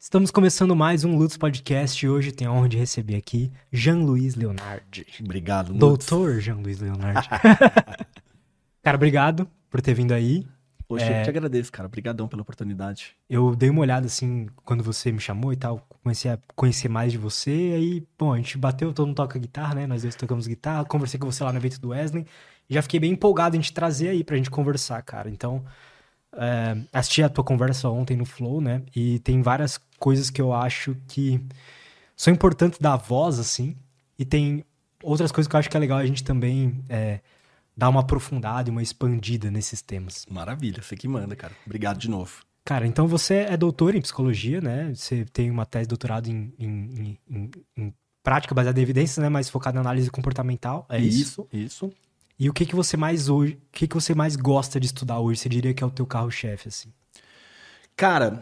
Estamos começando mais um Lutz Podcast e hoje tenho a honra de receber aqui Jean-Luiz Leonardi. Obrigado, Lutz. Doutor Jean-Luiz Leonardi. Cara, obrigado por ter vindo aí. Poxa, eu que te agradeço, cara. Obrigadão pela oportunidade. Eu dei uma olhada, assim, quando você me chamou e tal, comecei a conhecer mais de você, e aí, bom, a gente bateu, todo mundo toca guitarra, né? Nós dois tocamos guitarra, conversei com você lá no evento do Wesley, e já fiquei bem empolgado em te trazer aí pra gente conversar, cara. Então, assisti a tua conversa ontem no Flow, né? E tem várias coisas que eu acho que são importantes da voz, assim, e tem outras coisas que eu acho que é legal a gente também dar uma aprofundada e uma expandida nesses temas. Maravilha, você que manda, cara. Obrigado de novo. Cara, então você é doutor em psicologia, né? Você tem uma tese de doutorado em prática baseada em evidências, né? Mais focada na análise comportamental, é isso? Isso. E o que você mais hoje, o que você mais gosta de estudar hoje? Você diria que é o teu carro-chefe, assim? Cara,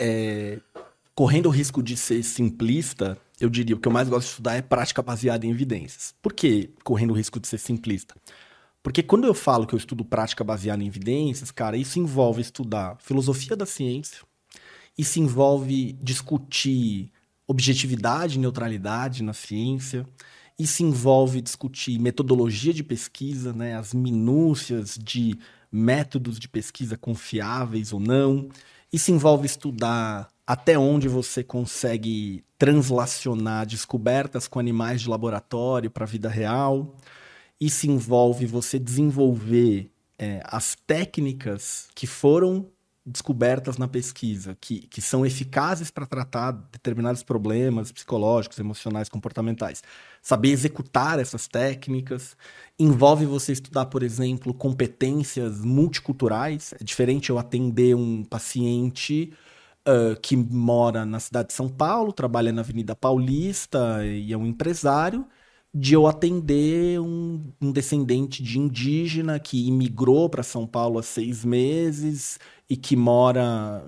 correndo o risco de ser simplista, eu diria o que eu mais gosto de estudar é prática baseada em evidências. Por que correndo o risco de ser simplista? Porque quando eu falo que eu estudo prática baseada em evidências, cara, isso envolve estudar filosofia da ciência, isso envolve discutir objetividade e neutralidade na ciência, isso envolve discutir metodologia de pesquisa, né, as minúcias de métodos de pesquisa confiáveis ou não. Isso envolve estudar até onde você consegue translacionar descobertas com animais de laboratório para a vida real. Isso envolve você desenvolver as técnicas que foram descobertas na pesquisa, que são eficazes para tratar determinados problemas psicológicos, emocionais, comportamentais. Saber executar essas técnicas. Envolve você estudar, por exemplo, competências multiculturais. É diferente eu atender um paciente que mora na cidade de São Paulo, trabalha na Avenida Paulista e é um empresário, de eu atender um descendente de indígena que imigrou para São Paulo há 6 meses e que mora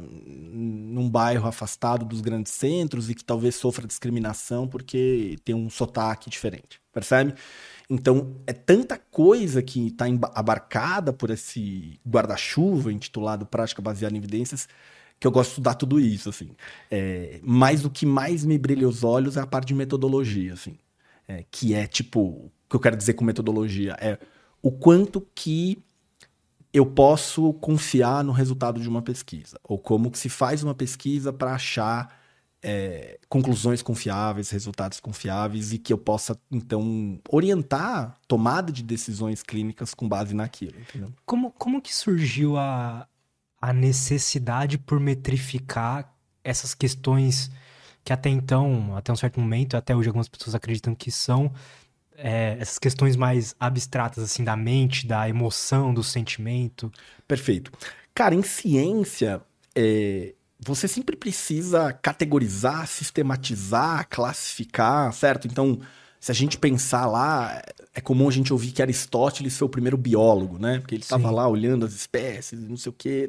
num bairro afastado dos grandes centros e que talvez sofra discriminação porque tem um sotaque diferente, percebe? Então, é tanta coisa que está abarcada por esse guarda-chuva intitulado Prática Baseada em Evidências que eu gosto de estudar tudo isso, assim. Mas o que mais me brilha os olhos é a parte de metodologia, assim. Que é tipo, o que eu quero dizer com metodologia é o quanto que eu posso confiar no resultado de uma pesquisa, ou como que se faz uma pesquisa para achar conclusões confiáveis, resultados confiáveis e que eu possa, então, orientar tomada de decisões clínicas com base naquilo. Entendeu? Como que surgiu a necessidade por metrificar essas questões que até então, até um certo momento, até hoje algumas pessoas acreditam que são essas questões mais abstratas, assim, da mente, da emoção, do sentimento? Perfeito. Cara, em ciência, você sempre precisa categorizar, sistematizar, classificar, certo? Então, se a gente pensar lá, é comum a gente ouvir que Aristóteles foi o primeiro biólogo, né? Porque ele estava lá olhando as espécies, não sei o quê.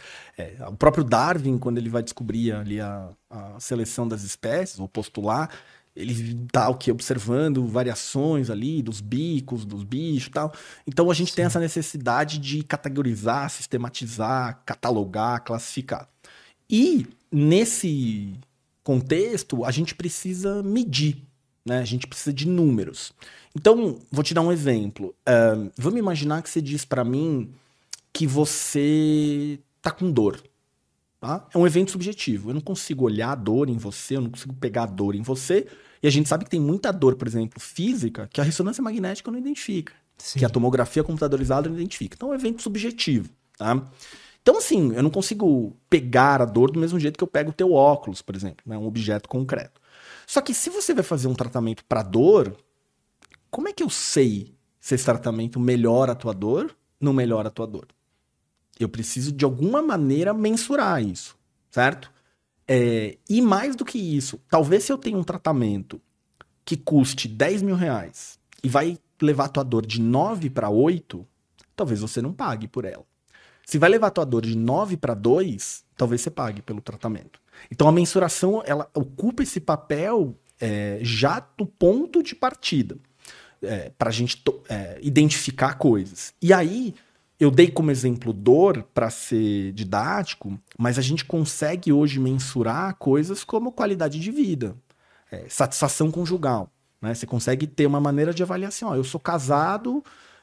O próprio Darwin, quando ele vai descobrir ali a seleção das espécies, ou postular, ele está observando variações ali dos bicos, dos bichos e tal. Então a gente tem essa necessidade de categorizar, sistematizar, catalogar, classificar. E nesse contexto, a gente precisa medir. Né? A gente precisa de números. Então, vou te dar um exemplo. Vamos imaginar que você diz para mim que você tá com dor. Tá? É um evento subjetivo. Eu não consigo olhar a dor em você, eu não consigo pegar a dor em você. E a gente sabe que tem muita dor, por exemplo, física, que a ressonância magnética não identifica. Sim. Que a tomografia computadorizada não identifica. Então, é um evento subjetivo. Tá? Então, assim, eu não consigo pegar a dor do mesmo jeito que eu pego o teu óculos, por exemplo. Né? Um objeto concreto. Só que se você vai fazer um tratamento para dor, como é que eu sei se esse tratamento melhora a tua dor, não melhora a tua dor? Eu preciso, de alguma maneira, mensurar isso, certo? E mais do que isso, talvez se eu tenho um tratamento que custe 10 mil reais e vai levar a tua dor de 9 para 8, talvez você não pague por ela. Se vai levar a tua dor de 9 para 2, talvez você pague pelo tratamento. Então a mensuração, ela ocupa esse papel já do ponto de partida, para a gente identificar coisas. E aí, eu dei como exemplo dor para ser didático, mas a gente consegue hoje mensurar coisas como qualidade de vida, satisfação conjugal, né? Você consegue ter uma maneira de avaliar assim, ó, eu sou casado,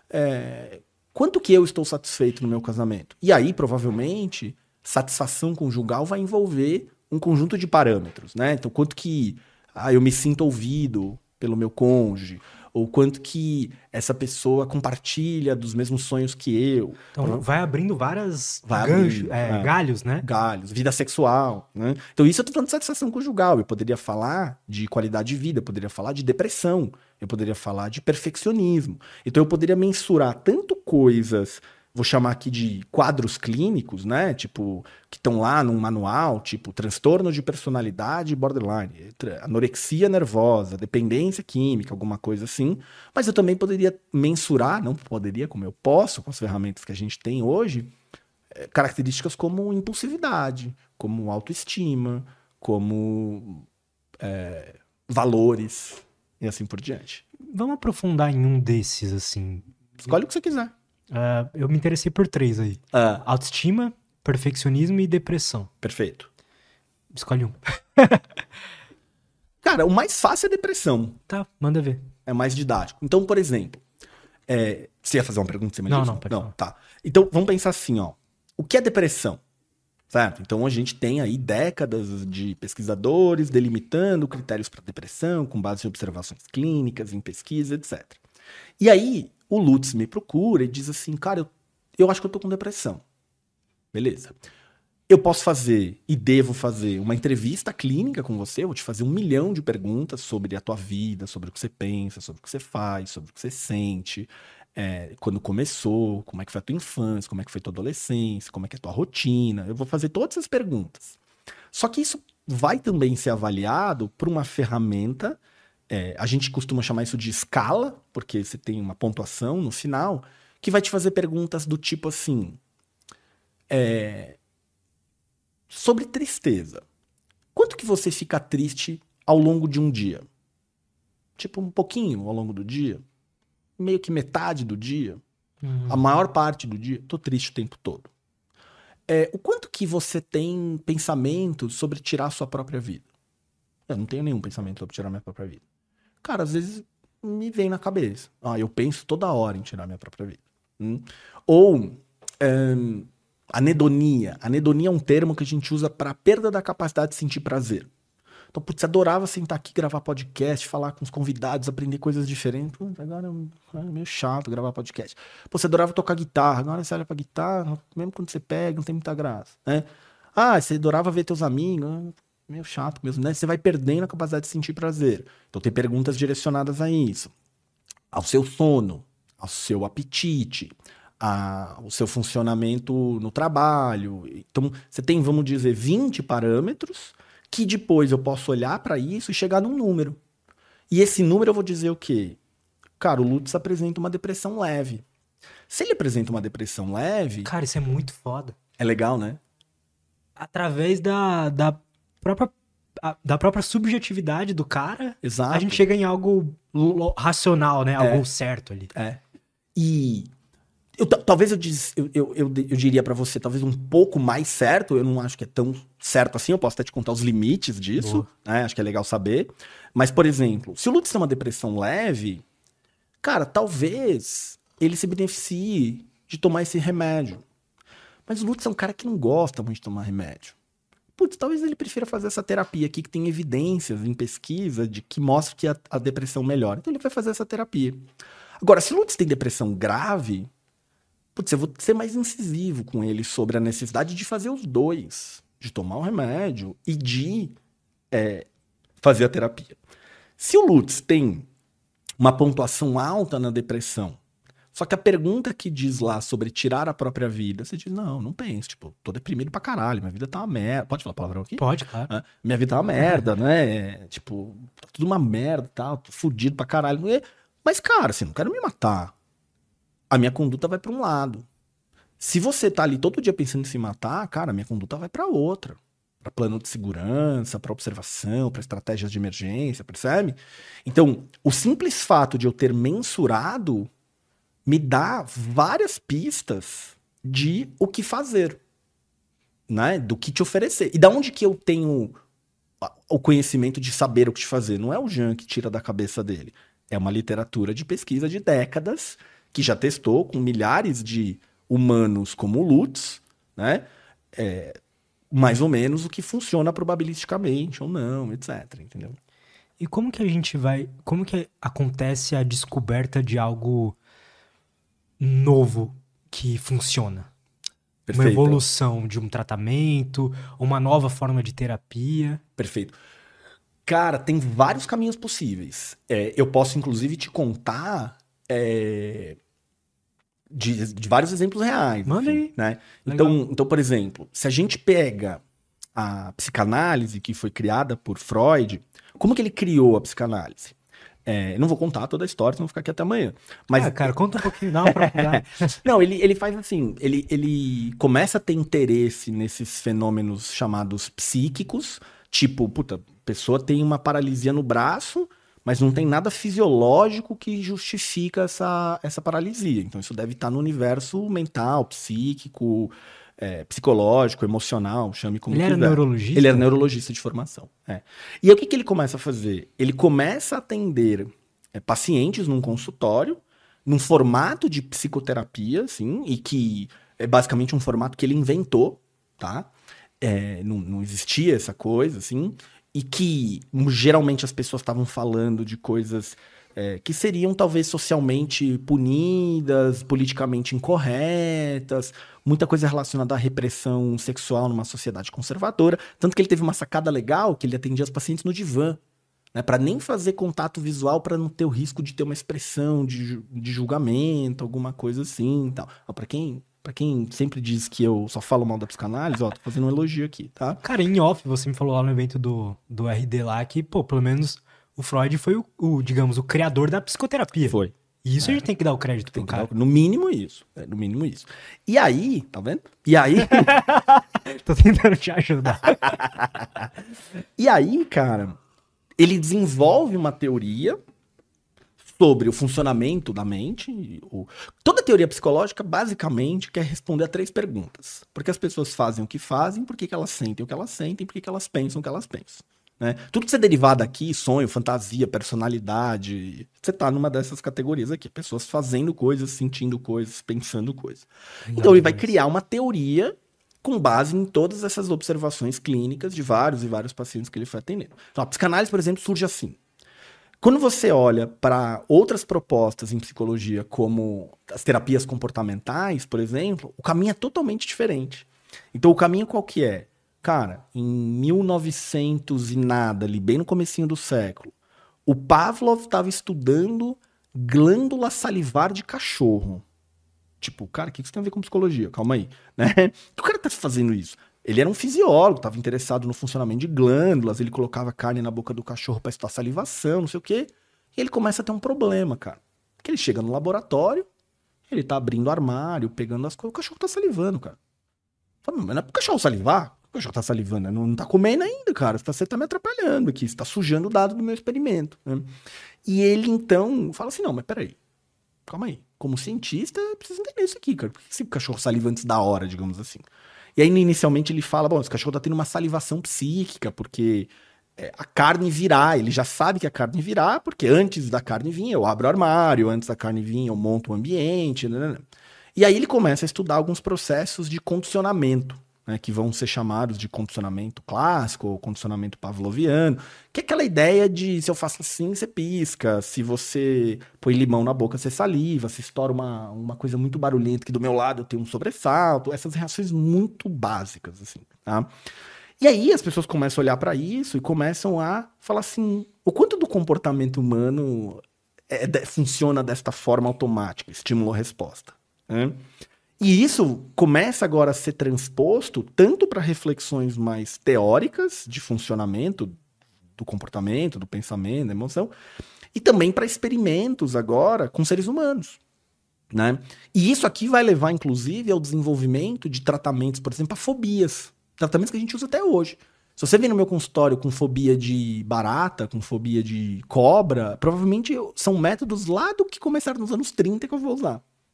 quanto que eu estou satisfeito no meu casamento? E aí, provavelmente, satisfação conjugal vai envolver um conjunto de parâmetros, né? Então, quanto que eu me sinto ouvido pelo meu cônjuge, ou quanto que essa pessoa compartilha dos mesmos sonhos que eu. Então vai abrindo várias Vai ganchos, abrindo, galhos, né? galhos, vida sexual, né? Então isso eu tô falando de satisfação conjugal. Eu poderia falar de qualidade de vida, eu poderia falar de depressão, eu poderia falar de perfeccionismo. Então eu poderia mensurar tanto coisas, vou chamar aqui de quadros clínicos, né? Tipo, que estão lá num manual, tipo transtorno de personalidade borderline, anorexia nervosa, dependência química, alguma coisa assim. Mas eu também poderia mensurar, não poderia, como eu posso, com as ferramentas que a gente tem hoje, características como impulsividade, como autoestima, como valores e assim por diante. Vamos aprofundar em um desses, assim. Escolhe o que você quiser. Eu me interessei por 3 aí. Autoestima, perfeccionismo e depressão. Perfeito. Escolhe um. Cara, o mais fácil é depressão. Tá, manda ver. É mais didático. Então, por exemplo, você ia fazer uma pergunta semelhante? Não, pode falar. Tá. Então, vamos pensar assim, ó. O que é depressão? Certo? Então, a gente tem aí décadas de pesquisadores delimitando critérios para depressão, com base em observações clínicas, em pesquisa, etc. E aí, o Lutz me procura e diz assim, cara, eu acho que eu tô com depressão. Beleza. Eu posso fazer e devo fazer uma entrevista clínica com você, eu vou te fazer 1 milhão de perguntas sobre a tua vida, sobre o que você pensa, sobre o que você faz, sobre o que você sente, quando começou, como é que foi a tua infância, como é que foi a tua adolescência, como é que é a tua rotina. Eu vou fazer todas essas perguntas. Só que isso vai também ser avaliado por uma ferramenta, a gente costuma chamar isso de escala, porque você tem uma pontuação no final, que vai te fazer perguntas do tipo assim... sobre tristeza. Quanto que você fica triste ao longo de um dia? Tipo, um pouquinho ao longo do dia? Meio que metade do dia? A maior parte do dia? Tô triste o tempo todo. O quanto que você tem pensamentos sobre tirar a sua própria vida? Eu não tenho nenhum pensamento sobre tirar a minha própria vida. Cara, às vezes me vem na cabeça. Eu penso toda hora em tirar a minha própria vida. Ou... anedonia. Anedonia é um termo que a gente usa para perda da capacidade de sentir prazer. Então, putz, adorava sentar aqui, gravar podcast, falar com os convidados, aprender coisas diferentes. Agora é meio chato gravar podcast. Pô, você adorava tocar guitarra. Agora você olha pra guitarra, mesmo quando você pega, não tem muita graça, né? Você adorava ver teus amigos. Meio chato mesmo, né? Você vai perdendo a capacidade de sentir prazer. Então, tem perguntas direcionadas a isso. Ao seu sono, ao seu apetite, o seu funcionamento no trabalho. Então, você tem, vamos dizer, 20 parâmetros que depois eu posso olhar para isso e chegar num número. E esse número eu vou dizer o quê? Cara, o Lutz apresenta uma depressão leve. Se ele apresenta uma depressão leve... Cara, isso é muito foda. É legal, né? Através da própria subjetividade do cara, Exato. A gente chega em algo racional, né? Algo certo ali. E... talvez eu diria pra você, talvez um pouco mais certo, eu não acho que é tão certo assim, eu posso até te contar os limites disso, né? Acho que é legal saber. Mas, por exemplo, se o Lutz tem uma depressão leve, cara, talvez ele se beneficie de tomar esse remédio. Mas o Lutz é um cara que não gosta muito de tomar remédio. Putz, talvez ele prefira fazer essa terapia aqui, que tem evidências em pesquisa de que mostra que a depressão melhora. Então ele vai fazer essa terapia. Agora, se o Lutz tem depressão grave... Putz, eu vou ser mais incisivo com ele sobre a necessidade de fazer os dois. De tomar o remédio e de fazer a terapia. Se o Lutz tem uma pontuação alta na depressão, só que a pergunta que diz lá sobre tirar a própria vida, você diz, não penso, tipo, tô deprimido pra caralho, minha vida tá uma merda. Pode falar palavrão aqui? Pode, claro. Minha vida tá uma merda, né? Tipo, tá tudo uma merda e tal, tô fudido pra caralho. Mas, cara, assim, não quero me matar. A minha conduta vai pra um lado. Se você tá ali todo dia pensando em se matar, cara, a minha conduta vai pra outra. Pra plano de segurança, pra observação, pra estratégias de emergência, percebe? Então, o simples fato de eu ter mensurado me dá várias pistas de o que fazer, né? Do que te oferecer. E da onde que eu tenho o conhecimento de saber o que te fazer? Não é o Jean que tira da cabeça dele. É uma literatura de pesquisa de décadas que já testou com milhares de humanos como Lutz, né? Mais ou menos o que funciona probabilisticamente ou não, etc. Entendeu? E como que a gente vai... Como que acontece a descoberta de algo novo que funciona? Perfeito. Uma evolução de um tratamento, uma nova forma de terapia. Perfeito. Cara, tem vários caminhos possíveis. Eu posso, inclusive, te contar de vários exemplos reais. Manda aí. Né? Então, por exemplo, se a gente pega a psicanálise que foi criada por Freud, como que ele criou a psicanálise? Eu não vou contar toda a história, senão vou ficar aqui até amanhã. Mas, cara, conta um pouquinho, dá uma aprofundada. Não, ele faz assim, ele começa a ter interesse nesses fenômenos chamados psíquicos, tipo, puta, a pessoa tem uma paralisia no braço, mas não tem nada fisiológico que justifica essa paralisia. Então isso deve estar no universo mental, psíquico, psicológico, emocional, chame como quiser. Ele era neurologista? Ele era neurologista de formação. E aí o que ele começa a fazer? Ele começa a atender pacientes num consultório, num formato de psicoterapia, assim, e que é basicamente um formato que ele inventou, tá? Não existia essa coisa, assim, e que geralmente as pessoas estavam falando de coisas que seriam talvez socialmente punidas, politicamente incorretas, muita coisa relacionada à repressão sexual numa sociedade conservadora, tanto que ele teve uma sacada legal que ele atendia os pacientes no divã, né, para nem fazer contato visual, para não ter o risco de ter uma expressão de julgamento, alguma coisa assim, tal. Para quem sempre diz que eu só falo mal da psicanálise, ó, tô fazendo um elogio aqui, tá? Cara, em off, você me falou lá no evento do RD lá que, pô, pelo menos o Freud foi digamos, o criador da psicoterapia. Foi. E isso a gente tem que dar o crédito pro cara. No mínimo isso. No mínimo isso. E aí, tá vendo? E aí... Tô tentando te ajudar. E aí, cara, ele desenvolve uma teoria sobre o funcionamento da mente. Toda teoria psicológica, basicamente, quer responder a 3 perguntas. Por que as pessoas fazem o que fazem, por que elas sentem o que elas sentem, por que elas pensam o que elas pensam. Né? Tudo que você derivar daqui, sonho, fantasia, personalidade, você tá numa dessas categorias aqui. Pessoas fazendo coisas, sentindo coisas, pensando coisas. Então ele vai criar uma teoria com base em todas essas observações clínicas de vários e vários pacientes que ele foi atendendo. Então a psicanálise, por exemplo, surge assim. Quando você olha para outras propostas em psicologia, como as terapias comportamentais, por exemplo, o caminho é totalmente diferente. Então o caminho qual que é? Cara, em 1900 e nada, ali bem no comecinho do século, o Pavlov estava estudando glândula salivar de cachorro. Tipo, cara, o que isso tem a ver com psicologia? Calma aí, né? O que o cara tá fazendo isso? Ele era um fisiólogo, estava interessado no funcionamento de glândulas, ele colocava carne na boca do cachorro para estudar salivação, não sei o quê. E ele começa a ter um problema, cara. Porque ele chega no laboratório, ele tá abrindo o armário, pegando as coisas, o cachorro tá salivando, cara. Fala, mas não é pro cachorro salivar? O cachorro tá salivando, não tá comendo ainda, cara. Você tá me atrapalhando aqui, você tá sujando o dado do meu experimento. Né? E ele, então, fala assim, não, mas peraí, calma aí. Como cientista, eu preciso entender isso aqui, cara. Por que esse cachorro saliva antes da hora, digamos assim? E aí, inicialmente, ele fala, bom, esse cachorro tá tendo uma salivação psíquica, porque a carne virá, ele já sabe que a carne virá, porque antes da carne vir, eu abro o armário, antes da carne vir, eu monto o ambiente, né? E aí ele começa a estudar alguns processos de condicionamento, né, que vão ser chamados de condicionamento clássico ou condicionamento pavloviano, que é aquela ideia de se eu faço assim, você pisca, se você põe limão na boca, você saliva, se estoura uma coisa muito barulhenta que do meu lado eu tenho um sobressalto, essas reações muito básicas, assim, tá? E aí as pessoas começam a olhar para isso e começam a falar assim, o quanto do comportamento humano funciona desta forma automática, estímulo-resposta, né? E isso começa agora a ser transposto tanto para reflexões mais teóricas de funcionamento do comportamento, do pensamento, da emoção, e também para experimentos agora com seres humanos, né? E isso aqui vai levar, inclusive, ao desenvolvimento de tratamentos, por exemplo, para fobias, tratamentos que a gente usa até hoje. Se você vem no meu consultório com fobia de barata, com fobia de cobra, provavelmente são métodos lá do que começaram nos anos 30 que eu vou usar.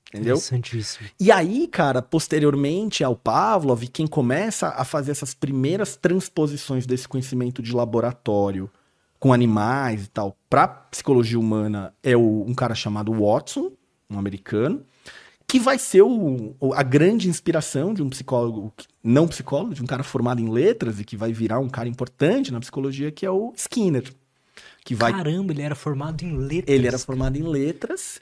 Entendeu? Interessantíssimo. E aí, cara, posteriormente ao Pavlov, quem começa a fazer essas primeiras transposições desse conhecimento de laboratório com animais e tal para psicologia humana é um cara chamado Watson, um americano, que vai ser a grande inspiração de um psicólogo, não psicólogo, de um cara formado em letras e que vai virar um cara importante na psicologia, que é o Skinner. Caramba, ele era formado em letras. Ele era formado em letras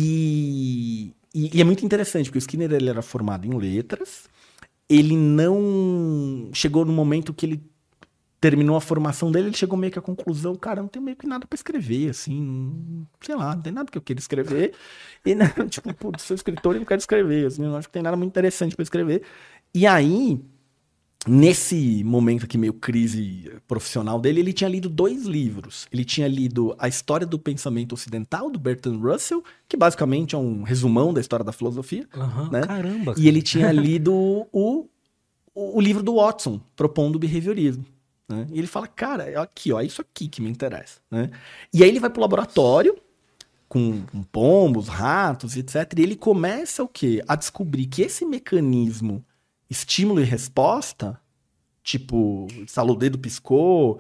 e é muito interessante, porque o Skinner ele era formado em letras, ele não... Chegou no momento que ele terminou a formação dele, ele chegou meio que à conclusão, cara, não tem meio que nada pra escrever, assim, sei lá, não tem nada que eu queira escrever, e, né, tipo, putz, sou escritor e não quero escrever, assim, não acho que tem nada muito interessante pra escrever. E aí, nesse momento aqui, meio crise profissional dele, ele tinha lido 2 livros. Ele tinha lido A História do Pensamento Ocidental, do Bertrand Russell, que basicamente é um resumão da história da filosofia. Né? Caramba! E ele tinha lido o livro do Watson, propondo o behaviorismo. Né? E ele fala, cara, aqui, ó, é isso aqui que me interessa. Né? E aí ele vai pro laboratório, com pombos, ratos, etc. E ele começa o quê? A descobrir que esse mecanismo estímulo e resposta, tipo, estalou o dedo, piscou,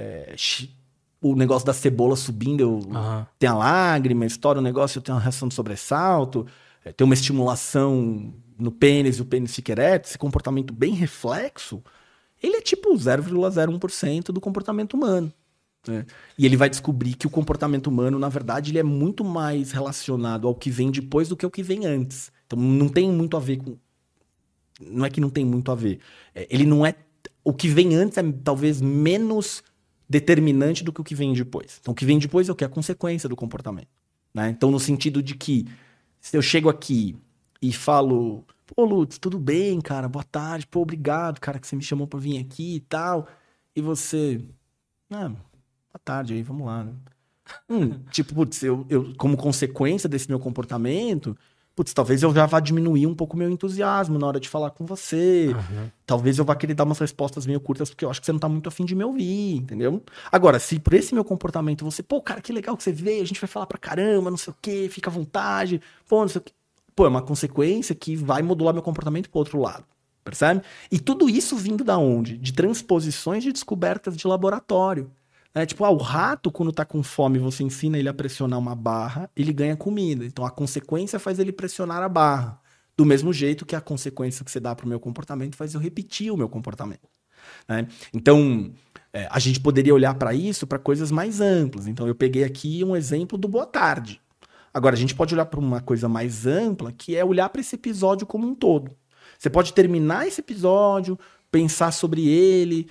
o negócio da cebola subindo, tem a lágrima, estoura o negócio, eu tenho uma reação de sobressalto, tem uma estimulação no pênis e o pênis fica ereto, esse comportamento bem reflexo, ele é tipo 0,01% do comportamento humano. Né? E ele vai descobrir que o comportamento humano, na verdade, ele é muito mais relacionado ao que vem depois do que ao que vem antes. Então não tem muito a ver com... Não é que não tem muito a ver. Ele não é... O que vem antes é talvez menos determinante do que o que vem depois. Então, o que vem depois é o que? A consequência do comportamento. Né? Então, no sentido de que, se eu chego aqui e falo... Pô, Lutz, tudo bem, cara? Boa tarde. Pô, obrigado, cara, que você me chamou pra vir aqui e tal. E você... boa tarde aí, vamos lá. Né? Tipo, putz, eu, como consequência desse meu comportamento... Putz, talvez eu já vá diminuir um pouco o meu entusiasmo na hora de falar com você. Talvez eu vá querer dar umas respostas meio curtas, porque eu acho que você não tá muito afim de me ouvir, entendeu? Agora, se por esse meu comportamento você... Pô, cara, que legal que você veio, a gente vai falar pra caramba, não sei o quê, fica à vontade, pô, não sei o quê. Pô, é uma consequência que vai modular meu comportamento pro outro lado, percebe? E tudo isso vindo da onde? De transposições de descobertas de laboratório. Tipo, o rato, quando tá com fome, você ensina ele a pressionar uma barra, ele ganha comida. Então, a consequência faz ele pressionar a barra. Do mesmo jeito que a consequência que você dá pro meu comportamento faz eu repetir o meu comportamento. Né? Então, a gente poderia olhar para isso, para coisas mais amplas. Então, eu peguei aqui um exemplo do boa tarde. Agora, a gente pode olhar para uma coisa mais ampla, que é olhar para esse episódio como um todo. Você pode terminar esse episódio, pensar sobre ele...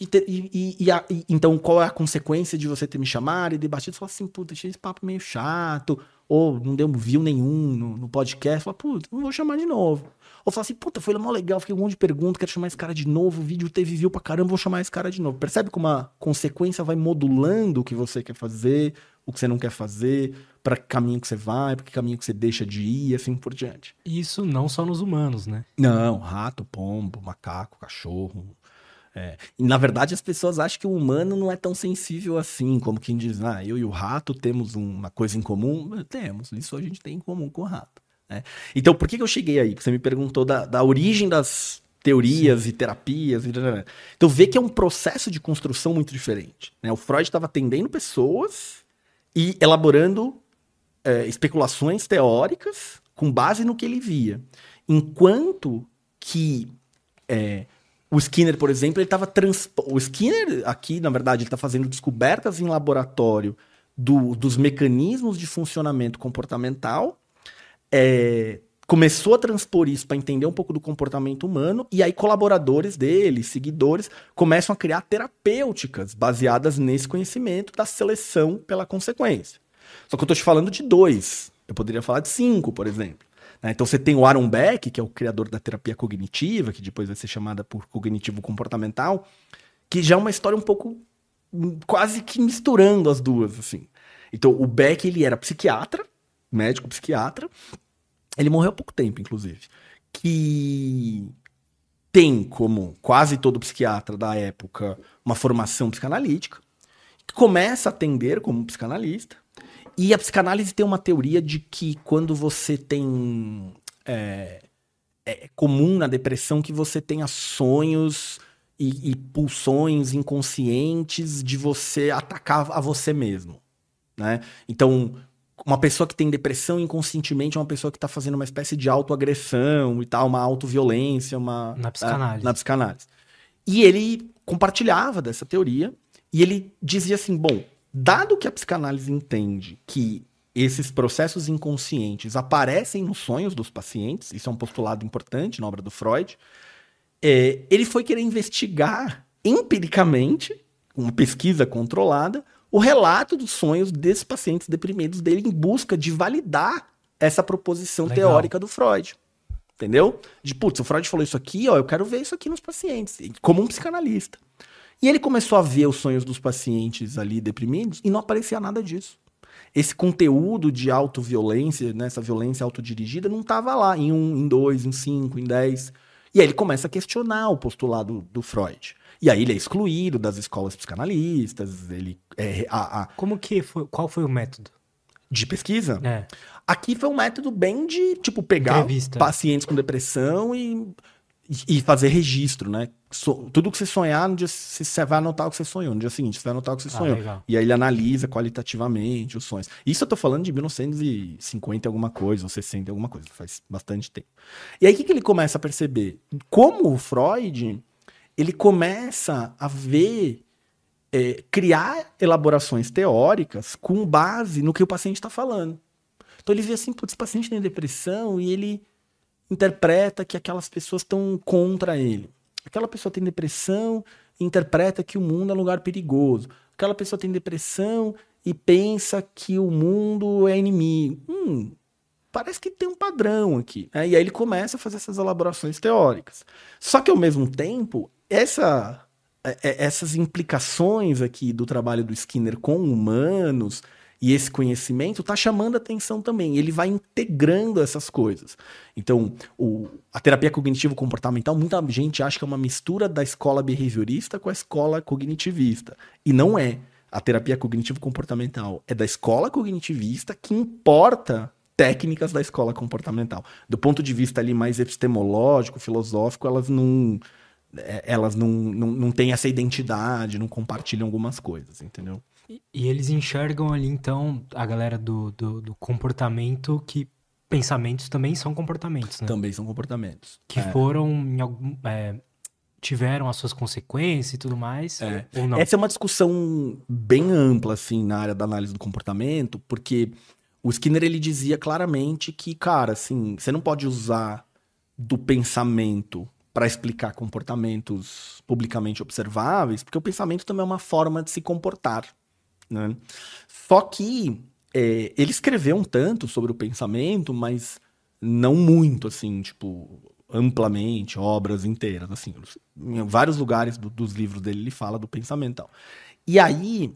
Então, qual é a consequência de você ter me chamado e debatido? Você fala assim, puta, achei esse papo meio chato, ou não deu view nenhum no podcast. Fala, puta, não vou chamar de novo. Ou fala assim, puta, foi mó legal, fiquei com um monte de perguntas, quero chamar esse cara de novo, o vídeo teve view pra caramba, vou chamar esse cara de novo. Percebe como a consequência vai modulando o que você quer fazer, o que você não quer fazer, para que caminho que você vai, para que caminho que você deixa de ir, e assim por diante. Isso não só nos humanos, né? Não, rato, pombo, macaco, cachorro... E, na verdade, as pessoas acham que o humano não é tão sensível assim, como quem diz, eu e o rato temos uma coisa em comum. Temos, isso a gente tem em comum com o rato. Né? Então, por que eu cheguei aí? Porque você me perguntou da origem das teorias e terapias. Então, vê que é um processo de construção muito diferente. Né? O Freud estava atendendo pessoas e elaborando especulações teóricas com base no que ele via. Enquanto que... O Skinner, por exemplo, ele estava... O Skinner, aqui, na verdade, ele está fazendo descobertas em laboratório dos mecanismos de funcionamento comportamental, começou a transpor isso para entender um pouco do comportamento humano, e aí colaboradores dele, seguidores, começam a criar terapêuticas baseadas nesse conhecimento da seleção pela consequência. Só que eu estou te falando de 2. Eu poderia falar de 5, por exemplo. Então você tem o Aaron Beck, que é o criador da terapia cognitiva, que depois vai ser chamada por cognitivo comportamental, que já é uma história um pouco quase que misturando as duas, assim. Então o Beck, ele era psiquiatra, médico psiquiatra, ele morreu há pouco tempo, inclusive, que tem, como quase todo psiquiatra da época, uma formação psicanalítica, que começa a atender como psicanalista, E a psicanálise tem uma teoria de que quando você tem... É comum na depressão que você tenha sonhos e pulsões inconscientes de você atacar a você mesmo, né? Então, uma pessoa que tem depressão inconscientemente é uma pessoa que está fazendo uma espécie de autoagressão e tal, uma autoviolência, Na psicanálise. na psicanálise. E ele compartilhava dessa teoria e ele dizia assim, bom, dado que a psicanálise entende que esses processos inconscientes aparecem nos sonhos dos pacientes, isso é um postulado importante na obra do Freud, ele foi querer investigar empiricamente, uma pesquisa controlada, o relato dos sonhos desses pacientes deprimidos dele em busca de validar essa proposição teórica do Freud. Entendeu? De, putz, o Freud falou isso aqui, ó, eu quero ver isso aqui nos pacientes, como um psicanalista. E ele começou a ver os sonhos dos pacientes ali deprimidos e não aparecia nada disso. Esse conteúdo de autoviolência, né, essa violência autodirigida, não estava lá em 1, em 2, em 5, em 10. E aí ele começa a questionar o postulado do Freud. E aí ele é excluído das escolas psicanalistas, ele... Como que foi? Qual foi o método? De pesquisa? É. Aqui foi um método bem de, tipo, pegar Entrevista. pacientes com depressão e fazer registro, né? Tudo que você sonhar, no dia, você vai anotar o que você sonhou. No dia seguinte, você vai anotar o que você sonhou. Legal. E aí ele analisa qualitativamente os sonhos. Isso eu tô falando de 1950 e alguma coisa, ou 60 e alguma coisa. Faz bastante tempo. E aí o que ele começa a perceber? Como o Freud, ele começa a ver... criar elaborações teóricas com base no que o paciente está falando. Então ele vê assim, putz, esse paciente tem depressão e ele interpreta que aquelas pessoas estão contra ele. Aquela pessoa tem depressão e interpreta que o mundo é um lugar perigoso. Aquela pessoa tem depressão e pensa que o mundo é inimigo. Parece que tem um padrão aqui. E aí ele começa a fazer essas elaborações teóricas. Só que ao mesmo tempo, essas implicações aqui do trabalho do Skinner com humanos e esse conhecimento está chamando a atenção também. Ele vai integrando essas coisas. Então, a terapia cognitivo-comportamental, muita gente acha que é uma mistura da escola behaviorista com a escola cognitivista. E não é. A terapia cognitivo-comportamental é da escola cognitivista que importa técnicas da escola comportamental. Do ponto de vista ali mais epistemológico, filosófico, elas não têm essa identidade, não compartilham algumas coisas, entendeu? E eles enxergam ali, então, a galera do comportamento, que pensamentos também são comportamentos, né? Também são comportamentos. Que foram, tiveram as suas consequências e tudo mais, ou não? Essa é uma discussão bem ampla, assim, na área da análise do comportamento, porque o Skinner, ele dizia claramente que, cara, assim, você não pode usar do pensamento para explicar comportamentos publicamente observáveis, porque o pensamento também é uma forma de se comportar, né? Só que ele escreveu um tanto sobre o pensamento, mas não muito, assim, tipo, amplamente, obras inteiras, assim. Em vários lugares dos livros dele ele fala do pensamento e tal. E aí,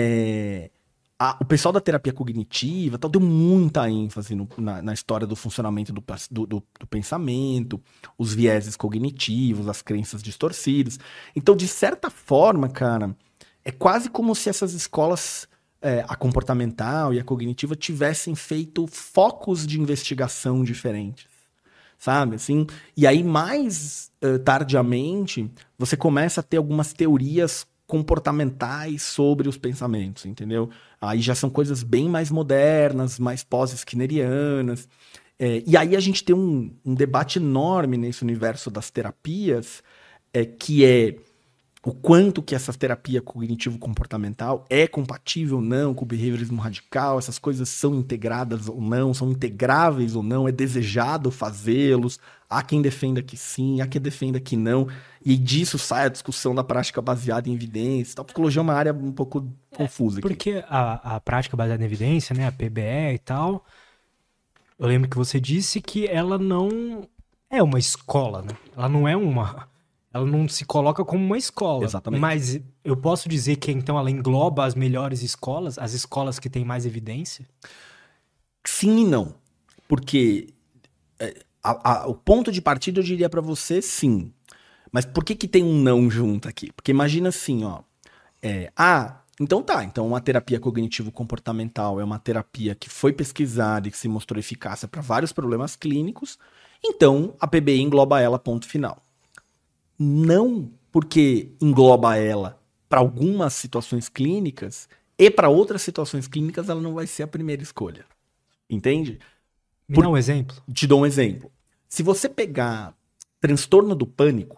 o pessoal da terapia cognitiva tal, deu muita ênfase na história do funcionamento do pensamento, os vieses cognitivos, as crenças distorcidas. Então, de certa forma, cara, é quase como se essas escolas, a comportamental e a cognitiva, tivessem feito focos de investigação diferentes, sabe? Assim, e aí, mais tardiamente, você começa a ter algumas teorias comportamentais sobre os pensamentos, entendeu? Aí já são coisas bem mais modernas, mais pós-skinnerianas. E aí a gente tem um debate enorme nesse universo das terapias, que é o quanto que essa terapia cognitivo-comportamental é compatível ou não com o behaviorismo radical, essas coisas são integradas ou não, são integráveis ou não, é desejado fazê-los, há quem defenda que sim, há quem defenda que não, e disso sai a discussão da prática baseada em evidência. A psicologia é uma área um pouco confusa aqui. Porque a prática baseada em evidência, né, a PBE e tal, eu lembro que você disse que ela não é uma escola, né? Ela não se coloca como uma escola. Exatamente. Mas eu posso dizer que, então, ela engloba as melhores escolas, as escolas que têm mais evidência? Sim e não. Porque o ponto de partida eu diria pra você sim. Mas por que tem um não junto aqui? Porque imagina assim, ó. Então então uma terapia cognitivo-comportamental é uma terapia que foi pesquisada e que se mostrou eficácia para vários problemas clínicos, então a PBI engloba ela, ponto final. Não porque engloba ela para algumas situações clínicas e para outras situações clínicas ela não vai ser a primeira escolha. Entende? Me dá um exemplo. Te dou um exemplo. Se você pegar transtorno do pânico,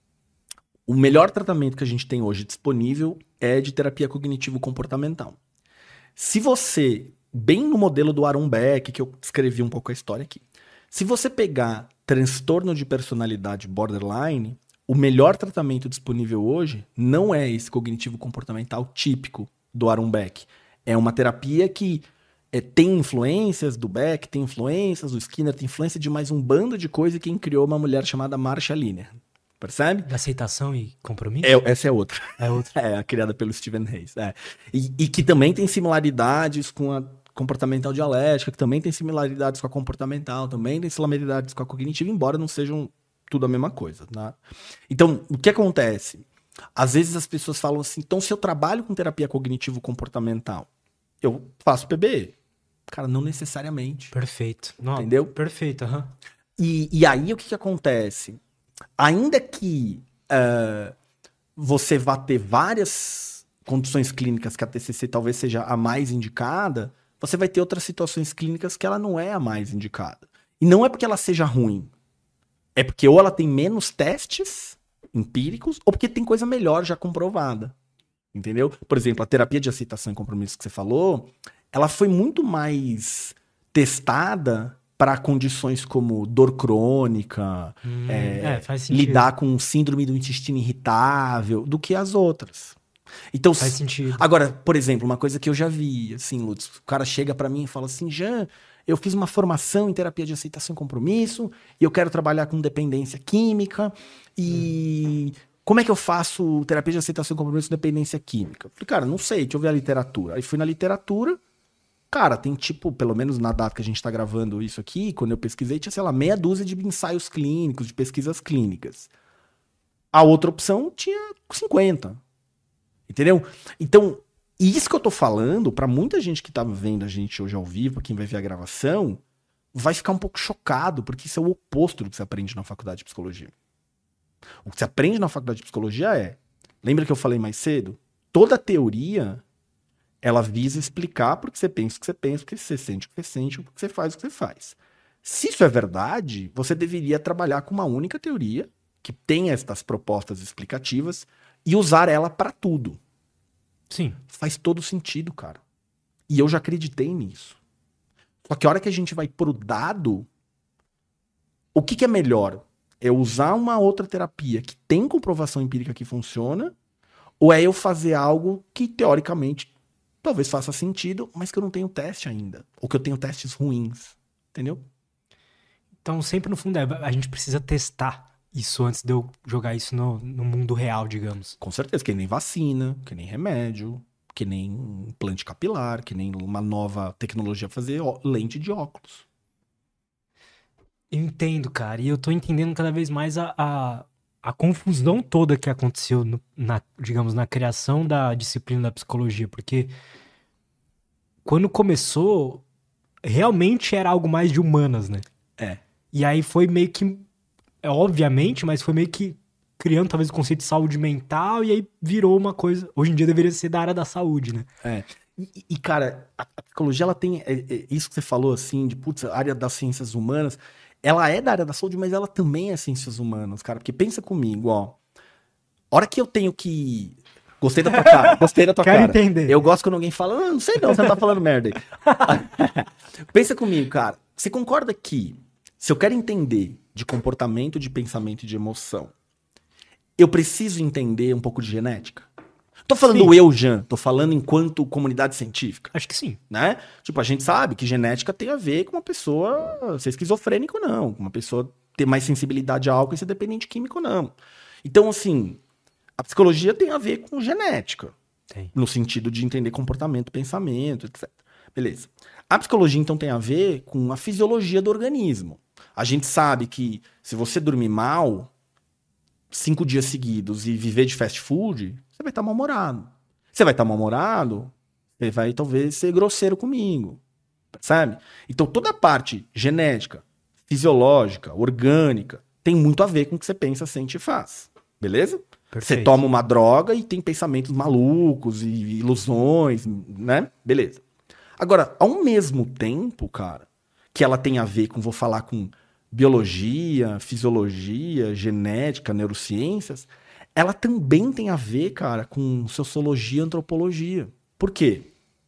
o melhor tratamento que a gente tem hoje disponível é de terapia cognitivo-comportamental. Se você, bem no modelo do Aaron Beck, que eu escrevi um pouco a história aqui, se você pegar transtorno de personalidade borderline, o melhor tratamento disponível hoje não é esse cognitivo-comportamental típico do Aaron Beck. É uma terapia que tem influências do Beck, tem influências do Skinner, tem influência de mais um bando de coisa, e quem criou uma mulher chamada Marsha Linehan. Percebe? Da aceitação e compromisso? Essa é outra. É outra. É, a criada pelo Stephen Hayes. É. E que também tem similaridades com a comportamental dialética, que também tem similaridades com a comportamental, também tem similaridades com a cognitiva, embora não sejam tudo a mesma coisa. Tá? Então, o que acontece? Às vezes as pessoas falam assim, então se eu trabalho com terapia cognitivo-comportamental, eu faço PBE. Cara, não necessariamente. Perfeito. Não, entendeu? Perfeito, aham. E aí o que acontece? Ainda que você vá ter várias condições clínicas que a TCC talvez seja a mais indicada, você vai ter outras situações clínicas que ela não é a mais indicada. E não é porque ela seja ruim. É porque ou ela tem menos testes empíricos, ou porque tem coisa melhor já comprovada. Entendeu? Por exemplo, a terapia de aceitação e compromisso que você falou, ela foi muito mais testada para condições como dor crônica, faz sentido. lidar com síndrome do intestino irritável, do que as outras. Então, faz sentido. Agora, por exemplo, uma coisa que eu já vi, assim, Lutz, o cara chega para mim e fala assim, Jean, eu fiz uma formação em terapia de aceitação e compromisso e eu quero trabalhar com dependência química e como é que eu faço terapia de aceitação e compromisso com dependência química? Eu falei, cara, não sei, deixa eu ver a literatura. Aí fui na literatura. Cara, tem tipo, pelo menos na data que a gente tá gravando isso aqui, quando eu pesquisei, tinha, sei lá, meia dúzia de ensaios clínicos, de pesquisas clínicas. A outra opção tinha 50. Entendeu? Então, isso que eu tô falando, pra muita gente que tá vendo a gente hoje ao vivo, pra quem vai ver a gravação, vai ficar um pouco chocado, porque isso é o oposto do que você aprende na faculdade de psicologia. O que você aprende na faculdade de psicologia lembra que eu falei mais cedo? Toda teoria ela visa explicar porque você pensa o que você pensa, porque você sente o que você sente, porque você faz o que você faz. Se isso é verdade, você deveria trabalhar com uma única teoria que tenha estas propostas explicativas e usar ela para tudo. Sim. Faz todo sentido, cara. E eu já acreditei nisso. Só que a hora que a gente vai pro dado, o que é melhor? É usar uma outra terapia que tem comprovação empírica que funciona, ou é eu fazer algo que, teoricamente, talvez faça sentido, mas que eu não tenho teste ainda. Ou que eu tenho testes ruins. Entendeu? Então, sempre no fundo, a gente precisa testar isso antes de eu jogar isso no mundo real, digamos. Com certeza. Que nem vacina, que nem remédio, que nem implante capilar, que nem uma nova tecnologia fazer lente de óculos. Eu entendo, cara. E eu tô entendendo cada vez mais a confusão toda que aconteceu, digamos, na criação da disciplina da psicologia. Porque quando começou, realmente era algo mais de humanas, né? É. E aí foi meio que, obviamente, mas foi meio que criando talvez o conceito de saúde mental e aí virou uma coisa, hoje em dia deveria ser da área da saúde, né? É. E cara, a psicologia, ela tem isso que você falou, assim, de, putz, a área das ciências humanas, ela é da área da saúde, mas ela também é ciências humanas, cara, porque pensa comigo, ó, a hora que eu tenho que... Gostei da tua cara, gostei da tua Quero cara. entender. Eu gosto quando alguém fala, não sei não, você não tá falando merda aí. Pensa comigo, cara, você concorda que se eu quero entender de comportamento, de pensamento e de emoção, eu preciso entender um pouco de genética? Tô falando Sim. eu, Jean, tô falando enquanto comunidade científica. Acho que sim. Né? Tipo, a gente sabe que genética tem a ver com uma pessoa ser esquizofrênica ou não, com uma pessoa ter mais sensibilidade a álcool e ser dependente químico ou não. Então, assim, a psicologia tem a ver com genética. Tem. No sentido de entender comportamento, pensamento, etc. Beleza. A psicologia, então, tem a ver com a fisiologia do organismo. A gente sabe que se você dormir mal 5 dias seguidos e viver de fast food, você vai estar mal-humorado. Você vai estar mal-humorado, você vai talvez ser grosseiro comigo, percebe? Então toda a parte genética, fisiológica, orgânica, tem muito a ver com o que você pensa, sente e faz, beleza? Você Perfeito. toma uma droga e tem pensamentos malucos e ilusões, né? Beleza. Agora, ao mesmo tempo, cara, que ela tem a ver com, vou falar com biologia, fisiologia, genética, neurociências, ela também tem a ver, cara, com sociologia e antropologia. Por quê?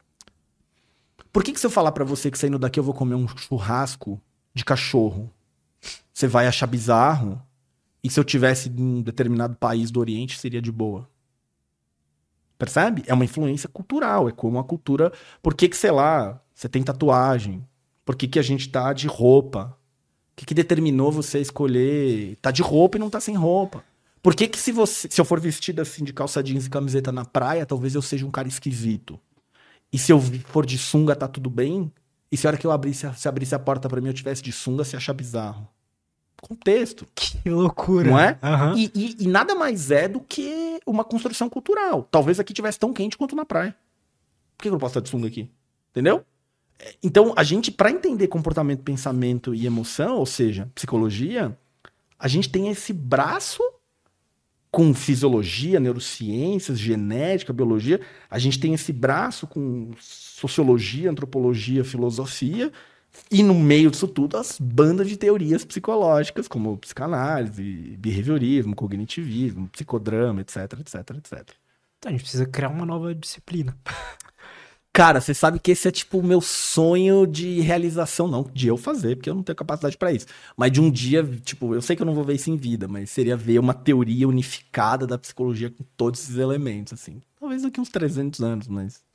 Por que se eu falar pra você que saindo daqui eu vou comer um churrasco de cachorro, você vai achar bizarro? E se eu tivesse em um determinado país do Oriente, seria de boa? Percebe? É uma influência cultural, é como a cultura... Por que sei lá, você tem tatuagem? Por que a gente tá de roupa? O que determinou você escolher tá de roupa e não tá sem roupa? Por que se eu for vestido assim de calça jeans e camiseta na praia, talvez eu seja um cara esquisito? E se eu for de sunga, tá tudo bem? E se a hora que eu abrisse a porta pra mim, eu tivesse de sunga, você achar bizarro? Contexto. Que loucura. Não é? Aham. E nada mais é do que uma construção cultural. Talvez aqui tivesse tão quente quanto na praia. Por que eu não posso estar de sunga aqui? Entendeu? Então, a gente, para entender comportamento, pensamento e emoção, ou seja, psicologia, a gente tem esse braço com fisiologia, neurociências, genética, biologia. A gente tem esse braço com sociologia, antropologia, filosofia. E no meio disso tudo, as bandas de teorias psicológicas, como psicanálise, behaviorismo, cognitivismo, psicodrama, etc, etc, etc. Então, a gente precisa criar uma nova disciplina. Cara, você sabe que esse é tipo o meu sonho de realização, não de eu fazer, porque eu não tenho capacidade pra isso. Mas de um dia, tipo, eu sei que eu não vou ver isso em vida, mas seria ver uma teoria unificada da psicologia com todos esses elementos, assim. Talvez daqui uns 300 anos, mas...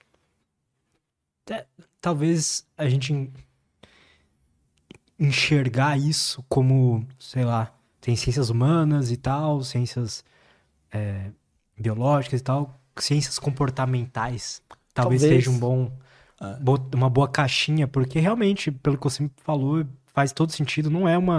Talvez a gente enxergar isso como, sei lá, tem ciências humanas e tal, ciências biológicas e tal, ciências comportamentais. Talvez seja uma boa caixinha, porque realmente, pelo que você me falou, faz todo sentido,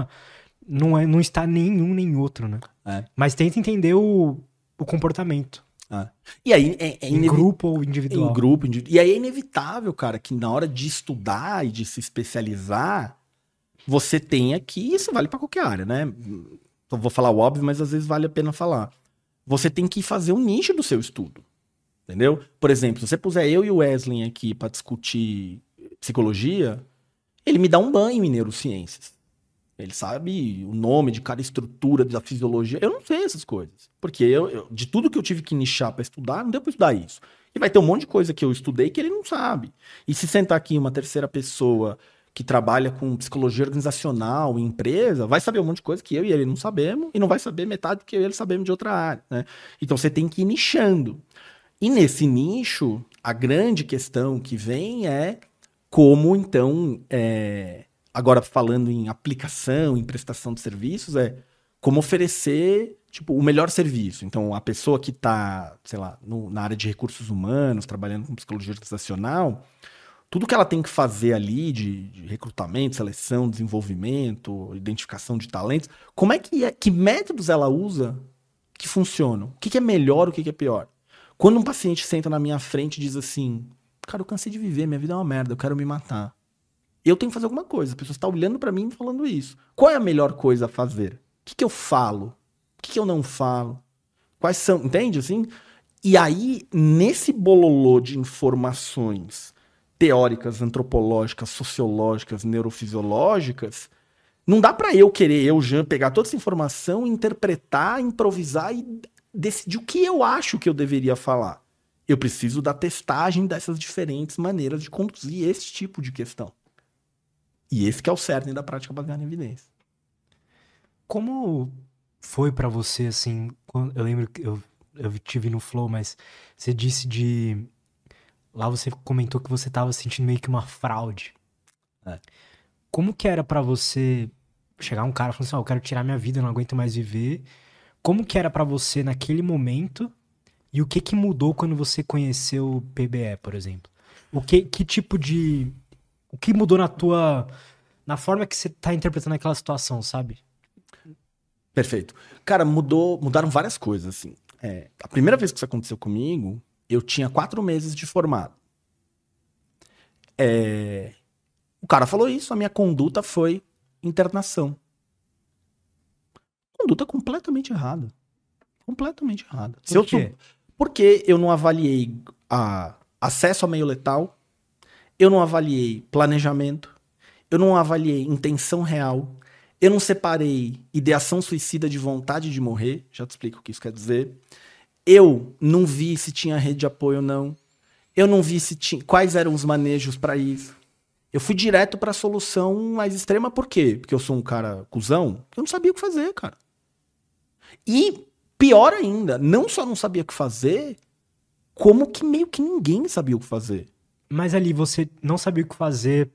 não está nenhum nem outro, né? Mas tenta entender o comportamento. E aí em grupo ou individual. Em grupo, e aí é inevitável, cara, que na hora de estudar e de se especializar, você tenha que, isso vale pra qualquer área, né? Eu vou falar o óbvio, mas às vezes vale a pena falar. Você tem que fazer um nicho do seu estudo, entendeu? Por exemplo, se você puser eu e o Wesley aqui pra discutir psicologia, ele me dá um banho em neurociências. Ele sabe o nome de cada estrutura da fisiologia. Eu não sei essas coisas. Porque de tudo que eu tive que nichar pra estudar, não deu pra estudar isso. E vai ter um monte de coisa que eu estudei que ele não sabe. E se sentar aqui uma terceira pessoa que trabalha com psicologia organizacional em empresa, vai saber um monte de coisa que eu e ele não sabemos, e não vai saber metade do que eu e ele sabemos de outra área, né? Então você tem que ir nichando. E nesse nicho, a grande questão que vem é como, então, agora falando em aplicação, em prestação de serviços, como oferecer, tipo, o melhor serviço. Então, a pessoa que está, sei lá, na área de recursos humanos, trabalhando com psicologia organizacional, tudo que ela tem que fazer ali de recrutamento, seleção, desenvolvimento, identificação de talentos, como é que métodos ela usa que funcionam? O que é melhor, o que é pior? Quando um paciente senta na minha frente e diz assim, cara, eu cansei de viver, minha vida é uma merda, eu quero me matar. Eu tenho que fazer alguma coisa, a pessoa está olhando para mim e falando isso. Qual é a melhor coisa a fazer? O que eu falo? O que eu não falo? Quais são, entende assim? E aí, nesse bololô de informações teóricas, antropológicas, sociológicas, neurofisiológicas, não dá pra eu querer, Jean, pegar toda essa informação, interpretar, improvisar e decidir o que eu acho que eu deveria falar. Eu preciso da testagem dessas diferentes maneiras de conduzir esse tipo de questão. E esse que é o cerne da prática baseada em evidência. Como foi pra você, assim, eu lembro que eu tive no Flow, mas você disse lá você comentou que você tava sentindo meio que uma fraude. Como que era pra você chegar um cara e falar assim, eu quero tirar minha vida, eu não aguento mais viver. Como que era pra você naquele momento e o que mudou quando você conheceu o PBE, por exemplo? O que mudou na forma que você tá interpretando aquela situação, sabe? Perfeito. Cara, mudaram várias coisas, assim. A primeira vez que isso aconteceu comigo, Eu tinha 4 meses de formado. O cara falou isso, a minha conduta foi internação. Conduta completamente errada. Completamente errada. Por quê? Porque eu não avaliei acesso a meio letal, eu não avaliei planejamento, eu não avaliei intenção real, eu não separei ideação suicida de vontade de morrer, já te explico o que isso quer dizer. Eu não vi se tinha rede de apoio ou não. Eu não vi quais eram os manejos para isso. Eu fui direto para a solução mais extrema, por quê? Porque eu sou um cara cuzão, eu não sabia o que fazer, cara. E pior ainda, não só não sabia o que fazer, como que meio que ninguém sabia o que fazer. Mas ali você não sabia o que fazer.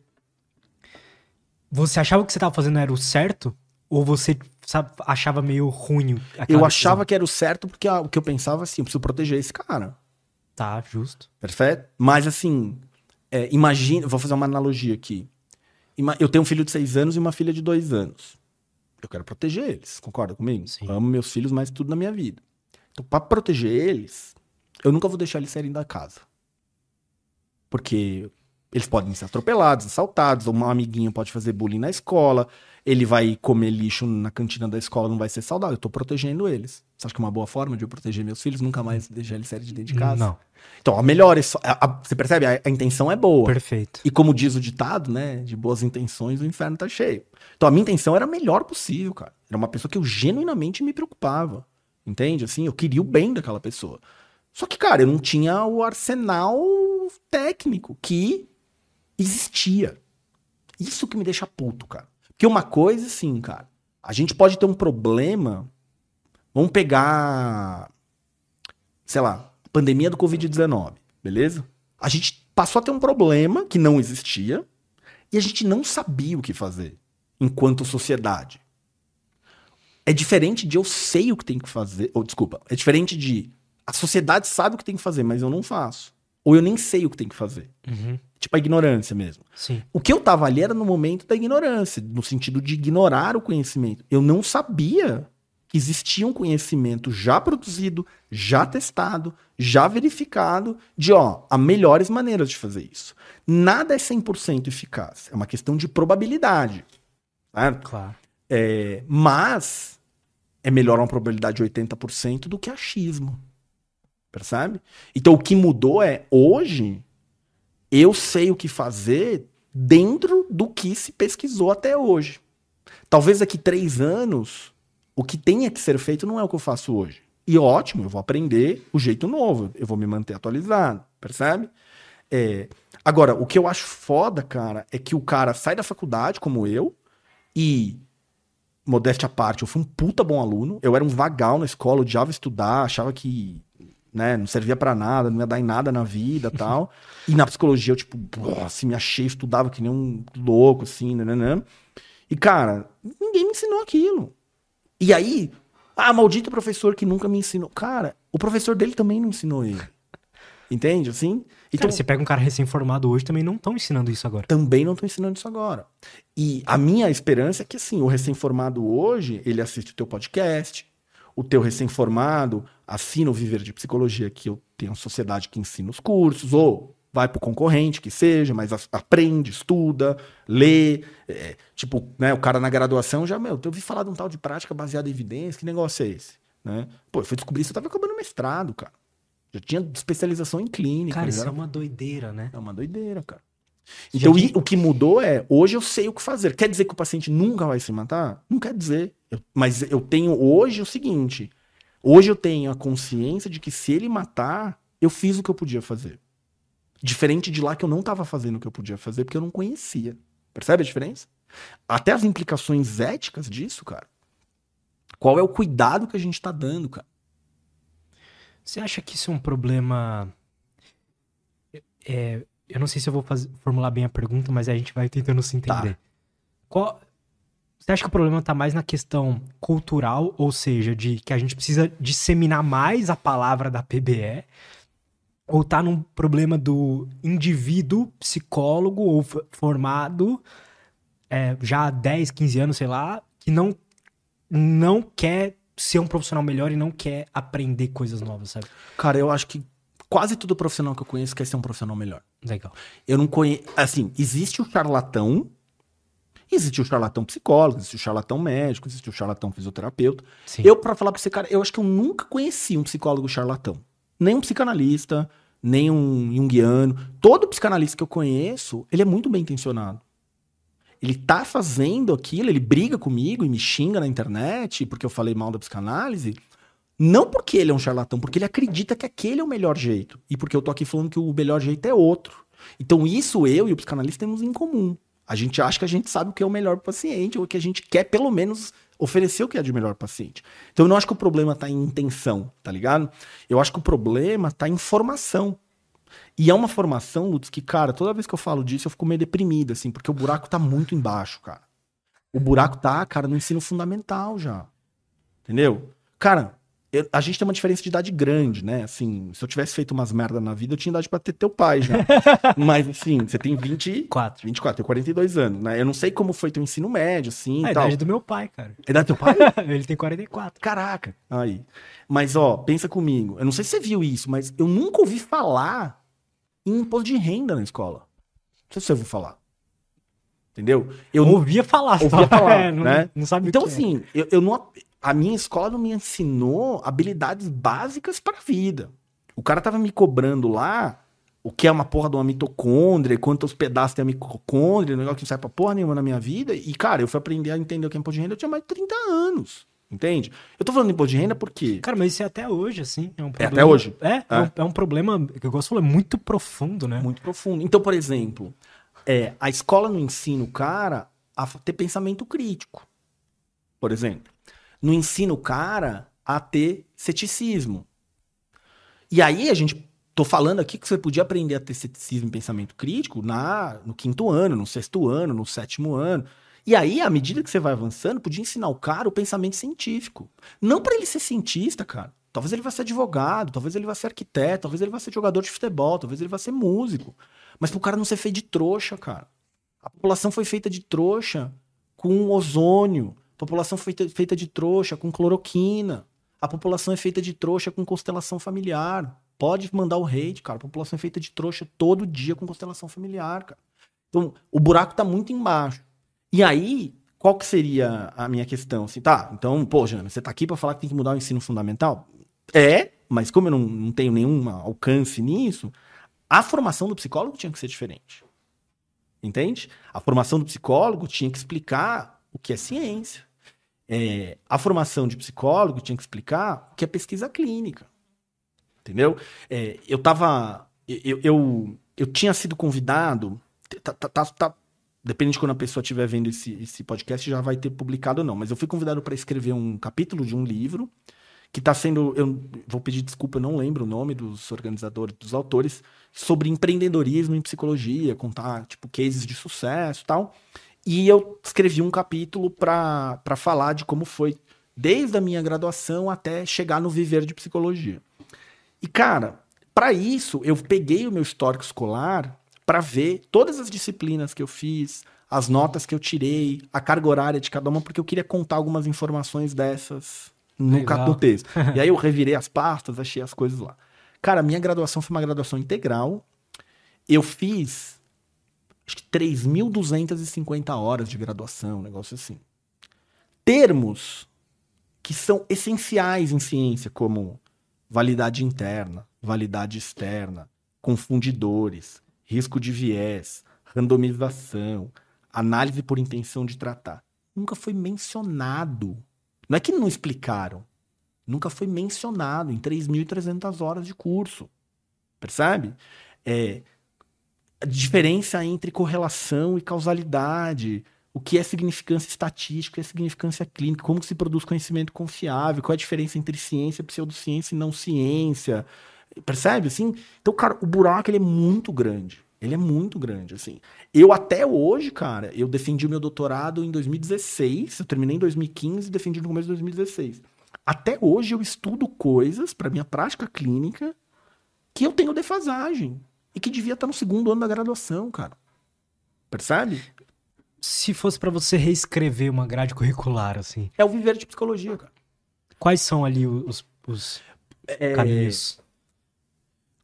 Você achava que o que você tava fazendo era o certo? Ou você achava meio ruim aquela Eu decisão? achava que era o certo porque o que eu pensava assim, eu preciso proteger esse cara. Tá, justo. Perfeito? Mas assim, imagina, vou fazer uma analogia aqui. Eu tenho um filho de 6 anos e uma filha de 2 anos. Eu quero proteger eles, concorda comigo? Sim. Eu amo meus filhos mais tudo na minha vida. Então, pra proteger eles, eu nunca vou deixar eles saírem da casa. Porque eles podem ser atropelados, assaltados, ou um amiguinho pode fazer bullying na escola, ele vai comer lixo na cantina da escola, não vai ser saudável. Eu tô protegendo eles. Você acha que é uma boa forma de eu proteger meus filhos? Nunca mais deixar eles saírem de dentro de casa? Não. Então, a melhor, você percebe? A intenção é boa. Perfeito. E como diz o ditado, né? De boas intenções, o inferno tá cheio. Então, a minha intenção era a melhor possível, cara. Era uma pessoa que eu genuinamente me preocupava. Entende? Assim, eu queria o bem daquela pessoa. Só que, cara, eu não tinha o arsenal técnico que existia. Isso que me deixa puto, cara. Porque uma coisa, assim, cara, a gente pode ter um problema. Vamos pegar, sei lá, pandemia do Covid-19, beleza? A gente passou a ter um problema que não existia e a gente não sabia o que fazer enquanto sociedade. É diferente de eu sei o que tem que fazer, ou desculpa, é diferente de a sociedade sabe o que tem que fazer, mas eu não faço. Ou eu nem sei o que tem que fazer. Uhum. Tipo a ignorância mesmo. Sim. O que eu tava ali era no momento da ignorância, no sentido de ignorar o conhecimento. Eu não sabia que existia um conhecimento já produzido, já testado, já verificado, de há melhores maneiras de fazer isso. Nada é 100% eficaz. É uma questão de probabilidade. Certo? Claro. Mas é melhor uma probabilidade de 80% do que achismo. Percebe? Então o que mudou é, hoje, eu sei o que fazer dentro do que se pesquisou até hoje. Talvez daqui 3 anos, o que tenha que ser feito não é o que eu faço hoje. E ótimo, eu vou aprender o jeito novo, eu vou me manter atualizado, percebe? Agora, o que eu acho foda, cara, é que o cara sai da faculdade, como eu, e, modéstia à parte, eu fui um puta bom aluno, eu era um vagal na escola, odiava estudar, achava que, né, não servia pra nada, não ia dar em nada na vida e tal. E na psicologia eu, tipo, assim, me achei, estudava que nem um louco, assim, né? E, cara, ninguém me ensinou aquilo. E aí, maldito professor que nunca me ensinou. Cara, o professor dele também não ensinou ele. Entende, assim? Então, Cara, você pega um cara recém-formado hoje, também não estão ensinando isso agora. também não estão ensinando isso agora. E a minha esperança é que, assim, o recém-formado hoje, ele assiste o teu podcast, o teu recém-formado assina o Viver de Psicologia, que eu tenho uma sociedade que ensina os cursos, ou vai pro concorrente, que seja, mas aprende, estuda, lê. Tipo, né, o cara na graduação já, eu ouvi falar de um tal de prática baseada em evidência, que negócio é esse? Né? Pô, eu fui descobrir isso, eu tava acabando o mestrado, cara. Já tinha especialização em clínica. Cara, isso é uma doideira, né? É uma doideira, cara. Então, o que mudou é, hoje eu sei o que fazer. Quer dizer que o paciente nunca vai se matar? Não quer dizer. Mas eu tenho hoje o seguinte, hoje eu tenho a consciência de que se ele matar, eu fiz o que eu podia fazer. Diferente de lá que eu não estava fazendo o que eu podia fazer, porque eu não conhecia. Percebe a diferença? Até as implicações éticas disso, cara. Qual é o cuidado que a gente tá dando, cara? Você acha que isso é um problema... Eu não sei se eu vou formular bem a pergunta, mas a gente vai tentando se entender. Tá. Você acha que o problema tá mais na questão cultural, ou seja, de que a gente precisa disseminar mais a palavra da PBE, ou tá num problema do indivíduo, psicólogo ou formado já há 10, 15 anos, sei lá, que não quer ser um profissional melhor e não quer aprender coisas novas, sabe? Cara, eu acho que quase todo profissional que eu conheço quer ser um profissional melhor. Legal. Eu não conheço... Assim, existe o charlatão psicólogo, existe o charlatão médico, existe o charlatão fisioterapeuta. Sim. Eu, pra falar pra você, cara, eu acho que eu nunca conheci um psicólogo charlatão. Nem um psicanalista, nem um junguiano. Todo psicanalista que eu conheço, ele é muito bem intencionado. Ele tá fazendo aquilo, ele briga comigo e me xinga na internet porque eu falei mal da psicanálise, não porque ele é um charlatão, porque ele acredita que aquele é o melhor jeito. E porque eu tô aqui falando que o melhor jeito é outro. Então isso eu e o psicanalista temos em comum. A gente acha que a gente sabe o que é o melhor pro paciente, ou que a gente quer pelo menos oferecer o que é de melhor pro paciente. Então eu não acho que o problema tá em intenção, tá ligado? Eu acho que o problema tá em formação. E é uma formação, Lutz, que, cara, toda vez que eu falo disso, eu fico meio deprimido, assim, porque o buraco tá muito embaixo, cara. O buraco tá, cara, no ensino fundamental já. Entendeu? Cara, a gente tem uma diferença de idade grande, né? Assim, se eu tivesse feito umas merda na vida, eu tinha idade pra ter teu pai já. Mas, assim, você tem 24, tem 42 anos, né? Eu não sei como foi teu ensino médio, assim, A tal. idade do meu pai, cara. A idade do teu pai? Ele tem 44. Caraca. Aí. Mas, ó, pensa comigo. Eu não sei se você viu isso, mas eu nunca ouvi falar em imposto de renda na escola. Não sei se você ouviu falar. Entendeu? Eu ouvia falar. ouvia falar, não, né? não sabe então, o que assim, eu não... A minha escola não me ensinou habilidades básicas para a vida. O cara tava me cobrando lá o que é uma porra de uma mitocôndria, quantos pedaços tem a mitocôndria, um negócio que não sai pra porra nenhuma na minha vida. E, cara, eu fui aprender a entender o que é imposto de renda, eu tinha mais de 30 anos. Entende? Eu tô falando de imposto de renda porque... Cara, mas isso é até hoje, assim. É um problema... até hoje? É um problema, que eu gosto de falar, muito profundo, né? Muito profundo. Então, por exemplo, a escola não ensina o cara a ter pensamento crítico. Por exemplo. Não ensina o cara a ter ceticismo. E aí tô falando aqui que você podia aprender a ter ceticismo e pensamento crítico no 5º ano, no 6º ano, no 7º ano. E aí, à medida que você vai avançando, podia ensinar o cara o pensamento científico. Não para ele ser cientista, cara. Talvez ele vá ser advogado, talvez ele vá ser arquiteto, talvez ele vá ser jogador de futebol, talvez ele vá ser músico. Mas pro cara não ser feito de trouxa, cara. A população foi feita de trouxa com ozônio. A população foi feita de trouxa com cloroquina. A população é feita de trouxa com constelação familiar. Pode mandar o hate, cara. A população é feita de trouxa todo dia com constelação familiar, cara. Então, o buraco tá muito embaixo. E aí, qual que seria a minha questão? Assim, tá, então, pô, Jana, você tá aqui pra falar que tem que mudar o ensino fundamental? Mas como eu não tenho nenhum alcance nisso, a formação do psicólogo tinha que ser diferente. Entende? A formação do psicólogo tinha que explicar o que é ciência. A formação de psicólogo tinha que explicar o que é pesquisa clínica. Entendeu? Eu tinha sido convidado... Depende de quando a pessoa estiver vendo esse podcast, já vai ter publicado ou não. Mas eu fui convidado para escrever um capítulo de um livro que está sendo... Eu vou pedir desculpa, eu não lembro o nome dos organizadores, dos autores, sobre empreendedorismo em psicologia, contar, tipo, cases de sucesso e tal. E eu escrevi um capítulo para falar de como foi desde a minha graduação até chegar no viver de psicologia. E, cara, para isso, eu peguei o meu histórico escolar para ver todas as disciplinas que eu fiz, as notas que eu tirei, a carga horária de cada uma, porque eu queria contar algumas informações dessas no texto. E aí eu revirei as pastas, achei as coisas lá. Cara, a minha graduação foi uma graduação integral. Eu fiz... acho que 3.250 horas de graduação, um negócio assim. Termos que são essenciais em ciência, como validade interna, validade externa, confundidores, risco de viés, randomização, análise por intenção de tratar. Nunca foi mencionado. Não é que não explicaram. Nunca foi mencionado em 3.300 horas de curso. Percebe? A diferença entre correlação e causalidade, o que é significância estatística e a significância clínica, como se produz conhecimento confiável, qual é a diferença entre ciência, pseudociência e não ciência, percebe? Assim? Então, cara, o buraco ele é muito grande. Ele é muito grande, assim. Eu até hoje, cara, eu defendi o meu doutorado em 2016, eu terminei em 2015 e defendi no começo de 2016. Até hoje eu estudo coisas para minha prática clínica que eu tenho defasagem. E que devia estar no 2º ano da graduação, cara. Percebe? Se fosse pra você reescrever uma grade curricular, assim... É o viver de psicologia, cara. Quais são ali os caminhos?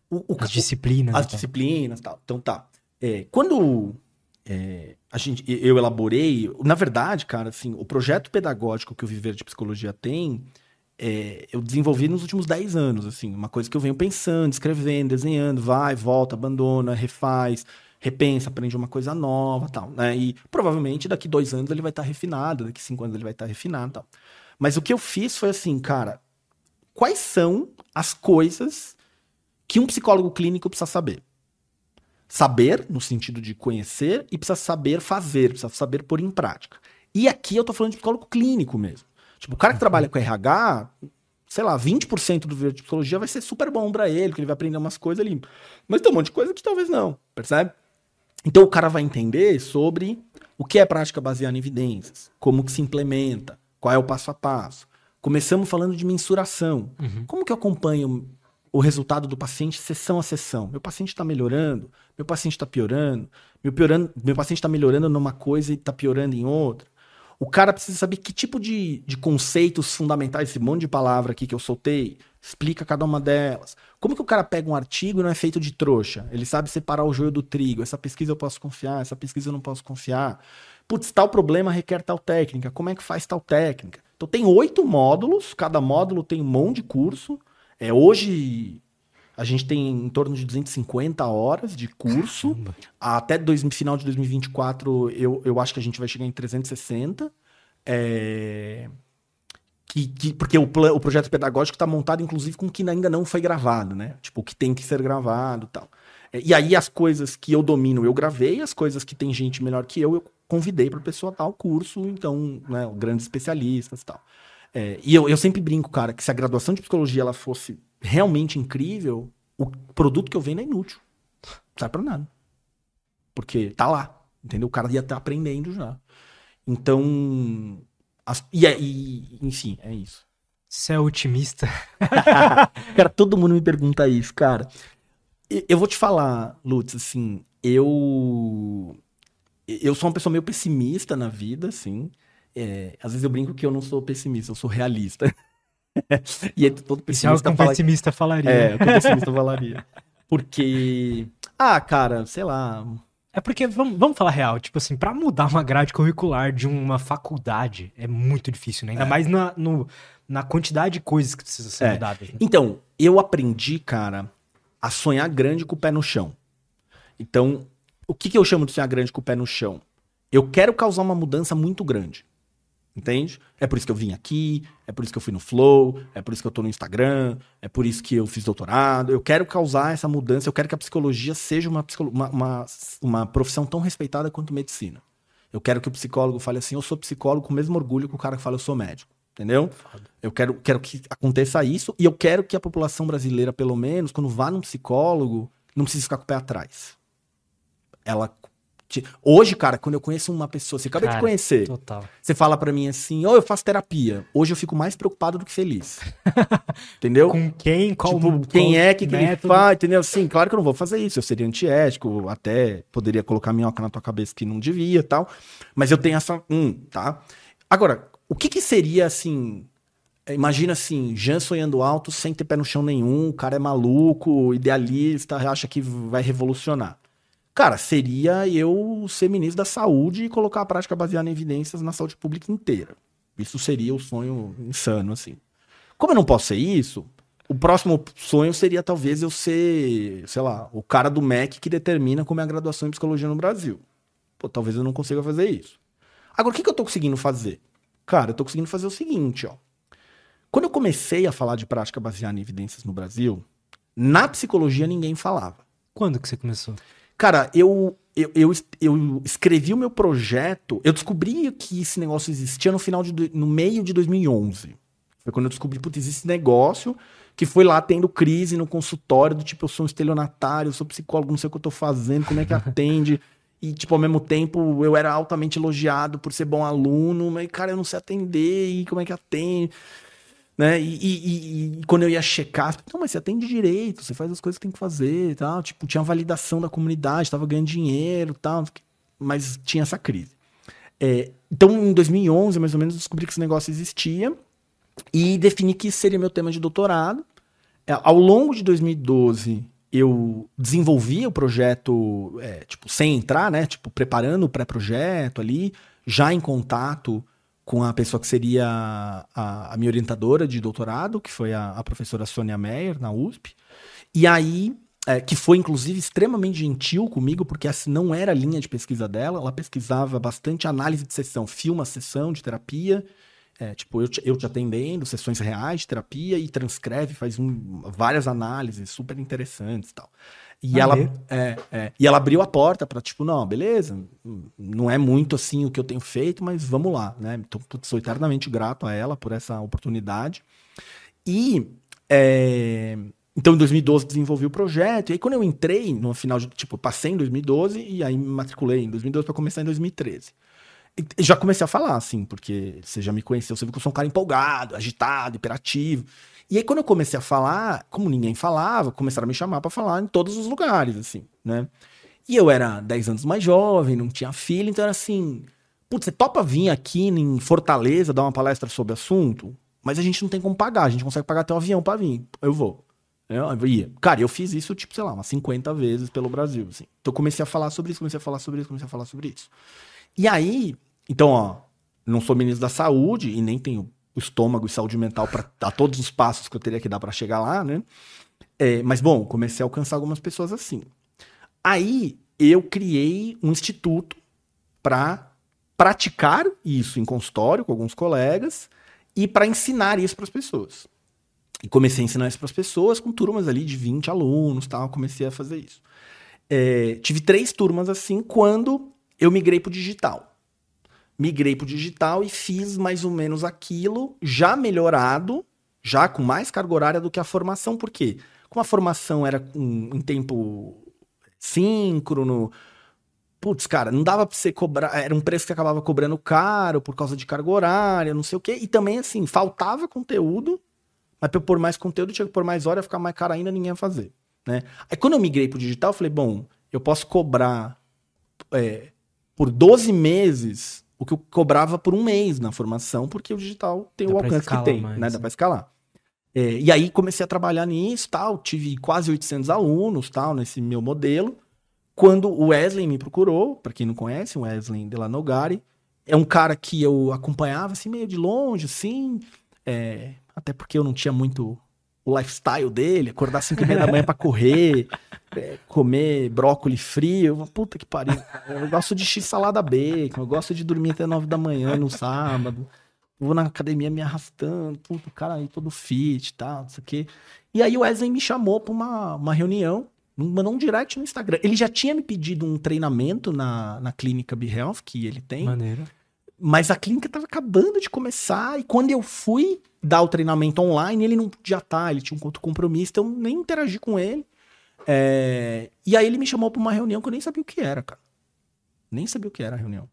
As disciplinas. As disciplinas e tal. Então tá. Quando eu elaborei, na verdade, cara, assim, o projeto pedagógico que o Viver de Psicologia tem, eu desenvolvi nos últimos 10 anos, assim, uma coisa que eu venho pensando, escrevendo, desenhando, vai, volta, abandona, refaz, repensa, aprende uma coisa nova e tal, né? E provavelmente daqui 2 anos ele vai estar refinado, daqui 5 anos ele vai estar refinado e tal. Mas o que eu fiz foi assim, cara, quais são as coisas que um psicólogo clínico precisa saber? Saber, no sentido de conhecer, e precisa saber fazer, precisa saber pôr em prática. E aqui eu tô falando de psicólogo clínico mesmo. Tipo, o cara que trabalha com RH, sei lá, 20% do Viver de Psicologia vai ser super bom pra ele, porque ele vai aprender umas coisas ali. Mas tem um monte de coisa que talvez não, percebe? Então o cara vai entender sobre o que é prática baseada em evidências, como que se implementa, qual é o passo a passo. Começamos falando de mensuração. Como que eu acompanho o resultado do paciente sessão a sessão? Meu paciente está melhorando? Meu paciente está piorando? Meu paciente está melhorando numa coisa e está piorando em outra? O cara precisa saber que tipo de conceitos fundamentais, esse monte de palavra aqui que eu soltei, explica cada uma delas. Como que o cara pega um artigo e não é feito de trouxa? Ele sabe separar o joio do trigo. Essa pesquisa eu posso confiar, essa pesquisa eu não posso confiar. Putz, tal problema requer tal técnica. Como é que faz tal técnica? Então tem 8 módulos, cada módulo tem um monte de curso. Hoje a gente tem em torno de 250 horas de curso. Caramba. Até final de 2024 eu acho que a gente vai chegar em 360. Porque o projeto pedagógico está montado, inclusive, com o que ainda não foi gravado, né? Tipo, o que tem que ser gravado e tal. E aí as coisas que eu domino eu gravei, as coisas que tem gente melhor que eu convidei para a pessoa dar o curso, então, né, grandes especialistas e tal. E eu sempre brinco, cara, que se a graduação de psicologia ela fosse realmente incrível, o produto que eu vendo é inútil. Não serve pra nada. Porque tá lá, entendeu? O cara ia estar aprendendo já. Então, enfim, é isso. Você é otimista? Cara, todo mundo me pergunta isso, cara. Eu vou te falar, Lutz, assim, eu sou uma pessoa meio pessimista na vida, assim. Às vezes eu brinco que eu não sou pessimista, eu sou realista. E todo pessimista fala... pessimista falaria. O que um pessimista falaria. Porque... cara, sei lá... É porque, vamos falar real, tipo assim, pra mudar uma grade curricular de uma faculdade é muito difícil, né? Ainda mais na quantidade de coisas que precisam ser mudadas. Né? Então, eu aprendi, cara, a sonhar grande com o pé no chão. Então, o que eu chamo de sonhar grande com o pé no chão? Eu quero causar uma mudança muito grande. Entende? É por isso que eu vim aqui, é por isso que eu fui no Flow, é por isso que eu tô no Instagram, é por isso que eu fiz doutorado. Eu quero causar essa mudança, eu quero que a psicologia seja uma profissão tão respeitada quanto medicina. Eu quero que o psicólogo fale assim, eu sou psicólogo com o mesmo orgulho que o cara que fala eu sou médico. Entendeu? Eu quero que aconteça isso e eu quero que a população brasileira, pelo menos, quando vá num psicólogo, não precise ficar com o pé atrás. Hoje, cara, quando eu conheço uma pessoa, você acaba de conhecer, total. Você fala pra mim assim, eu faço terapia. Hoje eu fico mais preocupado do que feliz. Entendeu? Com quem? Quem é que ele faz, entendeu? Sim, claro que eu não vou fazer isso, eu seria antiético, até poderia colocar minhoca na tua cabeça que não devia e tal, mas eu tenho essa, tá? Agora, o que seria assim, imagina assim, Jean sonhando alto sem ter pé no chão nenhum, o cara é maluco, idealista, acha que vai revolucionar. Cara, seria eu ser ministro da saúde e colocar a prática baseada em evidências na saúde pública inteira. Isso seria o sonho insano, assim. Como eu não posso ser isso, o próximo sonho seria talvez eu ser, sei lá, o cara do MEC que determina como é a graduação em psicologia no Brasil. Pô, talvez eu não consiga fazer isso. Agora, o que eu tô conseguindo fazer? Cara, eu tô conseguindo fazer o seguinte, ó. Quando eu comecei a falar de prática baseada em evidências no Brasil, na psicologia ninguém falava. Quando que você começou? Cara, eu escrevi o meu projeto, eu descobri que esse negócio existia no meio de 2011. Foi quando eu descobri, putz, existe esse negócio que foi lá tendo crise no consultório, do tipo, eu sou um estelionatário, eu sou psicólogo, não sei o que eu tô fazendo, como é que atende. E, tipo, ao mesmo tempo, eu era altamente elogiado por ser bom aluno, mas, cara, eu não sei atender, e como é que atende... Né? E quando eu ia checar, não, mas você atende direito, você faz as coisas que tem que fazer e tal. Tipo, tinha validação da comunidade, tava ganhando dinheiro e tal, mas tinha essa crise. Então, em 2011, mais ou menos, eu descobri que esse negócio existia e defini que isso seria meu tema de doutorado. Ao longo de 2012, eu desenvolvia o projeto, tipo, sem entrar, né? Tipo, preparando o pré-projeto ali, já em contato com a pessoa que seria a minha orientadora de doutorado, que foi a professora Sônia Meyer, na USP. E aí, que foi, inclusive, extremamente gentil comigo, porque essa não era a linha de pesquisa dela. Ela pesquisava bastante análise de sessão, filma a sessão de terapia, tipo, eu te atendendo, sessões reais de terapia, e transcreve, faz várias análises super interessantes e tal. E ela abriu a porta pra, tipo, não, beleza, não é muito assim o que eu tenho feito, mas vamos lá, né? Então, sou eternamente grato a ela por essa oportunidade. E, então, em 2012, desenvolvi o projeto. E aí, quando eu entrei no final de, tipo, passei em 2012 e aí me matriculei em 2012 para começar em 2013. E já comecei a falar, assim, porque você já me conheceu, você viu que eu sou um cara empolgado, agitado, hiperativo. E aí, quando eu comecei a falar, como ninguém falava, começaram a me chamar para falar em todos os lugares, assim, né? E eu era 10 anos mais jovem, não tinha filho, então era assim, putz, você topa vir aqui em Fortaleza dar uma palestra sobre assunto? Mas a gente não tem como pagar, a gente consegue pagar até um avião para vir. Eu vou. Eu ia. Cara, eu fiz isso, tipo, sei lá, umas 50 vezes pelo Brasil, assim. Então eu comecei a falar sobre isso, comecei a falar sobre isso, comecei a falar sobre isso. E aí, então, ó, não sou ministro da saúde e nem tenho o estômago e saúde mental para dar todos os passos que eu teria que dar para chegar lá, né? Mas, bom, comecei a alcançar algumas pessoas assim. Aí, eu criei um instituto para praticar isso em consultório com alguns colegas e para ensinar isso para as pessoas. E comecei a ensinar isso para as pessoas com turmas ali de 20 alunos, tal, comecei a fazer isso. Tive 3 turmas assim quando eu migrei para o digital. Migrei para o digital e fiz mais ou menos aquilo, já melhorado, já com mais carga horária do que a formação. Por quê? Como a formação era em tempo síncrono, putz, cara, não dava pra você cobrar, era um preço que acabava cobrando caro por causa de carga horária, não sei o quê. E também, assim, faltava conteúdo, mas pra eu pôr mais conteúdo, tinha que pôr mais hora, ia ficar mais caro ainda, ninguém ia fazer, né? Aí quando eu migrei pro digital, eu falei, bom, eu posso cobrar por 12 meses o que eu cobrava por um mês na formação, porque o digital tem o alcance que tem, né? Dá pra escalar. E aí comecei a trabalhar nisso, tal, tive quase 800 alunos, tal, nesse meu modelo. Quando o Wesley me procurou, para quem não conhece, o Wesley Delanogari, é um cara que eu acompanhava assim meio de longe, assim, até porque eu não tinha muito o lifestyle dele, acordar 5h30 da manhã para correr, comer brócolis frio, puta que pariu. Eu gosto de x-salada bacon, eu gosto de dormir até 9 da manhã no sábado, vou na academia me arrastando, puta, o cara aí todo fit e tal, não sei o quê. E aí o Wesley me chamou para uma reunião, mandou um direct no Instagram. Ele já tinha me pedido um treinamento na clínica BeHealth, que ele tem. Maneiro. Mas a clínica estava acabando de começar, e quando eu fui dar o treinamento online, ele não podia estar, ele tinha um outro compromisso, então eu nem interagi com ele. E aí ele me chamou para uma reunião que eu nem sabia o que era, cara. Nem sabia o que era a reunião.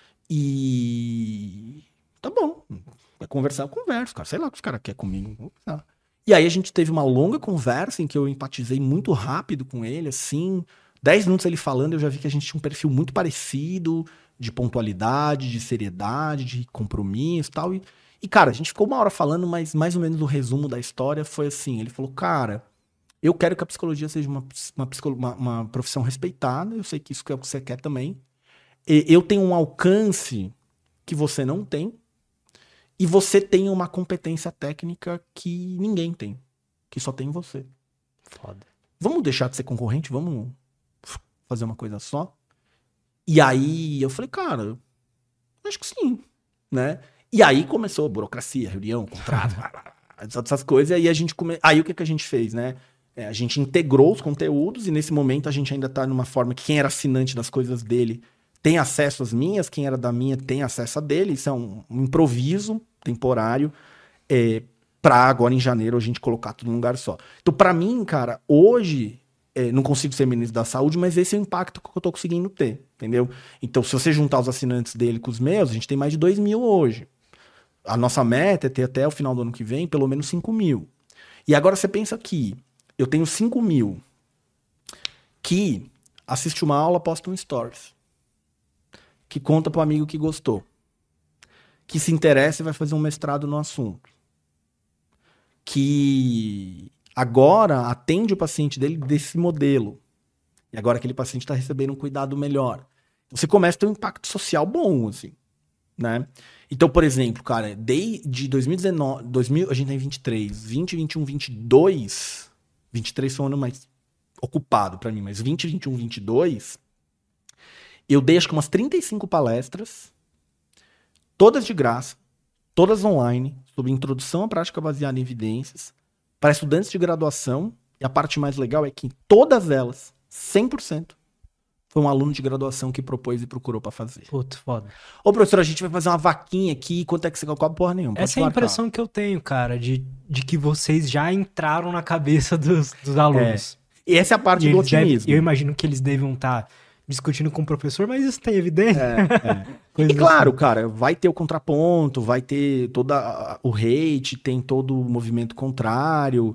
E... tá bom, vai conversar, eu converso, cara. Sei lá o que os caras querem comigo. Vou conversar. E aí a gente teve uma longa conversa em que eu empatizei muito rápido com ele, assim. 10 minutos ele falando, eu já vi que a gente tinha um perfil muito parecido, de pontualidade, de seriedade, de compromisso e tal. E, cara, a gente ficou 1 hora falando, mas mais ou menos o resumo da história foi assim. Ele falou, cara, eu quero que a psicologia seja uma profissão respeitada, eu sei que isso é o que você quer também. Eu tenho um alcance que você não tem, e você tem uma competência técnica que ninguém tem, que só tem você. Foda. Vamos deixar de ser concorrente? Vamos fazer uma coisa só? E aí eu falei, cara, acho que sim, né? E aí começou a burocracia, reunião, contrato, essas coisas. E aí aí o que a gente fez, né? A gente integrou os conteúdos e nesse momento a gente ainda tá numa forma que quem era assinante das coisas dele tem acesso às minhas, quem era da minha tem acesso a dele. Isso é um improviso temporário pra agora em janeiro a gente colocar tudo num lugar só. Então, pra mim, cara, hoje não consigo ser ministro da saúde, mas esse é o impacto que eu tô conseguindo ter, entendeu? Então, se você juntar os assinantes dele com os meus, a gente tem mais de 2.000 hoje. A nossa meta é ter até o final do ano que vem pelo menos 5.000. E agora você pensa que eu tenho 5.000 que assiste uma aula, posta um stories, que conta pro amigo que gostou, que se interessa e vai fazer um mestrado no assunto, que agora atende o paciente dele desse modelo. E agora aquele paciente está recebendo um cuidado melhor. Você começa a ter um impacto social bom, assim, né? Então, por exemplo, cara, desde 2019, a gente tá em 23, 20, 21, 22, 23 foi um ano mais ocupado para mim, mas 20, 21, 22, eu dei acho que umas 35 palestras, todas de graça, todas online, sobre introdução à prática baseada em evidências, para estudantes de graduação, e a parte mais legal é que em todas elas, 100%, foi um aluno de graduação que propôs e procurou pra fazer. Puta, foda. Ô, professor, a gente vai fazer uma vaquinha aqui, quanto é que você calcula? Porra nenhuma, pode Essa é a marcar. impressão que eu tenho, cara, de que vocês já entraram na cabeça dos alunos. E essa é a parte E do eles devem- otimismo. eu imagino que eles devam estar discutindo com o professor, mas isso tem evidência? E Coisas claro, assim. cara, vai ter o contraponto, vai ter todo o hate, tem todo o movimento contrário,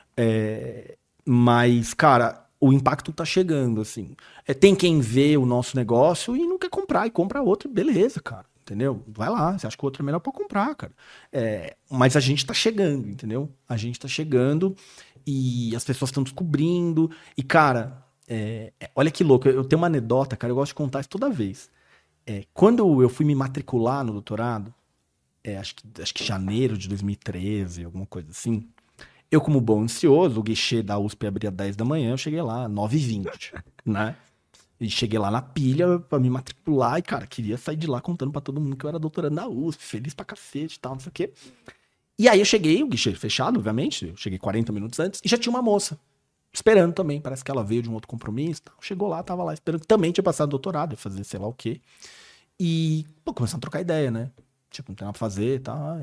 mas, cara, o impacto tá chegando, assim. Tem quem vê o nosso negócio e não quer comprar, e compra outro, beleza, cara, entendeu? Vai lá, você acha que o outro é melhor pra comprar, cara. Mas a gente tá chegando, entendeu? A gente tá chegando e as pessoas estão descobrindo, e, cara, olha que louco, eu tenho uma anedota, cara, eu gosto de contar isso toda vez. Quando eu fui me matricular no doutorado, acho que janeiro de 2013, alguma coisa assim, eu, como bom ansioso, o guichê da USP abria 10 da manhã, eu cheguei lá 9h20, né? E cheguei lá na pilha pra me matricular e, cara, queria sair de lá contando pra todo mundo que eu era doutorando da USP, feliz pra cacete e tal, não sei o quê. E aí eu cheguei, o guichê fechado, obviamente, eu cheguei 40 minutos antes, e já tinha uma moça esperando também, parece que ela veio de um outro compromisso, tal. Chegou lá, tava lá esperando, também tinha passado doutorado, ia fazer sei lá o quê. E, pô, começamos a trocar ideia, né? Tipo, não tem nada pra fazer e tal.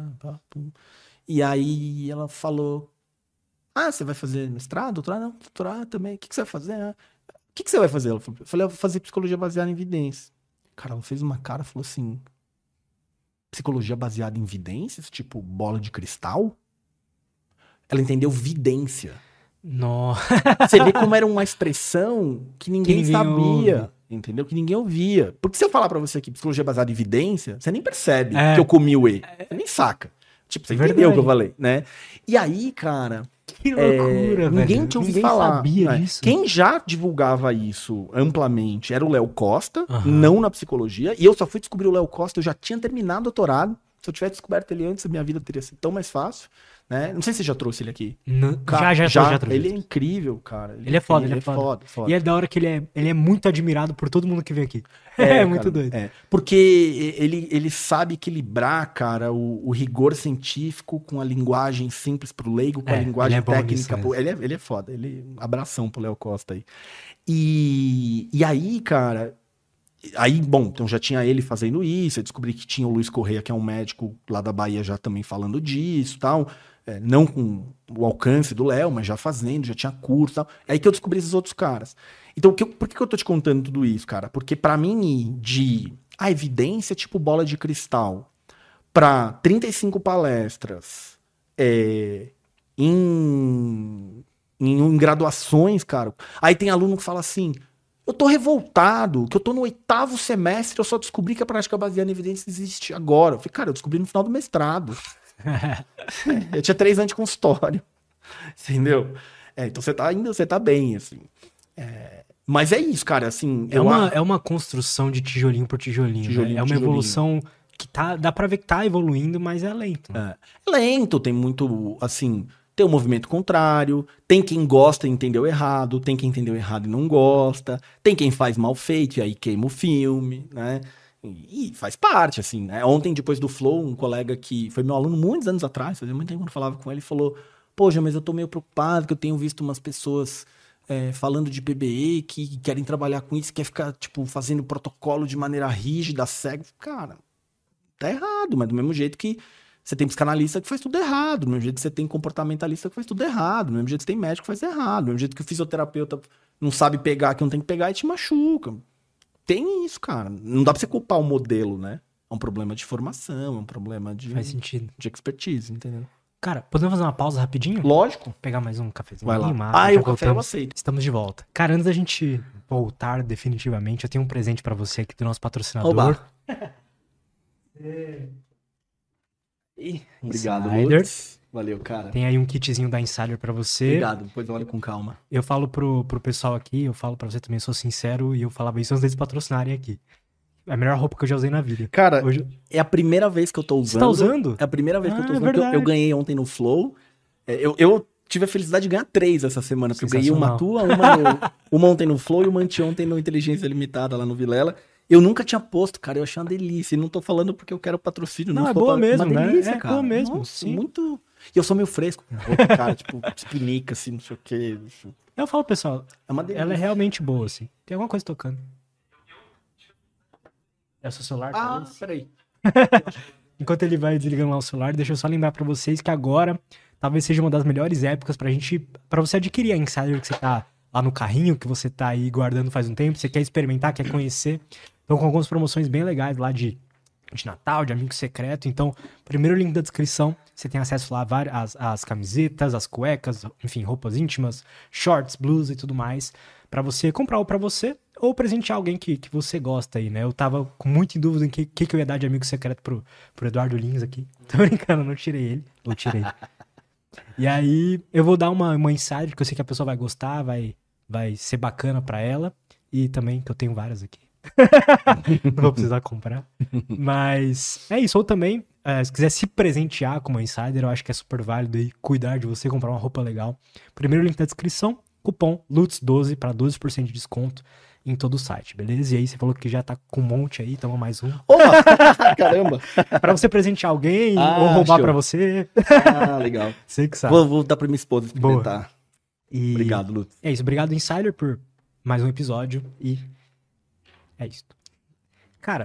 E aí ela falou: Ah, você vai fazer mestrado, doutorado? Não, doutorado também. O que você vai fazer? O que você vai fazer? Ela falou, eu falei: Eu vou fazer psicologia baseada em evidências. Cara, ela fez uma cara e falou assim: Psicologia baseada em evidências? Tipo, bola de cristal? Ela entendeu vidência. Nossa. Você vê como era uma expressão que ninguém sabia. ouve. Entendeu? Que ninguém ouvia. Porque se eu falar pra você que psicologia baseada em evidência, você nem percebe que eu comi o E. Você nem saca. Tipo, você entendeu o que eu falei, né? E aí, cara... Que loucura, velho. Ninguém tinha ouvido falar. Sabia né? disso. Quem já divulgava isso amplamente era o Léo Costa, não na psicologia. E eu só fui descobrir o Léo Costa, eu já tinha terminado o doutorado. Se eu tivesse descoberto ele antes, a minha vida teria sido tão mais fácil. Né? Não sei se você já trouxe ele aqui. Não, Cara, já trouxe. Ele é incrível, cara. Ele é foda, ele é foda. E é da hora que ele é muito admirado por todo mundo que vem aqui. É muito doido. Porque ele sabe equilibrar, cara, o rigor científico com a linguagem simples pro leigo, com a linguagem técnica. Ele é foda. Abração pro Léo Costa aí. E aí, cara... Aí, bom, então já tinha ele fazendo isso, eu descobri que tinha o Luiz Correia, que é um médico lá da Bahia, já também falando disso e tal. Não com o alcance do Léo, mas já fazendo, já tinha curso e tal. É aí que eu descobri esses outros caras. Então, por que eu tô te contando tudo isso, cara? Porque pra mim, a evidência tipo bola de cristal, pra 35 palestras em graduações, cara. Aí tem aluno que fala assim... Eu tô revoltado, que eu tô no 8º semestre, eu só descobri que a prática baseada em evidências existe agora. Eu falei, cara, eu descobri no final do mestrado. Eu tinha 3 anos de consultório. Entendeu? Então você tá bem, assim. Mas é isso, cara, assim... É uma construção de tijolinho por tijolinho, né? É uma evolução que dá pra ver que tá evoluindo, mas é lento. É lento, tem muito, assim... Tem o movimento contrário, tem quem gosta e entendeu errado, tem quem entendeu errado e não gosta, tem quem faz mal feito e aí queima o filme, né? E faz parte, assim, né? Ontem, depois do Flow, um colega que foi meu aluno muitos anos atrás, fazia muito tempo que eu não falava com ele, falou: Poxa, mas eu tô meio preocupado que eu tenho visto umas pessoas falando de PBE que querem trabalhar com isso, quer ficar, tipo, fazendo protocolo de maneira rígida, cega. Cara, tá errado, mas do mesmo jeito que você tem psicanalista que faz tudo errado, do mesmo jeito que você tem comportamentalista que faz tudo errado, do mesmo jeito que você tem médico que faz errado, do mesmo jeito que o fisioterapeuta não sabe pegar que não tem que pegar e te machuca. Tem isso, cara. Não dá pra você culpar o modelo, né? É um problema de formação, é um problema de... Faz sentido. De expertise, entendeu? Cara, podemos fazer uma pausa rapidinho? Lógico. Pegar mais um cafezinho. Vai lá. O café eu aceito. Estamos de volta. Cara, antes da gente voltar definitivamente, eu tenho um presente pra você aqui do nosso patrocinador. Oba. Obrigado, Lutz. Valeu, cara. Tem aí um kitzinho da Insider pra você. Obrigado, depois eu olho com calma. Eu falo pro pessoal aqui, eu falo pra você também, sou sincero, e eu falava isso antes deles patrocinarem aqui. É a melhor roupa que eu já usei na vida. Cara, Hoje... é a primeira vez que eu tô usando. Você tá usando? É a primeira vez que eu tô Ah, é usando. Porque verdade. eu ganhei ontem no Flow. Eu tive a felicidade de ganhar 3 essa semana. Porque eu ganhei uma tua, uma ontem no Flow e uma anteontem no Inteligência Limitada lá no Vilela. Eu nunca tinha posto, cara. Eu achei uma delícia. E não tô falando porque eu quero patrocínio. Não, é boa mesmo, uma delícia, né? cara. É boa mesmo, Nossa, sim. muito... E eu sou meio fresco. Roupa, cara, tipo, espinica, assim, não sei o quê. Eu falo, pessoal, É uma delícia. ela é realmente boa, assim. Tem alguma coisa tocando. É o seu celular? Ah, peraí. Enquanto ele vai desligando lá o celular, deixa eu só lembrar pra vocês que agora talvez seja uma das melhores épocas pra você adquirir a Insider que você tá lá no carrinho, que você tá aí guardando faz um tempo, você quer experimentar, quer conhecer. Então, com algumas promoções bem legais lá de Natal, de amigo secreto. Então, primeiro link da descrição, você tem acesso lá às camisetas, às cuecas, enfim, roupas íntimas, shorts, blusa e tudo mais, pra você comprar ou pra você, ou presentear alguém que você gosta aí, né? Eu tava com muito em dúvida em que eu ia dar de amigo secreto pro Eduardo Lins aqui. Tô brincando, não tirei ele. Ou tirei. E aí, eu vou dar uma insider que eu sei que a pessoa vai gostar, vai ser bacana pra ela. E também, que eu tenho várias aqui. Não vou precisar comprar. Mas é isso. Ou também, se quiser se presentear com uma insider, eu acho que é super válido aí cuidar de você, comprar uma roupa legal. Primeiro link na descrição, cupom LUTS12 para 12% de desconto em todo o site, beleza? E aí você falou que já tá com um monte aí, toma mais um. Opa! Caramba! Pra você presentear alguém ou roubar show. pra você. Ah, legal. Você que sabe. Vou dar pra minha esposa experimentar. E Obrigado, Lutz. é isso. Obrigado, Insider, por mais um episódio. E é isso. Cara,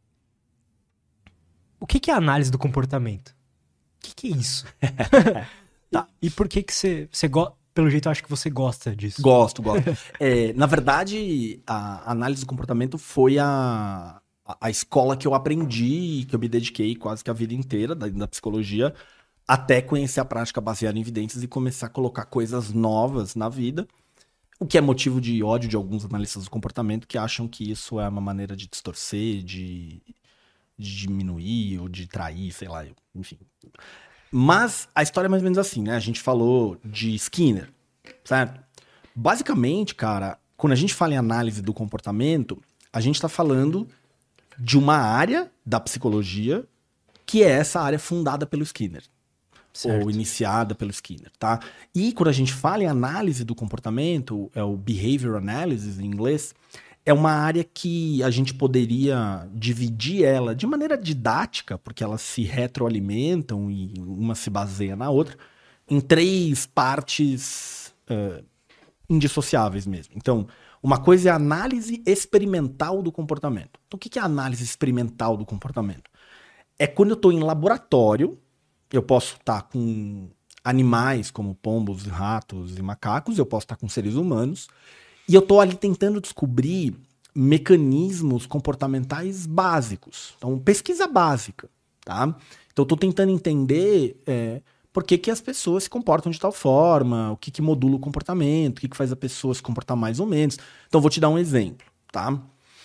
o que é análise do comportamento? O que é isso? Tá. E por que você gosta? Pelo jeito, eu acho que você gosta disso. Gosto. Na verdade, a análise do comportamento foi a escola que eu aprendi, que eu me dediquei quase que a vida inteira da psicologia, até conhecer a prática baseada em evidências e começar a colocar coisas novas na vida. O que é motivo de ódio de alguns analistas do comportamento que acham que isso é uma maneira de distorcer, de diminuir ou de trair, sei lá, enfim. Mas a história é mais ou menos assim, né? A gente falou de Skinner, certo? Basicamente, cara, quando a gente fala em análise do comportamento, a gente está falando de uma área da psicologia que é essa área fundada pelo Skinner. Certo. Ou iniciada pelo Skinner, tá? E quando a gente fala em análise do comportamento, é o Behavior Analysis em inglês, é uma área que a gente poderia dividir ela de maneira didática, porque elas se retroalimentam e uma se baseia na outra, em 3 partes indissociáveis mesmo. Então, uma coisa é a análise experimental do comportamento. Então, o que é a análise experimental do comportamento? É quando eu estou em laboratório, eu posso estar com animais como pombos, ratos e macacos, eu posso estar com seres humanos, e eu estou ali tentando descobrir mecanismos comportamentais básicos. Então, pesquisa básica, tá? Então, eu estou tentando entender por que as pessoas se comportam de tal forma, o que modula o comportamento, o que faz a pessoa se comportar mais ou menos. Então, eu vou te dar um exemplo, tá?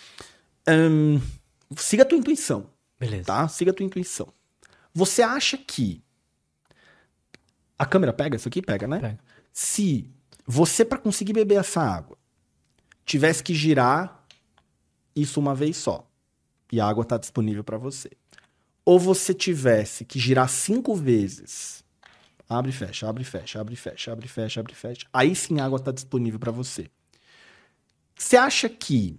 Siga a tua intuição. Beleza. Tá? Siga a tua intuição. Você acha que... A câmera pega isso aqui? Pega, né? Pega. Se você, para conseguir beber essa água, tivesse que girar isso uma vez só, e a água está disponível para você, ou você tivesse que girar 5 vezes, abre e fecha, abre e fecha, abre e fecha, abre e fecha, abre e fecha, aí sim a água está disponível para você. Você acha que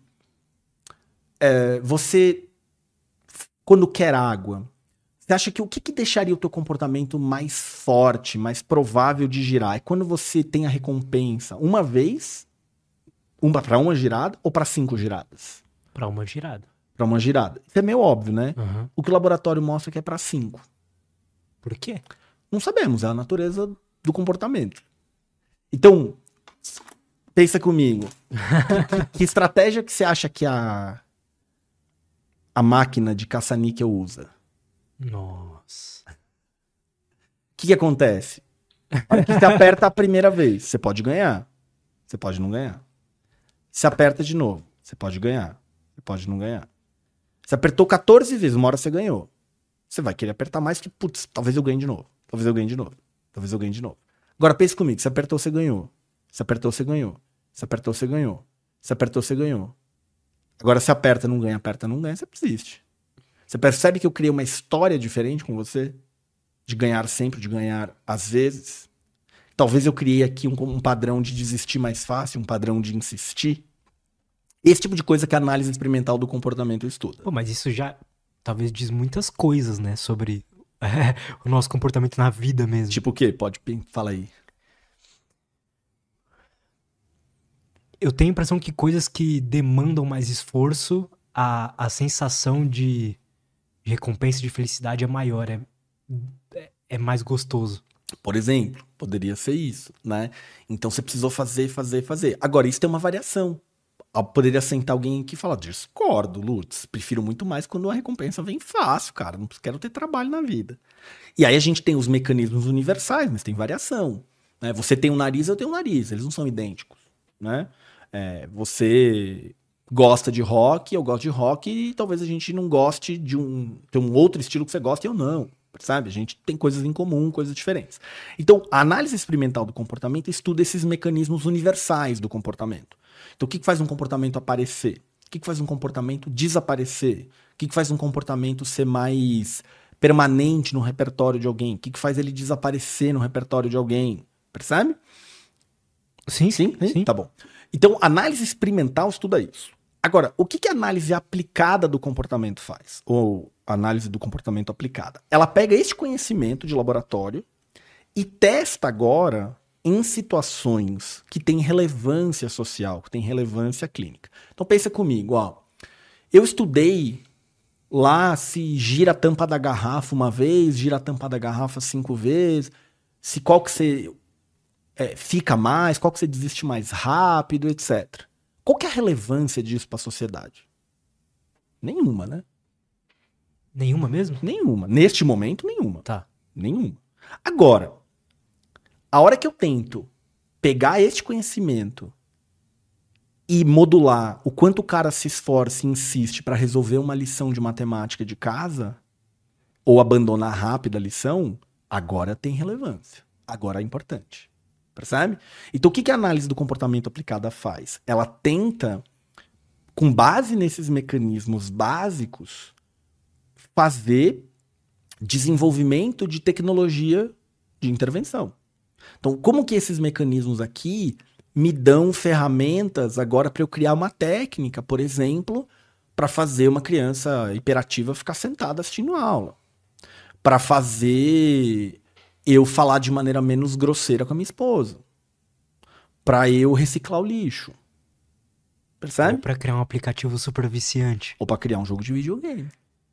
você, quando quer água, você acha que o que deixaria o teu comportamento mais forte, mais provável de girar? É quando você tem a recompensa uma vez, para uma girada, ou para 5 giradas? Para uma girada. Para uma girada. Isso é meio óbvio, né? Uhum. O que o laboratório mostra que é para 5. Por quê? Não sabemos, é a natureza do comportamento. Então, pensa comigo. Que estratégia que você acha que a máquina de caça-níquel usa? Nossa. O que acontece? A hora que você aperta a primeira vez, você pode ganhar. Você pode não ganhar. Se aperta de novo, você pode ganhar. Você pode não ganhar. Você apertou 14 vezes, uma hora você ganhou. Você vai querer apertar mais que, putz, talvez eu ganhe de novo. Talvez eu ganhe de novo. Talvez eu ganhe de novo. Agora pense comigo, se apertou, você ganhou. Se apertou, você ganhou. Se apertou, você ganhou. Se apertou, você ganhou. Agora se aperta, não ganha, você desiste. Você percebe que eu criei uma história diferente com você? De ganhar sempre, de ganhar às vezes. Talvez eu criei aqui um padrão de desistir mais fácil, um padrão de insistir. Esse tipo de coisa que a análise experimental do comportamento estuda. Pô, mas isso já talvez diz muitas coisas, né? Sobre o nosso comportamento na vida mesmo. Tipo o quê? Fala aí. Eu tenho a impressão que coisas que demandam mais esforço, a sensação de recompensa, de felicidade é maior, é mais gostoso. Por exemplo, poderia ser isso, né? Então você precisou fazer. Agora, isso tem uma variação. Poderia sentar alguém aqui e falar, discordo, Lutz, prefiro muito mais quando a recompensa vem fácil, cara, não quero ter trabalho na vida. E aí a gente tem os mecanismos universais, mas tem variação. Né? Você tem um nariz, eu tenho um nariz, eles não são idênticos, né? Você gosta de rock, eu gosto de rock, e talvez a gente não goste ter um outro estilo que você gosta e eu não. Sabe? A gente tem coisas em comum, coisas diferentes. Então, a análise experimental do comportamento estuda esses mecanismos universais do comportamento. Então, o que faz um comportamento aparecer? O que faz um comportamento desaparecer? O que faz um comportamento ser mais permanente no repertório de alguém? O que faz ele desaparecer no repertório de alguém? Percebe? Sim. Tá bom. Então, análise experimental estuda isso. Agora, o que a análise aplicada do comportamento faz? Ou análise do comportamento aplicada? Ela pega este conhecimento de laboratório e testa agora em situações que têm relevância social, que têm relevância clínica. Então pensa comigo, ó. Eu estudei lá se gira a tampa da garrafa uma vez, gira a tampa da garrafa 5 vezes, se qual que você fica mais, qual que você desiste mais rápido, etc. Qual que é a relevância disso para a sociedade? Nenhuma, né? Nenhuma mesmo? Nenhuma. Neste momento, nenhuma. Tá. Nenhuma. Agora, a hora que eu tento pegar este conhecimento e modular o quanto o cara se esforça e insiste para resolver uma lição de matemática de casa, ou abandonar rápido a lição, agora tem relevância. Agora é importante. Percebe? Então, o que a análise do comportamento aplicada faz? Ela tenta, com base nesses mecanismos básicos, fazer desenvolvimento de tecnologia de intervenção. Então, como que esses mecanismos aqui me dão ferramentas agora para eu criar uma técnica, por exemplo, para fazer uma criança hiperativa ficar sentada assistindo a aula? Para fazer eu falar de maneira menos grosseira com a minha esposa? Para eu reciclar o lixo? Percebe? Ou para criar um aplicativo super viciante. Ou para criar um jogo de videogame.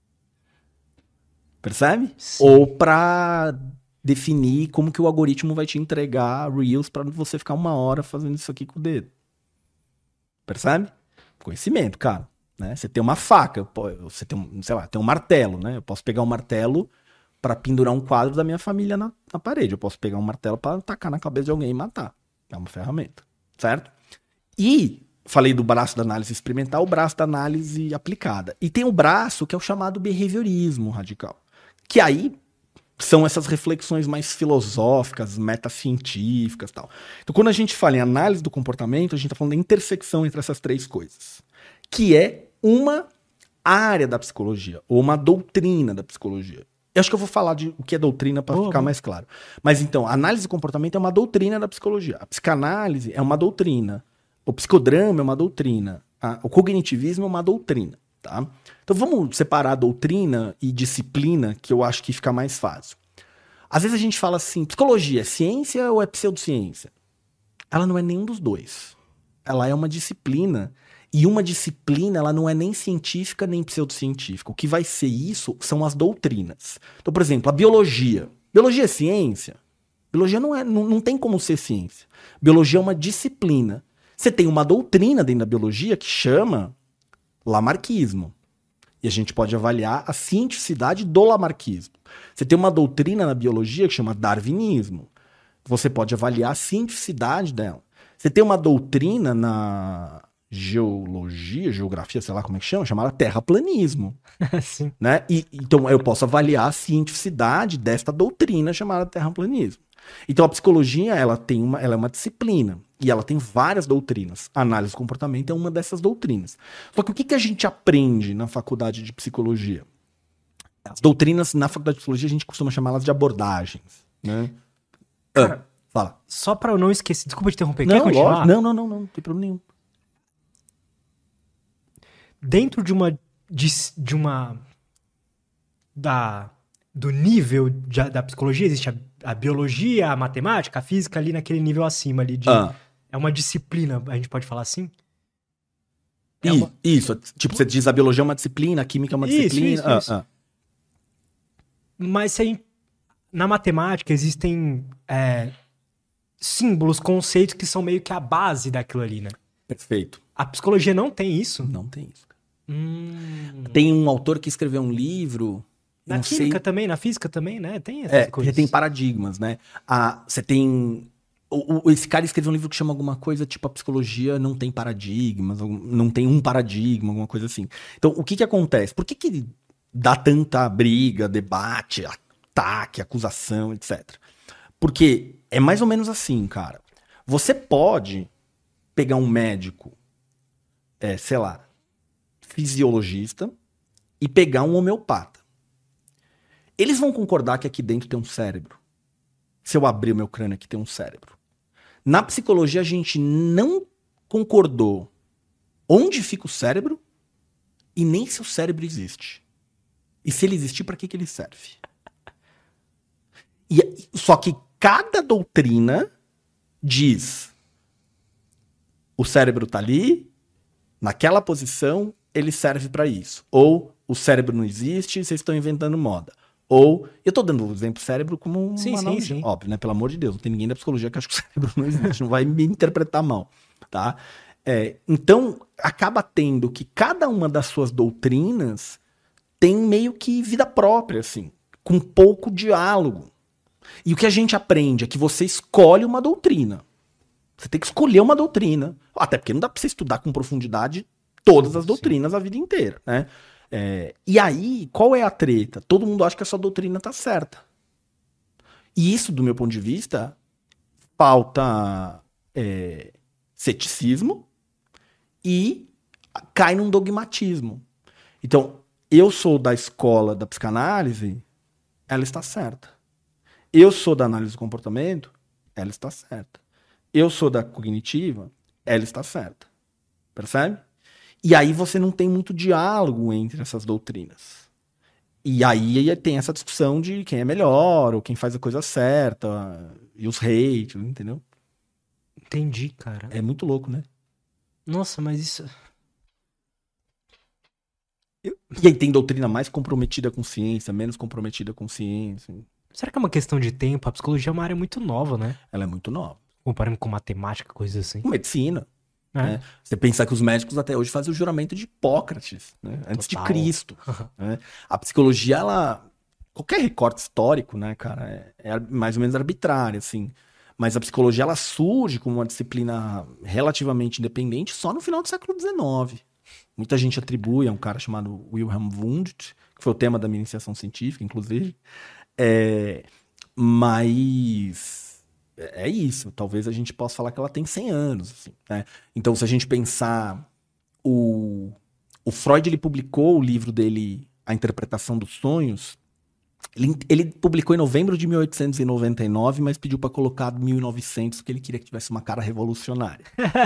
Percebe? Sim. Ou para definir como que o algoritmo vai te entregar Reels para você ficar 1 hora fazendo isso aqui com o dedo. Percebe? Conhecimento, cara. Né? Você tem uma faca, você tem, sei lá, tem um martelo, né? Eu posso pegar um martelo para pendurar um quadro da minha família na parede. Eu posso pegar um martelo para tacar na cabeça de alguém e matar. É uma ferramenta, certo? E falei do braço da análise experimental, o braço da análise aplicada. E tem o braço que é o chamado behaviorismo radical. Que aí são essas reflexões mais filosóficas, metacientíficas e tal. Então, quando a gente fala em análise do comportamento, a gente está falando da intersecção entre essas 3 coisas. Que é uma área da psicologia, ou uma doutrina da psicologia. Eu acho que eu vou falar de o que é doutrina para ficar mais claro. Mas então, a análise do comportamento é uma doutrina da psicologia. A psicanálise é uma doutrina. O psicodrama é uma doutrina. O cognitivismo é uma doutrina. Tá? Então vamos separar doutrina e disciplina, que eu acho que fica mais fácil. Às vezes a gente fala assim, psicologia é ciência ou é pseudociência? Ela não é nenhum dos dois. Ela é uma disciplina. E uma disciplina, ela não é nem científica nem pseudocientífica. O que vai ser isso são as doutrinas. Então, por exemplo, a biologia. Biologia é ciência? Biologia não tem como ser ciência. Biologia é uma disciplina. Você tem uma doutrina dentro da biologia que chama lamarquismo. E a gente pode avaliar a cientificidade do lamarquismo. Você tem uma doutrina na biologia que chama darwinismo. Você pode avaliar a cientificidade dela. Você tem uma doutrina na geologia, geografia, sei lá como é que chama, chamada terraplanismo. Sim. Né? Então eu posso avaliar a cientificidade desta doutrina chamada terraplanismo. Então a psicologia, ela é uma disciplina e ela tem várias doutrinas. A análise do comportamento é uma dessas doutrinas. Só que o que a gente aprende na faculdade de psicologia? As doutrinas na faculdade de psicologia a gente costuma chamá-las de abordagens, né? Cara, Fala. só pra eu não esquecer, desculpa te interromper, quer Não, continuar? lógico. Não tem problema nenhum. Dentro do nível da psicologia, existe a biologia, a matemática, a física ali naquele nível acima ali é uma disciplina, a gente pode falar assim? Isso, tipo, você diz a biologia é uma disciplina, a química é uma disciplina. Isso. Mas na matemática existem símbolos, conceitos que são meio que a base daquilo ali, né? Perfeito. A psicologia não tem isso? Não tem isso. Tem um autor que escreveu um livro... Na química também, na física também, né? Tem essas coisas. Você tem paradigmas, né? Você tem... Esse cara escreveu um livro que chama alguma coisa, tipo, a psicologia não tem paradigmas, não tem um paradigma, alguma coisa assim. Então, o que acontece? Por que dá tanta briga, debate, ataque, acusação, etc? Porque é mais ou menos assim, cara. Você pode pegar um médico, sei lá, fisiologista, e pegar um homeopata. Eles vão concordar que aqui dentro tem um cérebro. Se eu abrir o meu crânio aqui tem um cérebro. Na psicologia a gente não concordou onde fica o cérebro e nem se o cérebro existe. E se ele existir, para que ele serve? Só que cada doutrina diz: o cérebro tá ali, naquela posição, ele serve para isso. Ou o cérebro não existe, vocês estão inventando moda. Ou, eu tô dando o exemplo cérebro como uma analogia. Sim. Óbvio, né? Pelo amor de Deus, não tem ninguém da psicologia que acha que o cérebro não existe, não vai me interpretar mal, tá? Então, acaba tendo que cada uma das suas doutrinas tem meio que vida própria, assim, com pouco diálogo. E o que a gente aprende é que você escolhe uma doutrina. Você tem que escolher uma doutrina. Até porque não dá pra você estudar com profundidade todas as doutrinas a vida inteira, né? E aí, qual é a treta? Todo mundo acha que a sua doutrina tá certa. E isso, do meu ponto de vista, falta ceticismo e cai num dogmatismo. Então, eu sou da escola da psicanálise, ela está certa. Eu sou da análise do comportamento, ela está certa. Eu sou da cognitiva, ela está certa. Percebe? E aí você não tem muito diálogo entre essas doutrinas. E aí tem essa discussão de quem é melhor, ou quem faz a coisa certa, e os hates, entendeu? Entendi, cara. É muito louco, né? Nossa, mas isso... E aí tem doutrina mais comprometida com ciência, menos comprometida com ciência. Será que é uma questão de tempo? A psicologia é uma área muito nova, né? Ela é muito nova. Comparando com matemática, coisas assim. Com medicina. Né? Você pensar que os médicos até hoje fazem o juramento de Hipócrates, né? Antes de Cristo. Né? A psicologia, qualquer recorte histórico, né, cara, é mais ou menos arbitrário, assim. Mas a psicologia, ela surge como uma disciplina relativamente independente só no final do século XIX. Muita gente atribui a um cara chamado Wilhelm Wundt, que foi o tema da minha iniciação científica, inclusive. Mas... é isso, talvez a gente possa falar que ela tem 100 anos. Assim, né? Então, se a gente pensar... O Freud, ele publicou o livro dele, A Interpretação dos Sonhos. Ele publicou em novembro de 1899, mas pediu para colocar 1900, porque ele queria que tivesse uma cara revolucionária.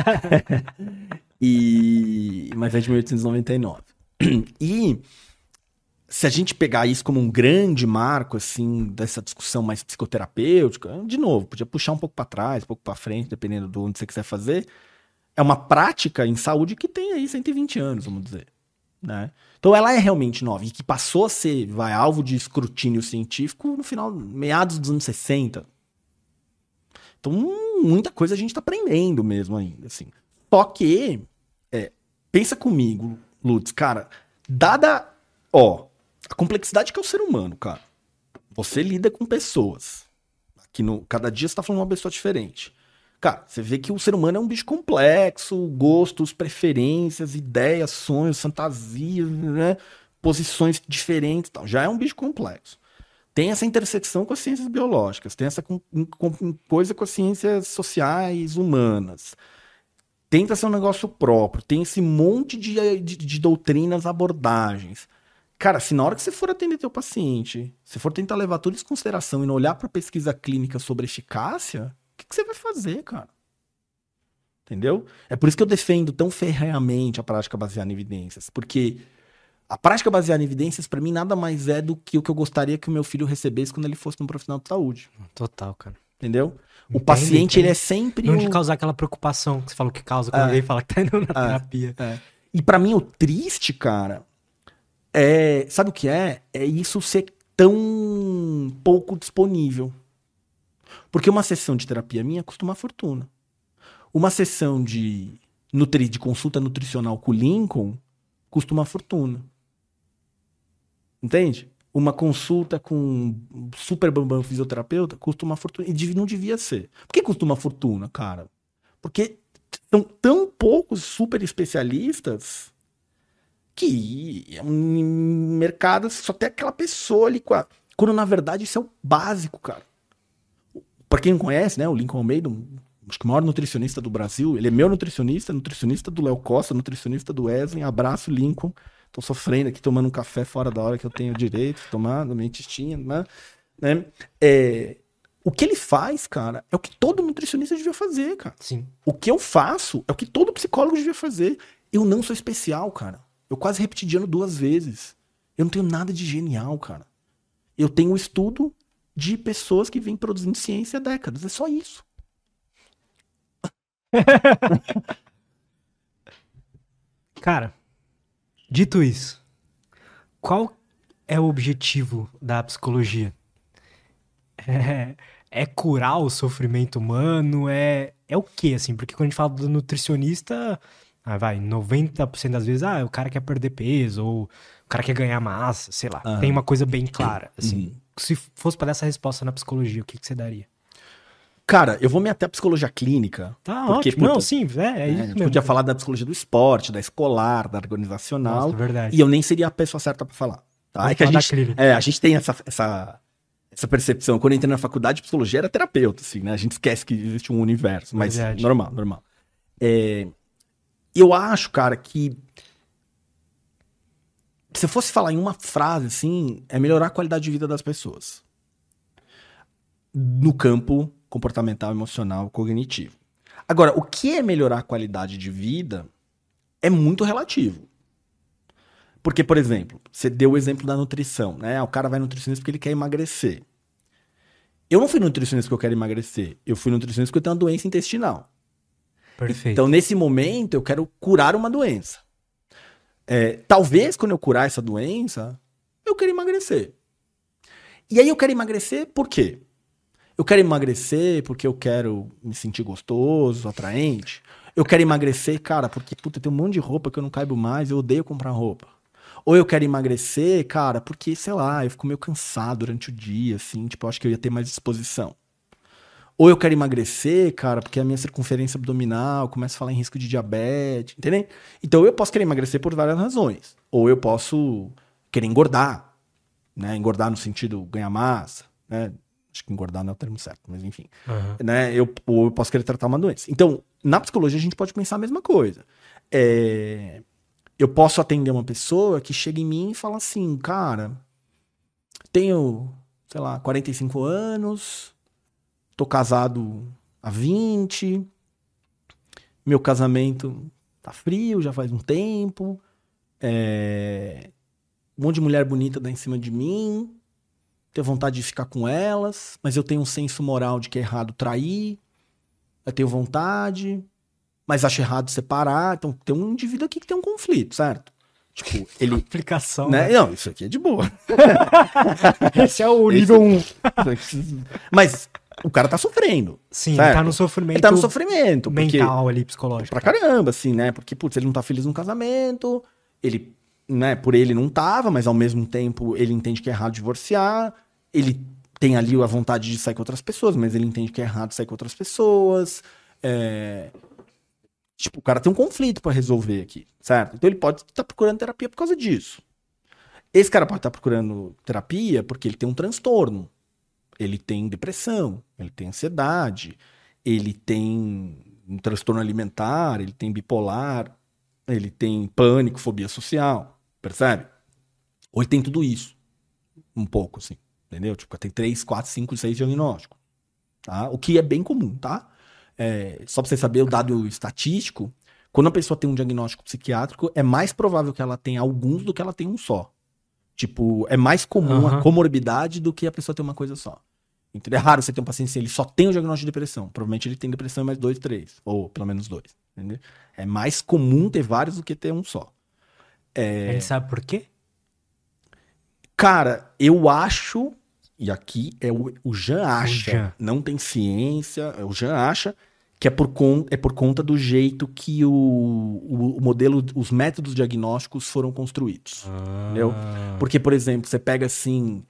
Mas é de 1899. E... se a gente pegar isso como um grande marco, assim, dessa discussão mais psicoterapêutica, de novo, podia puxar um pouco para trás, um pouco para frente, dependendo de onde você quiser fazer, é uma prática em saúde que tem aí 120 anos, vamos dizer. Né? Então ela é realmente nova, e que passou a ser alvo de escrutínio científico no final, meados dos anos 60. Então muita coisa a gente está aprendendo mesmo ainda. Assim. Só que, pensa comigo, Lutz, cara, dada... a complexidade que é o ser humano, cara. Você lida com pessoas. Cada dia você tá falando uma pessoa diferente. Cara, você vê que o ser humano é um bicho complexo, gostos, preferências, ideias, sonhos, fantasias, né? Posições diferentes e tal. Já é um bicho complexo. tem essa intersecção com as ciências biológicas, tem essa coisa com as ciências sociais, humanas. Tenta ser um negócio próprio, tem esse monte de doutrinas, abordagens. Cara, se na hora que você for atender teu paciente, você for tentar levar tudo isso em consideração e não olhar para pesquisa clínica sobre eficácia, o que você vai fazer, cara? Entendeu? É por isso que eu defendo tão ferrenhamente a prática baseada em evidências, porque a prática baseada em evidências, para mim, nada mais é do que o que eu gostaria que o meu filho recebesse quando ele fosse um profissional de saúde. Total, cara. Entendeu? O paciente, ele é sempre... Não de causar aquela preocupação que você falou que causa quando alguém fala que tá indo na terapia. E pra mim, o triste, cara, sabe o que é? É isso ser tão pouco disponível. Porque uma sessão de terapia minha custa uma fortuna. Uma sessão de consulta nutricional com o Lincoln custa uma fortuna. Entende? Uma consulta com um super bambam fisioterapeuta custa uma fortuna. E não devia ser. Por que custa uma fortuna, cara? Porque são tão poucos super especialistas que é um mercado só tem aquela pessoa ali. Quando, na verdade, isso é o básico, cara. Pra quem não conhece, né? O Lincoln Almeida, acho que o maior nutricionista do Brasil. Ele é meu nutricionista do Léo Costa, nutricionista do Wesley. Abraço, Lincoln. Tô sofrendo aqui, tomando um café fora da hora que eu tenho direito de tomar, no meu intestino, né? O que ele faz, cara, é o que todo nutricionista devia fazer, cara. Sim. O que eu faço é o que todo psicólogo devia fazer. Eu não sou especial, cara. Eu quase repeti de ano 2 vezes. Eu não tenho nada de genial, cara. Eu tenho um estudo de pessoas que vêm produzindo ciência há décadas. É só isso. Cara, dito isso, qual é o objetivo da psicologia? É curar o sofrimento humano? É o quê, assim? Porque quando a gente fala do nutricionista, 90% das vezes, o cara quer perder peso, ou o cara quer ganhar massa, sei lá. Tem uma coisa bem clara, assim. Se fosse pra dar essa resposta na psicologia, o que você daria? Cara, eu vou me até a psicologia clínica. Tá, porque, ótimo. Não, sim, é isso a gente mesmo. podia falar da psicologia do esporte, da escolar, da organizacional. Nossa, verdade. E eu nem seria a pessoa certa pra falar. Tá? É que a gente tem essa percepção. Quando eu entrei na faculdade de psicologia, era terapeuta, assim, né? A gente esquece que existe um universo, mas verdade. normal. Eu acho, cara, que se eu fosse falar em uma frase, assim, é melhorar a qualidade de vida das pessoas. No campo comportamental, emocional, cognitivo. Agora, o que é melhorar a qualidade de vida é muito relativo. Porque, por exemplo, você deu o exemplo da nutrição, né? O cara vai no nutricionista porque ele quer emagrecer. Eu não fui nutricionista porque eu quero emagrecer. Eu fui nutricionista porque eu tenho uma doença intestinal. Perfeito. Então, nesse momento, eu quero curar uma doença. Talvez, quando eu curar essa doença, eu quero emagrecer. E aí eu quero emagrecer por quê? Eu quero emagrecer porque eu quero me sentir gostoso, atraente. Eu quero emagrecer, cara, porque, puta, tem um monte de roupa que eu não caibo mais, eu odeio comprar roupa. Ou eu quero emagrecer, cara, porque, sei lá, eu fico meio cansado durante o dia, assim, tipo, eu acho que eu ia ter mais disposição. Ou eu quero emagrecer, cara, porque a minha circunferência abdominal começa a falar em risco de diabetes, entendeu? Então eu posso querer emagrecer por várias razões. Ou eu posso querer engordar, né? Engordar no sentido ganhar massa, né? Acho que engordar não é o termo certo, mas enfim. Né? Ou eu posso querer tratar uma doença. Então, na psicologia a gente pode pensar a mesma coisa. Eu posso atender uma pessoa que chega em mim e fala assim, cara, tenho, sei lá, 45 anos, tô casado há 20, meu casamento tá frio, já faz um tempo, um monte de mulher bonita dá em cima de mim, tenho vontade de ficar com elas, mas eu tenho um senso moral de que é errado trair, eu tenho vontade, mas acho errado separar. Então tem um indivíduo aqui que tem um conflito, certo? Tipo, ele... Aplicação, né? Não, isso aqui é de boa. Esse é o nível 1. Mas o cara tá sofrendo. Sim, certo? Ele tá no sofrimento. Ele tá no sofrimento. Mental ali, psicológico. Pra caramba, assim, né? Porque, putz, ele não tá feliz no casamento, ele, né, por ele não tava, mas ao mesmo tempo ele entende que é errado divorciar, ele tem ali a vontade de sair com outras pessoas, mas ele entende que é errado sair com outras pessoas. Tipo, o cara tem um conflito pra resolver aqui, certo? Então ele pode estar procurando terapia por causa disso. Esse cara pode estar procurando terapia porque ele tem um transtorno. Ele tem depressão, ele tem ansiedade, ele tem um transtorno alimentar, ele tem bipolar, ele tem pânico, fobia social, percebe? Ou ele tem tudo isso, um pouco assim, entendeu? Tipo, tem 3, 4, 5, 6 diagnósticos, tá? O que é bem comum, tá? Só pra você saber o dado estatístico, quando a pessoa tem um diagnóstico psiquiátrico, é mais provável que ela tenha alguns do que ela tenha um só. Tipo, é mais comum a comorbidade do que a pessoa ter uma coisa só. Entendeu? É raro você ter um paciente, ele só tem o diagnóstico de depressão. Provavelmente ele tem depressão e mais 2, 3. Ou pelo menos 2. Entendeu? É mais comum ter vários do que ter um só. A gente sabe por quê? Cara, eu acho, e aqui o Jean acha, Jean. não tem ciência, o Jean acha que é por conta do jeito que o modelo, os métodos diagnósticos foram construídos. Entendeu? Porque, por exemplo, você pega assim,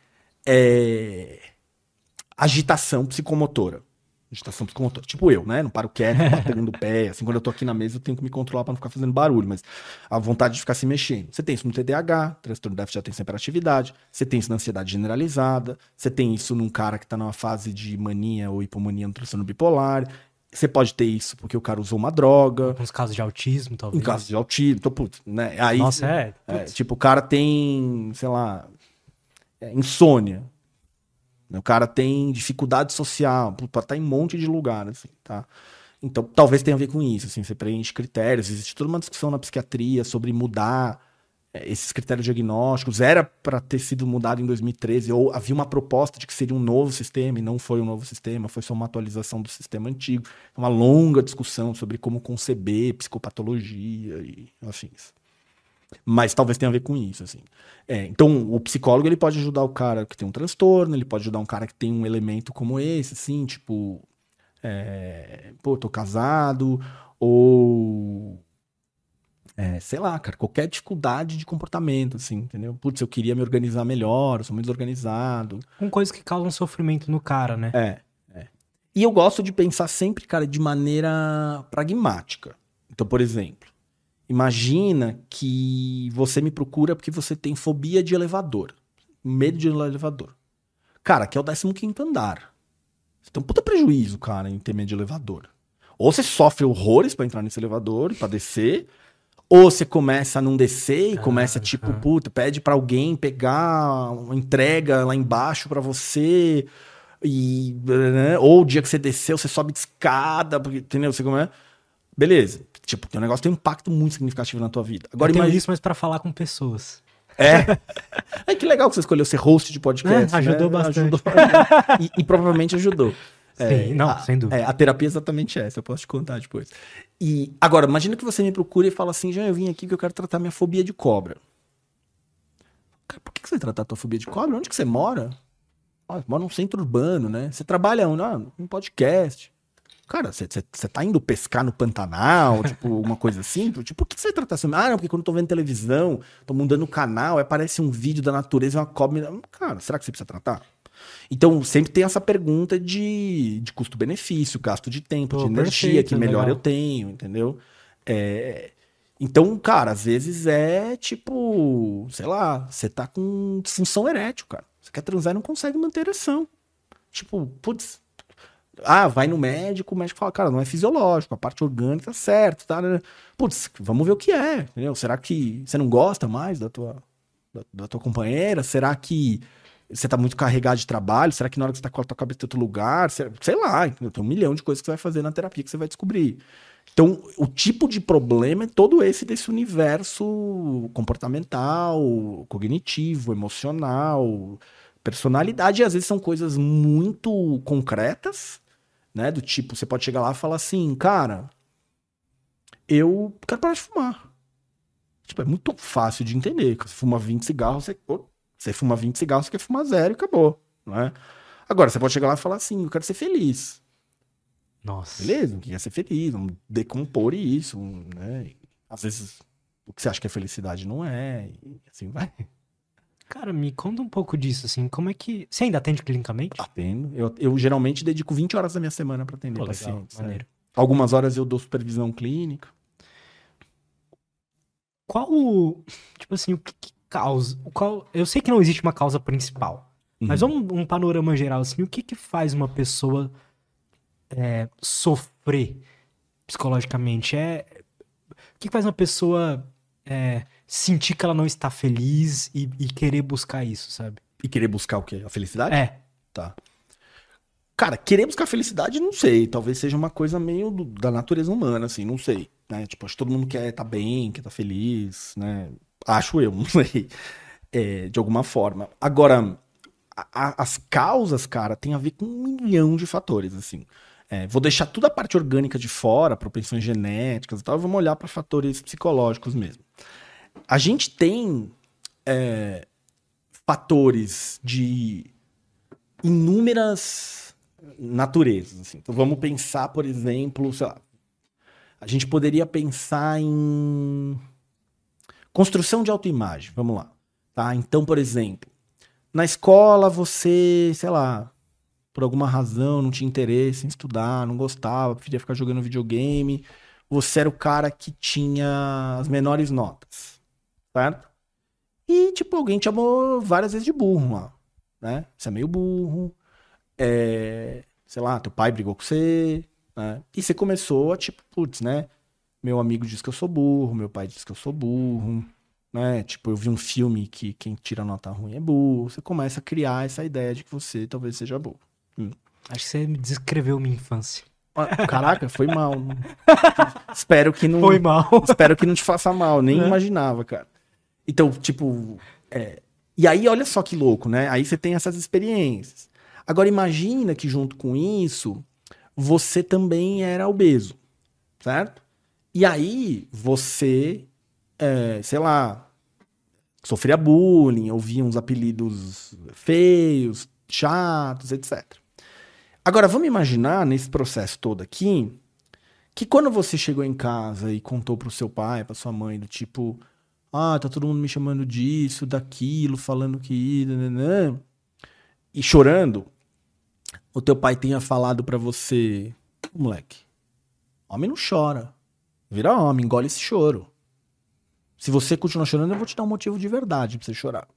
agitação psicomotora. Agitação psicomotora. Tipo eu, né? Não paro quieto, batendo o pé. Assim, quando eu tô aqui na mesa, eu tenho que me controlar pra não ficar fazendo barulho. Mas a vontade de ficar se mexendo. Você tem isso no TDAH, transtorno de déficit de atenção e hiperatividade. Você tem isso na ansiedade generalizada. Você tem isso num cara que tá numa fase de mania ou hipomania no transtorno bipolar. Você pode ter isso porque o cara usou uma droga. Alguns casos de autismo, talvez. Em casos de autismo. Então, putz, né? Aí, Nossa, tipo, o cara tem, sei lá, insônia. O cara tem dificuldade social, pode estar em um monte de lugar, assim, tá? Então, talvez tenha a ver com isso, assim, você preenche critérios. Existe toda uma discussão na psiquiatria sobre mudar esses critérios diagnósticos. Era para ter sido mudado em 2013, ou havia uma proposta de que seria um novo sistema, e não foi um novo sistema, foi só uma atualização do sistema antigo. Uma longa discussão sobre como conceber psicopatologia e afins. Mas talvez tenha a ver com isso, assim. Então, o psicólogo, ele pode ajudar o cara que tem um transtorno, ele pode ajudar um cara que tem um elemento como esse, assim, tipo... tô casado, ou... sei lá, cara, qualquer dificuldade de comportamento, assim, entendeu? Putz, eu queria me organizar melhor, eu sou muito desorganizado. Com coisas que causam sofrimento no cara, né? E eu gosto de pensar sempre, cara, de maneira pragmática. Então, por exemplo, imagina que você me procura porque você tem fobia de elevador. Medo de elevador. Cara, aqui é o 15º andar. Você tem um puta prejuízo, cara, em ter medo de elevador. Ou você sofre horrores pra entrar nesse elevador e pra descer, ou você começa a não descer e começa, tipo, puta, pede pra alguém pegar uma entrega lá embaixo pra você, e, né? Ou o dia que você desceu, você sobe de escada, porque, entendeu? Você como é? Beleza. Tipo, o negócio tem um impacto muito significativo na tua vida. Agora, eu tenho imagina isso, mas pra falar com pessoas. Que legal que você escolheu ser host de podcast. Ajudou bastante. E provavelmente ajudou. Sim, não, sem dúvida. A terapia é exatamente essa, eu posso te contar depois. E agora, imagina que você me procura e fala assim, já eu vim aqui que eu quero tratar minha fobia de cobra. Cara, por que você vai tratar a tua fobia de cobra? Onde que você mora? Você mora num centro urbano, né? Você trabalha num podcast. Cara, você tá indo pescar no Pantanal, tipo, uma coisa assim? Tipo, por que você vai tratar assim? Não, porque quando eu tô vendo televisão, tô mudando o canal, aparece um vídeo da natureza e uma cobra. Cara, será que você precisa tratar? Então, sempre tem essa pergunta de custo-benefício, gasto de tempo, de energia, perfeito, que melhor legal. eu tenho, entendeu? Então, cara, às vezes é tipo, sei lá, você tá com disfunção erétil, cara. Você quer transar e não consegue manter ereção. Tipo, putz, vai no médico, o médico fala, cara, não é fisiológico, a parte orgânica tá certo, tá? Putz, vamos ver o que é, entendeu? Será que você não gosta mais da tua companheira? Será que você tá muito carregado de trabalho? Será que na hora que você tá com a tua cabeça em outro lugar? Sei lá, entendeu? Tem 1 milhão de coisas que você vai fazer na terapia que você vai descobrir. Então, o tipo de problema é todo esse desse universo comportamental, cognitivo, emocional, personalidade, e às vezes são coisas muito concretas, né? Do tipo, você pode chegar lá e falar assim, cara, eu quero parar de fumar. Tipo, é muito fácil de entender. Você fuma 20 cigarros, você fuma 20 cigarros, você quer fumar 0 e acabou, né? Agora, você pode chegar lá e falar assim, eu quero ser feliz. Nossa. Beleza, quer ser feliz, vamos decompor isso, né? Às vezes, o que você acha que é felicidade não é, e assim vai. Cara, me conta um pouco disso, assim, como é que... Você ainda atende clinicamente? Atendo. Eu geralmente dedico 20 horas da minha semana para atender pacientes. Maneiro. Algumas horas eu dou supervisão clínica. Qual, tipo assim, causa. Eu sei que não existe uma causa principal. Mas vamos um panorama geral, assim, o que que faz uma pessoa sofrer psicologicamente? O que que faz uma pessoa sentir que ela não está feliz e querer buscar isso, sabe? E querer buscar o quê? A felicidade? É. Tá. Cara, querer buscar felicidade, não sei. Talvez seja uma coisa meio da natureza humana, assim, não sei. Né? Tipo, acho que todo mundo quer estar bem, quer estar feliz, né? Acho eu, não sei. De alguma forma. Agora, as causas, cara, tem a ver com 1 milhão de fatores, assim. Vou deixar toda a parte orgânica de fora, propensões genéticas e tal, vamos olhar para fatores psicológicos mesmo. A gente tem fatores de inúmeras naturezas, assim. Então vamos pensar, por exemplo, sei lá, a gente poderia pensar em construção de autoimagem, vamos lá. Tá? Então, por exemplo, na escola você, sei lá, por alguma razão não tinha interesse em estudar, não gostava, preferia ficar jogando videogame, você era o cara que tinha as menores notas, certo? E, tipo, alguém te chamou várias vezes de burro lá, né? Você é meio burro, sei lá, teu pai brigou com você, né? E você começou a, tipo, putz, né? Meu amigo diz que eu sou burro, meu pai diz que eu sou burro, né? Tipo, eu vi um filme que quem tira nota ruim é burro. Você começa a criar essa ideia de que você talvez seja burro. Acho que você me descreveu minha infância. Caraca, foi mal. Espero que não. Foi mal. Espero que não te faça mal. Nem imaginava, cara. Então, tipo. E aí, olha só que louco, né? Aí você tem essas experiências. Agora, imagina que junto com isso, você também era obeso, certo? E aí, você, sei lá, sofria bullying, ouvia uns apelidos feios, chatos, etc. Agora, vamos imaginar nesse processo todo aqui, que quando você chegou em casa e contou pro seu pai, pra sua mãe, do tipo, tá todo mundo me chamando disso, daquilo, falando que... Nananã, e chorando, o teu pai tenha falado pra você, moleque, homem não chora, vira homem, engole esse choro. Se você continuar chorando, eu vou te dar um motivo de verdade pra você chorar.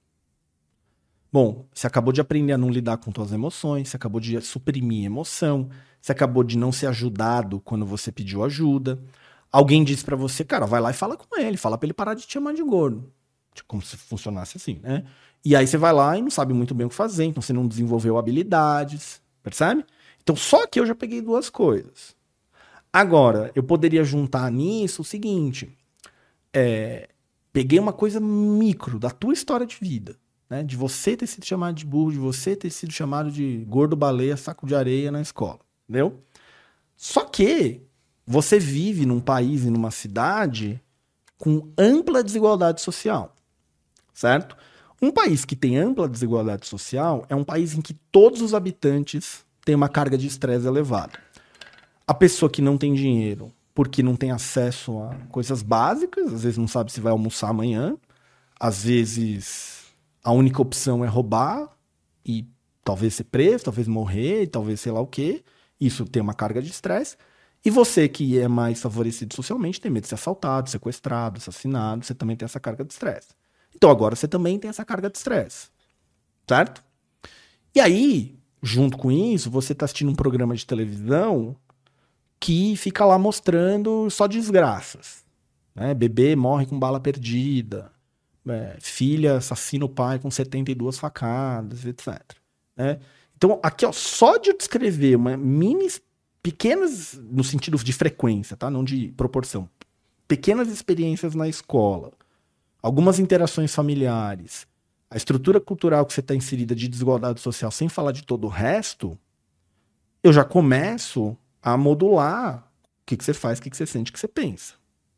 Bom, você acabou de aprender a não lidar com suas emoções, você acabou de suprimir emoção, você acabou de não ser ajudado quando você pediu ajuda. Alguém disse pra você, cara, vai lá e fala com ele, fala pra ele parar de te chamar de gordo. Tipo, como se funcionasse assim, né? E aí você vai lá e não sabe muito bem o que fazer, então você não desenvolveu habilidades, percebe? Então só que eu já peguei 2 coisas. Agora, eu poderia juntar nisso o seguinte, peguei uma coisa micro da tua história de vida, né? De você ter sido chamado de burro, de você ter sido chamado de gordo baleia, saco de areia na escola, entendeu? Só que você vive num país e numa cidade com ampla desigualdade social, certo? Um país que tem ampla desigualdade social é um país em que todos os habitantes têm uma carga de estresse elevada. A pessoa que não tem dinheiro porque não tem acesso a coisas básicas, às vezes não sabe se vai almoçar amanhã, às vezes a única opção é roubar e talvez ser preso, talvez morrer, talvez sei lá o quê. Isso tem uma carga de estresse. E você que é mais favorecido socialmente tem medo de ser assaltado, sequestrado, assassinado, você também tem essa carga de estresse. Então agora você também tem essa carga de estresse, certo? E aí, junto com isso, você está assistindo um programa de televisão que fica lá mostrando só desgraças. Né? Bebê morre com bala perdida, filha assassina o pai com 72 facadas, etc. Né? Então, aqui, ó, só de eu descrever pequenas, no sentido de frequência, tá? Não de proporção, pequenas experiências na escola, algumas interações familiares, a estrutura cultural que você está inserida de desigualdade social, sem falar de todo o resto, eu já começo a modular o que você faz, o que você sente, o que você pensa.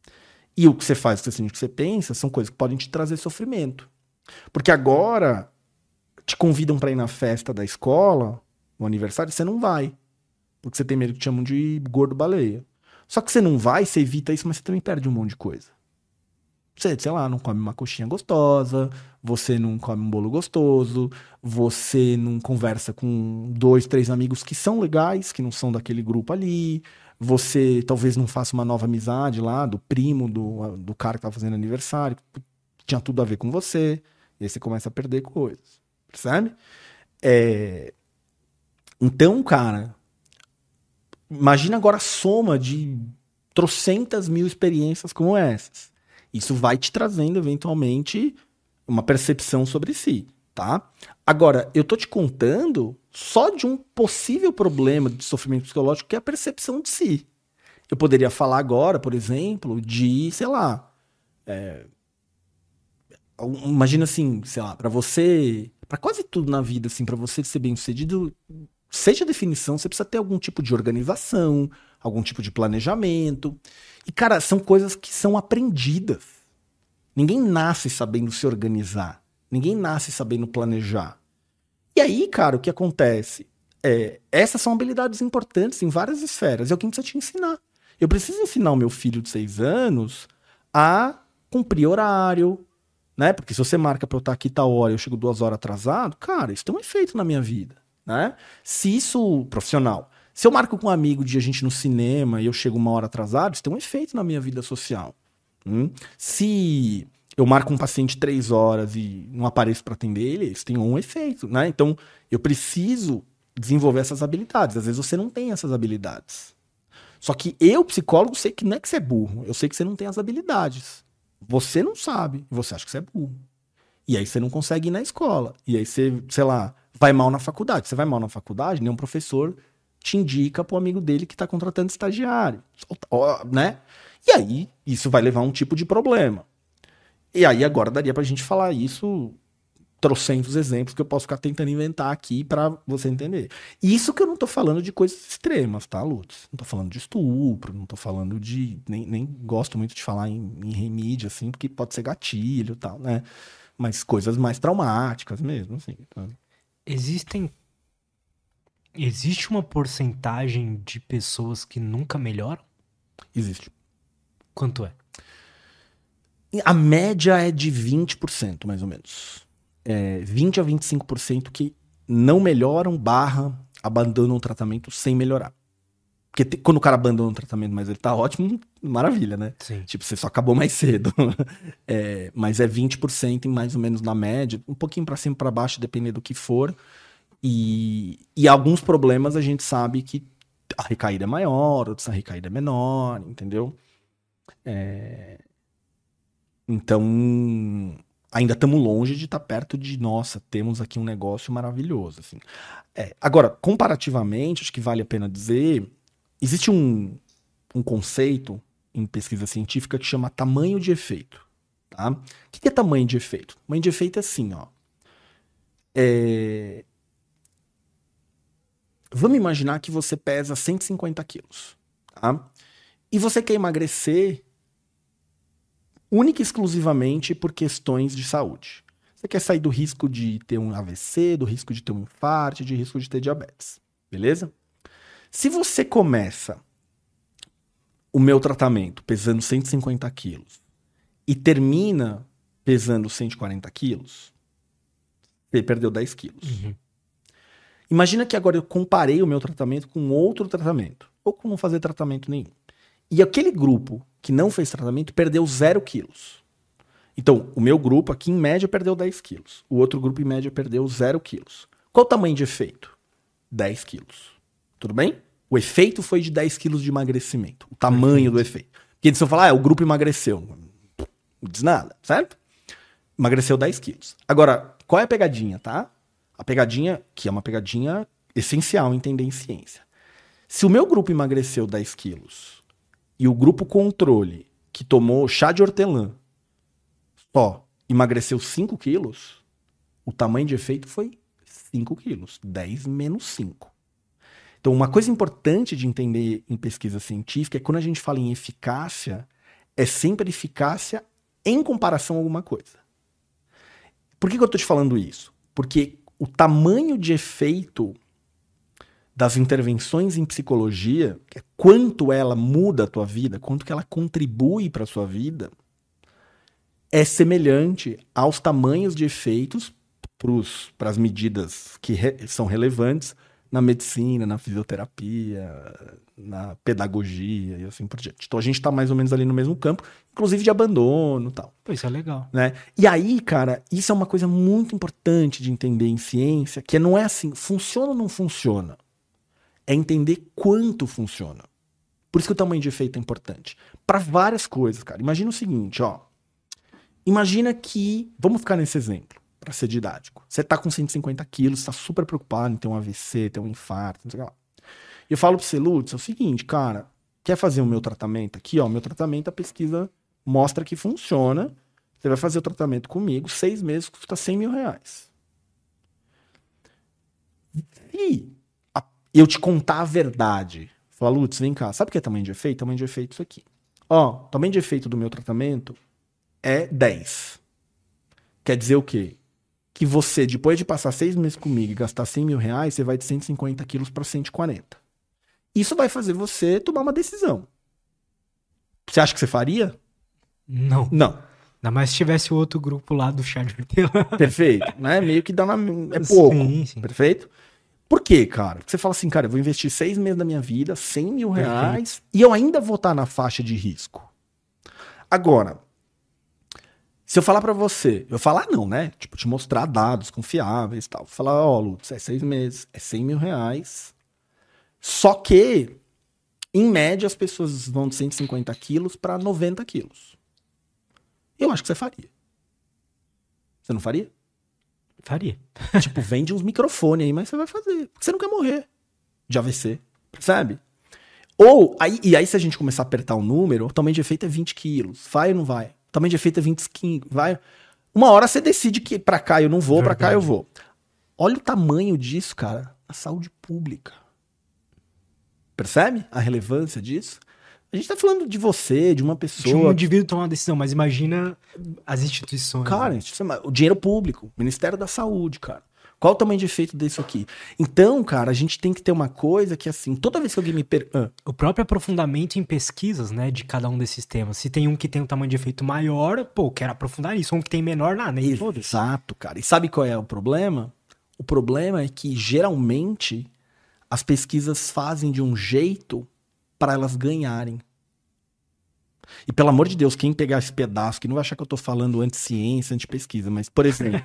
E o que você faz, o que você sente, o que você pensa, são coisas que podem te trazer sofrimento. Porque agora te convidam para ir na festa da escola, no aniversário, e você não vai. Porque você tem medo que te chamam de gordo baleia. Só que você não vai, você evita isso, mas você também perde um monte de coisa. Você, sei lá, não come uma coxinha gostosa, você não come um bolo gostoso, você não conversa com 2, 3 amigos que são legais, que não são daquele grupo ali, você talvez não faça uma nova amizade lá, do primo do cara que tá fazendo aniversário, tinha tudo a ver com você, e aí você começa a perder coisas, percebe? Então, cara, imagina agora a soma de trocentas mil experiências como essas. Isso vai te trazendo, eventualmente, uma percepção sobre si, tá? Agora, eu tô te contando só de um possível problema de sofrimento psicológico, que é a percepção de si. Eu poderia falar agora, por exemplo, de, sei lá, imagina assim, sei lá, pra quase tudo na vida, assim, pra você ser bem-sucedido, seja a definição, você precisa ter algum tipo de organização, algum tipo de planejamento. E, cara, são coisas que são aprendidas. Ninguém nasce sabendo se organizar. Ninguém nasce sabendo planejar. E aí, cara, o que acontece? Essas são habilidades importantes em várias esferas. É o que precisa te ensinar. Eu preciso ensinar o meu filho de 6 anos a cumprir horário, né? Porque se você marca pra eu estar aqui tal hora e eu chego 2 horas atrasado, cara, isso tem um efeito na minha vida, né? Se isso, profissional, se eu marco com um amigo de a gente no cinema e eu chego 1 hora atrasado, isso tem um efeito na minha vida social. Se eu marco um paciente 3 horas e não apareço para atender ele, isso tem um efeito, né? Então, eu preciso desenvolver essas habilidades. Às vezes você não tem essas habilidades. Só que eu, psicólogo, sei que não é que você é burro. Eu sei que você não tem as habilidades. Você não sabe. Você acha que você é burro. E aí você não consegue ir na escola. E aí você, sei lá, vai mal na faculdade. Você vai mal na faculdade, nenhum professor te indica pro amigo dele que tá contratando estagiário, né? E aí, isso vai levar a um tipo de problema. E aí, agora daria pra gente falar isso, trocentos exemplos que eu posso ficar tentando inventar aqui pra você entender. Isso que eu não tô falando de coisas extremas, tá, Lutz? Não tô falando de estupro, não tô falando de... Nem gosto muito de falar em remídio, assim, porque pode ser gatilho e tal, né? Mas coisas mais traumáticas mesmo, assim. Tá? Existe uma porcentagem de pessoas que nunca melhoram? Existe. Quanto é? A média é de 20%, mais ou menos. 20 a 25% que não melhoram, abandonam o tratamento sem melhorar. Porque quando o cara abandona o tratamento, mas ele tá ótimo, maravilha, né? Sim. Tipo, você só acabou mais cedo. Mas é 20% mais ou menos na média, um pouquinho pra cima, pra baixo, dependendo do que for. E alguns problemas a gente sabe que a recaída é maior, outros a recaída é menor, entendeu? Então, ainda estamos longe de estar perto de, nossa, temos aqui um negócio maravilhoso, assim. Agora, comparativamente, acho que vale a pena dizer, existe um conceito em pesquisa científica que chama tamanho de efeito, tá? O que é tamanho de efeito? Tamanho de efeito é assim, ó. Vamos imaginar que você pesa 150 quilos, tá? E você quer emagrecer única e exclusivamente por questões de saúde. Você quer sair do risco de ter um AVC, do risco de ter um infarto, de risco de ter diabetes, beleza? Se você começa o meu tratamento pesando 150 quilos e termina pesando 140 quilos, você perdeu 10 quilos. Uhum. Imagina que agora eu comparei o meu tratamento com outro tratamento, ou com não fazer tratamento nenhum. E aquele grupo que não fez tratamento perdeu 0 quilos. Então, o meu grupo aqui, em média, perdeu 10 quilos. O outro grupo, em média, perdeu 0 quilos. Qual o tamanho de efeito? 10 quilos. Tudo bem? O efeito foi de 10 quilos de emagrecimento. O tamanho do efeito. Porque se eu falar, o grupo emagreceu. Não diz nada, certo? Emagreceu 10 quilos. Agora, qual é a pegadinha, tá? A pegadinha, que é uma pegadinha essencial entender em ciência. Se o meu grupo emagreceu 10 quilos e o grupo controle, que tomou chá de hortelã, só emagreceu 5 quilos, o tamanho de efeito foi 5 quilos. 10 menos 5. Então, uma coisa importante de entender em pesquisa científica é que quando a gente fala em eficácia, é sempre eficácia em comparação a alguma coisa. Por que eu estou te falando isso? Porque o tamanho de efeito das intervenções em psicologia, que é quanto ela muda a tua vida, quanto que ela contribui para a sua vida, é semelhante aos tamanhos de efeitos para as medidas que são relevantes na medicina, na fisioterapia, na pedagogia e assim por diante. Então a gente tá mais ou menos ali no mesmo campo, inclusive de abandono e tal. Pô, isso é legal. Né? E aí, cara, isso é uma coisa muito importante de entender em ciência, que não é assim, funciona ou não funciona. É entender quanto funciona. Por isso que o tamanho de efeito é importante. Para várias coisas, cara. Imagina o seguinte, ó. Imagina que, vamos ficar nesse exemplo, para ser didático. Você tá com 150 quilos, tá super preocupado em ter um AVC, ter um infarto, não sei o que lá. Eu falo pro você, Lutz, é o seguinte, cara, quer fazer o meu tratamento aqui, ó, meu tratamento, a pesquisa mostra que funciona. Você vai fazer o tratamento comigo, 6 meses, custa R$100 mil. E eu te contar a verdade, falar, Lutz, vem cá, sabe o que é tamanho de efeito? Tamanho de efeito é isso aqui. Ó, tamanho de efeito do meu tratamento é 10. Quer dizer o quê? Que você, depois de passar 6 meses comigo e gastar R$100 mil, você vai de 150 quilos para 140. Isso vai fazer você tomar uma decisão. Você acha que você faria? Não. Não. Ainda mais se tivesse o outro grupo lá do chá de hortelã. Perfeito, né? Meio que dá é pouco. Sim, sim. Perfeito? Por quê, cara? Porque você fala assim, cara, eu vou investir 6 meses da minha vida, R$100 mil, e eu ainda vou estar na faixa de risco. Agora, se eu falar pra você, eu falar não, né? Tipo, te mostrar dados confiáveis e tal. Falar, ó, Lutz, é 6 meses, é R$100 mil. Só que, em média, as pessoas vão de 150 quilos para 90 quilos. Eu acho que você faria. Você não faria? Faria. Tipo, vende uns microfones aí, mas você vai fazer. Porque você não quer morrer de AVC, percebe? E aí se a gente começar a apertar o número, o tamanho de efeito é 20 quilos. Vai ou não vai? O tamanho de efeito é 25, vai. Uma hora você decide que pra cá eu não vou, pra cá eu vou. Olha o tamanho disso, cara, na saúde pública. Percebe a relevância disso? A gente tá falando de você, de uma pessoa. De um indivíduo tomar uma decisão, mas imagina as instituições. Cara, o dinheiro público, Ministério da Saúde, cara. Qual o tamanho de efeito disso aqui? Então, cara, a gente tem que ter uma coisa que, assim, toda vez que alguém me O próprio aprofundamento em pesquisas, né, de cada um desses temas. Se tem um que tem um tamanho de efeito maior, pô, quero aprofundar nisso. Um que tem menor, nada, nem todos. Exato, cara. E sabe qual é o problema? O problema é que, geralmente, as pesquisas fazem de um jeito para elas ganharem. E, pelo amor de Deus, quem pegar esse pedaço, que não vai achar que eu tô falando anti-ciência, anti-pesquisa, mas, por exemplo,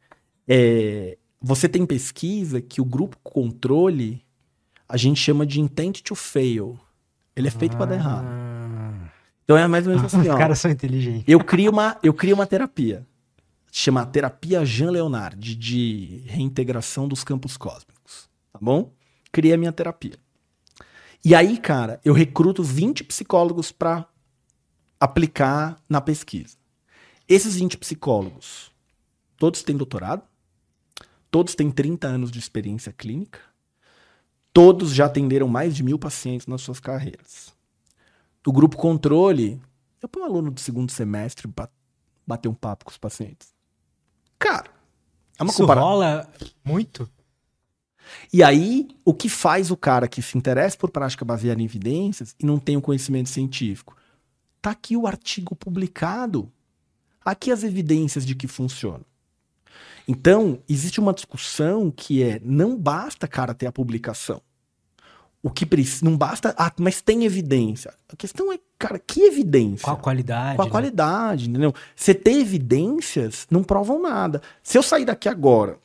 você tem pesquisa que o grupo controle a gente chama de intent to fail. Ele é feito para dar errado. Então é mais ou menos assim, ó. Os caras são inteligentes. Eu crio uma terapia. Chama terapia Jean Leonard, de reintegração dos campos cósmicos. Tá bom? Criei a minha terapia. E aí, cara, eu recruto 20 psicólogos para aplicar na pesquisa. Esses 20 psicólogos, todos têm doutorado, todos têm 30 anos de experiência clínica, todos já atenderam mais de 1.000 pacientes nas suas carreiras. Do grupo controle, eu ponho um aluno do segundo semestre para bater um papo com os pacientes. Cara, é uma comparação. Rola muito? E aí, o que faz o cara que se interessa por prática baseada em evidências e não tem o conhecimento científico? Tá aqui o artigo publicado. Aqui as evidências de que funciona. Então, existe uma discussão que não basta, cara, ter a publicação. O que precisa, não basta, mas tem evidência. A questão é, cara, que evidência? Qual a qualidade? Qual a qualidade, entendeu? Você ter evidências não provam nada. Se eu sair daqui agora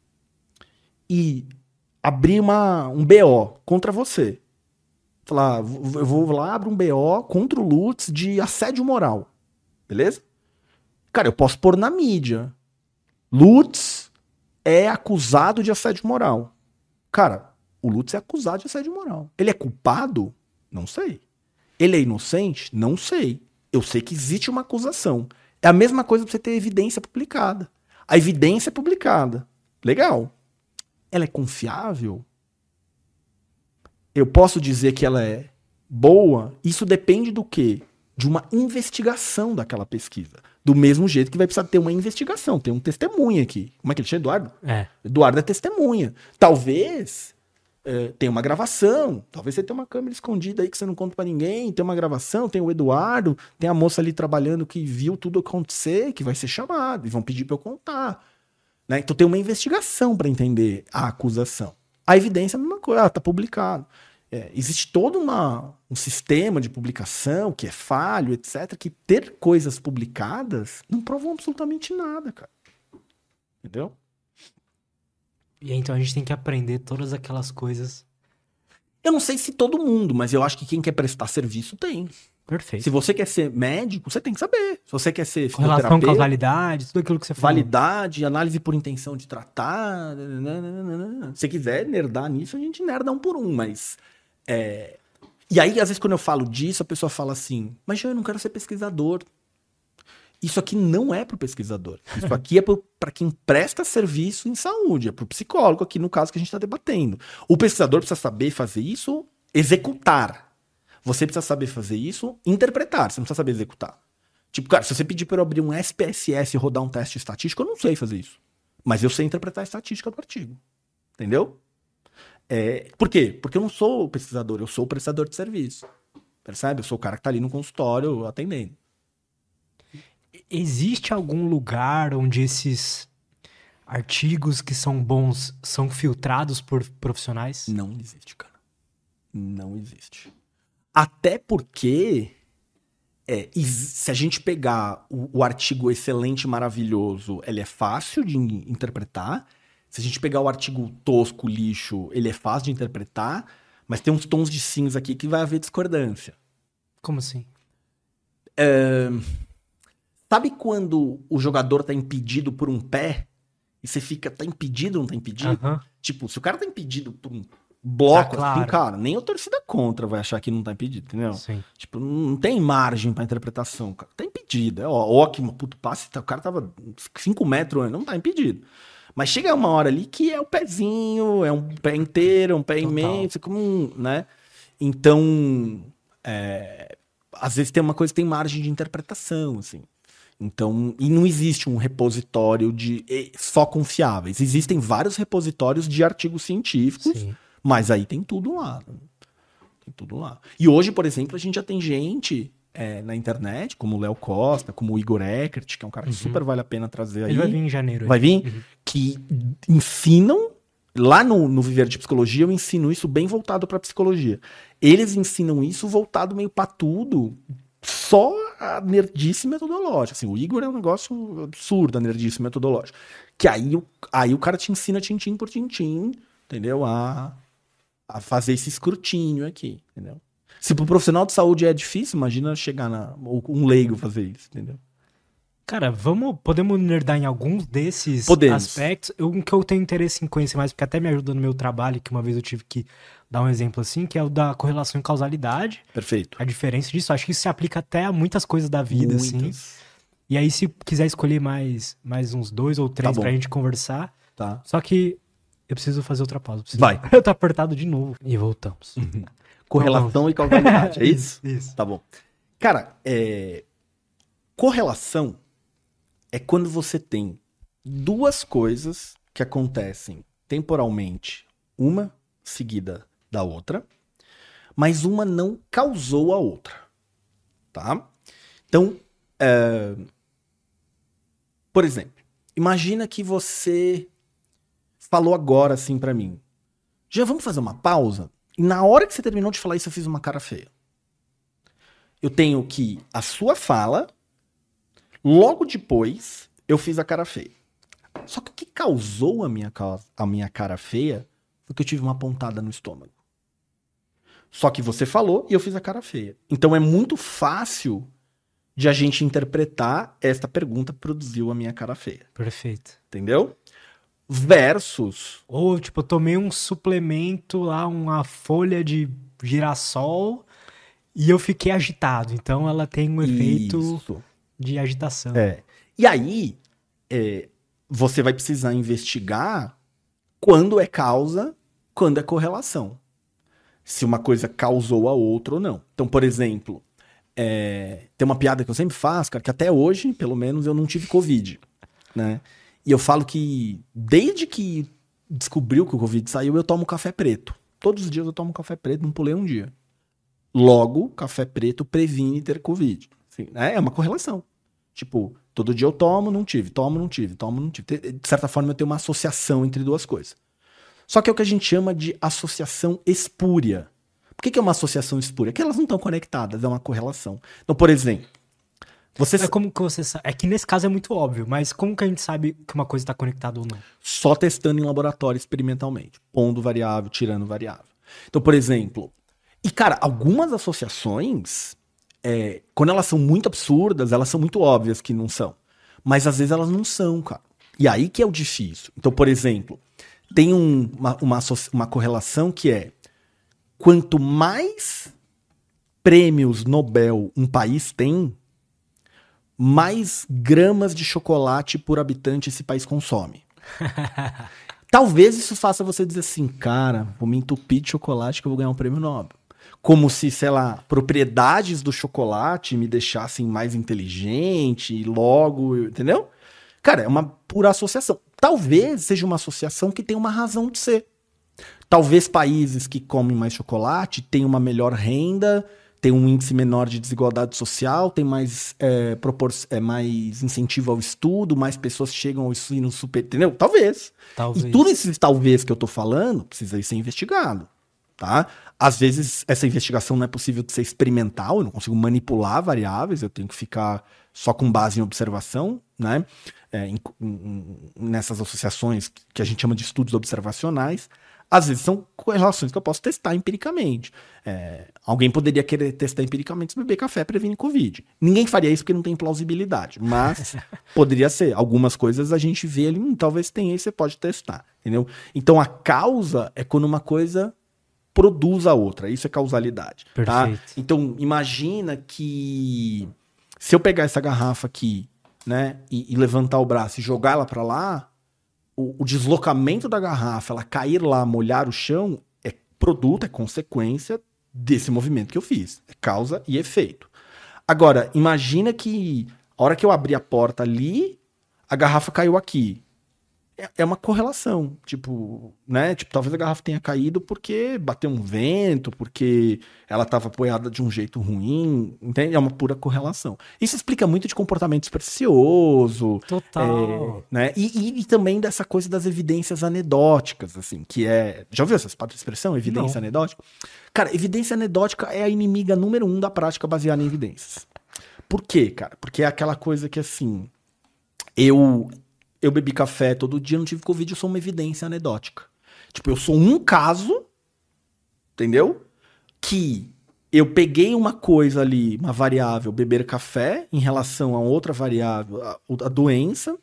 e abrir um BO contra você, falar, eu vou lá, abro um BO contra o Lutz de assédio moral, beleza? Cara, eu posso pôr na mídia. Lutz é acusado de assédio moral. Cara, o Lutz é acusado de assédio moral. Ele é culpado? Não sei. Ele é inocente? Não sei. Eu sei que existe uma acusação. É a mesma coisa pra você ter evidência publicada. A evidência é publicada. Legal. Ela é confiável? Eu posso dizer que ela é boa? Isso depende do quê? De uma investigação daquela pesquisa. Do mesmo jeito que vai precisar ter uma investigação. Tem um testemunha aqui. Como é que ele chama? Eduardo? Eduardo é testemunha. Talvez tenha uma gravação. Talvez você tenha uma câmera escondida aí que você não conta pra ninguém. Tem uma gravação, tem o Eduardo, tem a moça ali trabalhando que viu tudo acontecer, que vai ser chamado. E vão pedir pra eu contar. Né? Então tem uma investigação para entender a acusação. A evidência é a mesma coisa, tá publicado. Existe todo um sistema de publicação que é falho, etc., que ter coisas publicadas não provam absolutamente nada, cara. Entendeu? E aí, então a gente tem que aprender todas aquelas coisas. Eu não sei se todo mundo, mas eu acho que quem quer prestar serviço tem. Perfeito. Se você quer ser médico, você tem que saber. Se você quer ser Com relação à causalidade, tudo aquilo que você falou. validade, análise por intenção de tratar. Nananana. Se quiser nerdar nisso, a gente nerda um por um, mas... E aí, às vezes, quando eu falo disso, a pessoa fala assim, mas eu não quero ser pesquisador. Isso aqui não é pro pesquisador. Isso aqui é para quem presta serviço em saúde, é pro psicólogo aqui, no caso que a gente está debatendo. O pesquisador precisa saber fazer isso, executar. Você precisa saber fazer isso, interpretar. Você não precisa saber executar. Tipo, cara, se você pedir para eu abrir um SPSS e rodar um teste estatístico, eu não sei fazer isso. Mas eu sei interpretar a estatística do artigo. Entendeu? Por quê? Porque eu não sou o pesquisador, eu sou o prestador de serviço. Percebe? Eu sou o cara que tá ali no consultório atendendo. Existe algum lugar onde esses artigos que são bons são filtrados por profissionais? Não existe, cara. Não existe. Até porque, se a gente pegar o artigo excelente, maravilhoso, ele é fácil de interpretar. Se a gente pegar o artigo tosco, lixo, ele é fácil de interpretar, mas tem uns tons de cinza aqui que vai haver discordância. Como assim? Sabe quando o jogador tá impedido por um pé e você fica, tá impedido ou não tá impedido? Uhum. Tipo, se o cara tá impedido por um bloco, Tá claro. assim, cara, nem a torcida contra vai achar que não tá impedido, entendeu? Sim. Tipo, não tem margem pra interpretação, cara. Tá impedido. Ó, que puto passe, o cara tava 5 metros, não tá impedido. Mas chega uma hora ali que é o pezinho, é um pé inteiro, é um pé Total. imenso, como né? Então, às vezes tem uma coisa que tem margem de interpretação, assim. Então, e não existe um repositório só confiáveis. Existem vários repositórios de artigos científicos, Sim. mas aí tem tudo lá. Tem tudo lá. E hoje, por exemplo, a gente já tem gente na internet, como o Léo Costa, como o Igor Eckert, que é um cara que super vale a pena trazer aí. Ele vai vir em janeiro. Vai vir? Que ensinam, lá no Viver de Psicologia, eu ensino isso bem voltado para psicologia. Eles ensinam isso voltado meio para tudo, só a nerdice metodológica. Assim, o Igor é um negócio absurdo, a nerdice metodológica. Que aí o cara te ensina tintim por tintim, entendeu? A fazer esse escrutínio aqui, entendeu? Se pro profissional de saúde é difícil, imagina chegar um leigo fazer isso, entendeu? Cara, podemos nerdar em alguns desses aspectos. Um que eu tenho interesse em conhecer mais, porque até me ajuda no meu trabalho, que uma vez eu tive que dar um exemplo assim, que é o da correlação e causalidade. Perfeito. A diferença disso, acho que isso se aplica até a muitas coisas da vida, assim. E aí, se quiser escolher mais uns 2 ou 3 pra gente conversar. Tá. Só que eu preciso fazer outra pausa. Vai. Eu tô apertado de novo. E voltamos. Correlação e causalidade, é isso? Isso. Tá bom. Cara, correlação é quando você tem duas coisas que acontecem temporalmente, uma seguida da outra, mas uma não causou a outra, tá? Então, por exemplo, imagina que você falou agora assim pra mim, já vamos fazer uma pausa? E na hora que você terminou de falar isso, eu fiz uma cara feia. Eu tenho que a sua fala, logo depois, eu fiz a cara feia. Só que o que causou a minha cara feia foi que eu tive uma pontada no estômago. Só que você falou e eu fiz a cara feia. Então é muito fácil de a gente interpretar esta pergunta produziu a minha cara feia. Perfeito. Entendeu? Versus... Ou, tipo, eu tomei um suplemento lá, uma folha de girassol e eu fiquei agitado. Então ela tem um efeito de agitação. E aí, você vai precisar investigar quando é causa, quando é correlação. Se uma coisa causou a outra ou não. Então, por exemplo, tem uma piada que eu sempre faço, cara, que até hoje, pelo menos, eu não tive Covid, né? E eu falo que desde que descobriu que o Covid saiu, eu tomo café preto. Todos os dias eu tomo café preto, não pulei um dia. Logo, café preto previne ter Covid. Assim, é uma correlação. Tipo, todo dia eu tomo, não tive, tomo, não tive, tomo, não tive. De certa forma, eu tenho uma associação entre duas coisas. Só que é o que a gente chama de associação espúria. Por que é uma associação espúria? Porque elas não estão conectadas, é uma correlação. Então, por exemplo, você... É como que você sabe? É que nesse caso é muito óbvio, mas como que a gente sabe que uma coisa está conectada ou não? Só testando em laboratório experimentalmente, pondo variável, tirando variável. Então, por exemplo, e cara, algumas associações, quando elas são muito absurdas, elas são muito óbvias que não são. Mas às vezes elas não são, cara. E aí que é o difícil. Então, por exemplo, tem uma correlação que é quanto mais prêmios Nobel um país tem, mais gramas de chocolate por habitante esse país consome. Talvez isso faça você dizer assim, cara, vou me entupir de chocolate que eu vou ganhar um prêmio Nobel. Como se, sei lá, propriedades do chocolate me deixassem mais inteligente e logo, entendeu? Cara, é uma pura associação. Talvez seja uma associação que tem uma razão de ser. Talvez países que comem mais chocolate tenham uma melhor renda, tem um índice menor de desigualdade social, tem mais, mais incentivo ao estudo, mais pessoas chegam ao ensino superior, entendeu? Talvez. E tudo esses talvez que eu tô falando precisa ser investigado, tá? Às vezes essa investigação não é possível de ser experimental, eu não consigo manipular variáveis, eu tenho que ficar só com base em observação, né? Nessas associações que a gente chama de estudos observacionais. Às vezes são correlações que eu posso testar empiricamente. Alguém poderia querer testar empiricamente se beber café previne Covid. Ninguém faria isso porque não tem plausibilidade, mas poderia ser. Algumas coisas a gente vê ali, talvez tenha e você pode testar, entendeu? Então a causa é quando uma coisa produz a outra, isso é causalidade. Tá? Então imagina que se eu pegar essa garrafa aqui, né, e levantar o braço e jogar ela para lá, o deslocamento da garrafa, ela cair lá, molhar o chão, é produto, é consequência desse movimento que eu fiz. É causa e efeito. Agora, imagina que a hora que eu abri a porta ali, a garrafa caiu aqui. É uma correlação. Tipo, né? Tipo, talvez a garrafa tenha caído porque bateu um vento, porque ela estava apoiada de um jeito ruim. Entende? É uma pura correlação. Isso explica muito de comportamento supersticioso. Total. Né? E também dessa coisa das evidências anedóticas, assim, que é... Já ouviu essa expressão? Evidência anedótica? Cara, evidência anedótica é a inimiga número 1 da prática baseada em evidências. Por quê, cara? Porque é aquela coisa que, assim... Eu bebi café todo dia, não tive Covid, eu sou uma evidência anedótica. Tipo, eu sou um caso, entendeu? Que eu peguei uma coisa ali, uma variável, beber café, em relação a outra variável, a doença,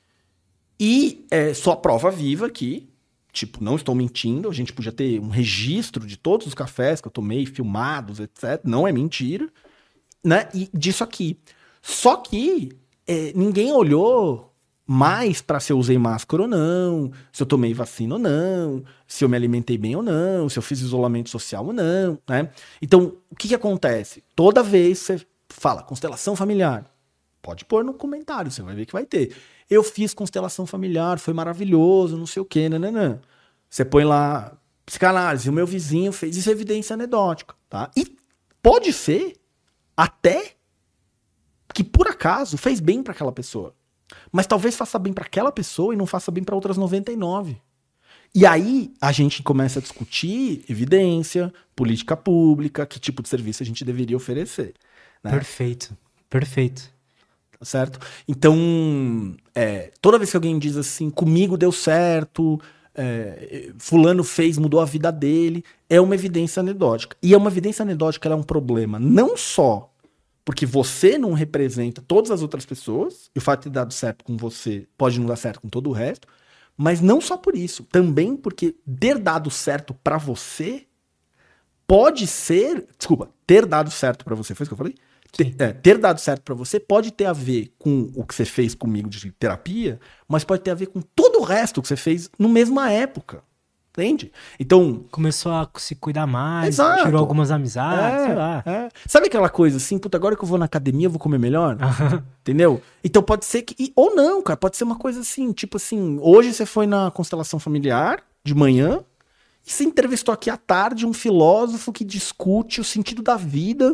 e sou a prova viva aqui. Tipo, não estou mentindo, a gente podia ter um registro de todos os cafés que eu tomei, filmados, etc. Não é mentira, né? E disso aqui. Só que ninguém olhou mais para se eu usei máscara ou não, se eu tomei vacina ou não, se eu me alimentei bem ou não, se eu fiz isolamento social ou não, né? Então, o que acontece? Toda vez você fala constelação familiar, pode pôr no comentário, você vai ver que vai ter. Eu fiz constelação familiar, foi maravilhoso, não sei o quê, nananã. Você põe lá psicanálise, o meu vizinho fez, isso é evidência anedótica, tá? E pode ser até que por acaso fez bem para aquela pessoa. Mas talvez faça bem para aquela pessoa e não faça bem para outras 99. E aí a gente começa a discutir evidência, política pública, que tipo de serviço a gente deveria oferecer. Né? Perfeito, perfeito. Certo? Então, toda vez que alguém diz assim, comigo deu certo, fulano fez, mudou a vida dele, é uma evidência anedótica. E é uma evidência anedótica, ela é um problema não só porque você não representa todas as outras pessoas, e o fato de ter dado certo com você pode não dar certo com todo o resto, mas não só por isso, também porque ter dado certo pra você pode ser... Desculpa, ter dado certo pra você, foi isso que eu falei? Ter dado certo pra você pode ter a ver com o que você fez comigo de terapia, mas pode ter a ver com todo o resto que você fez na mesma época. Entende? Então... Começou a se cuidar mais, exato. Tirou algumas amizades, sei lá. Sabe aquela coisa assim, puta, agora que eu vou na academia eu vou comer melhor? Entendeu? Então pode ser que... Ou não, cara, pode ser uma coisa assim, tipo assim, hoje você foi na constelação familiar, de manhã, e você entrevistou aqui à tarde um filósofo que discute o sentido da vida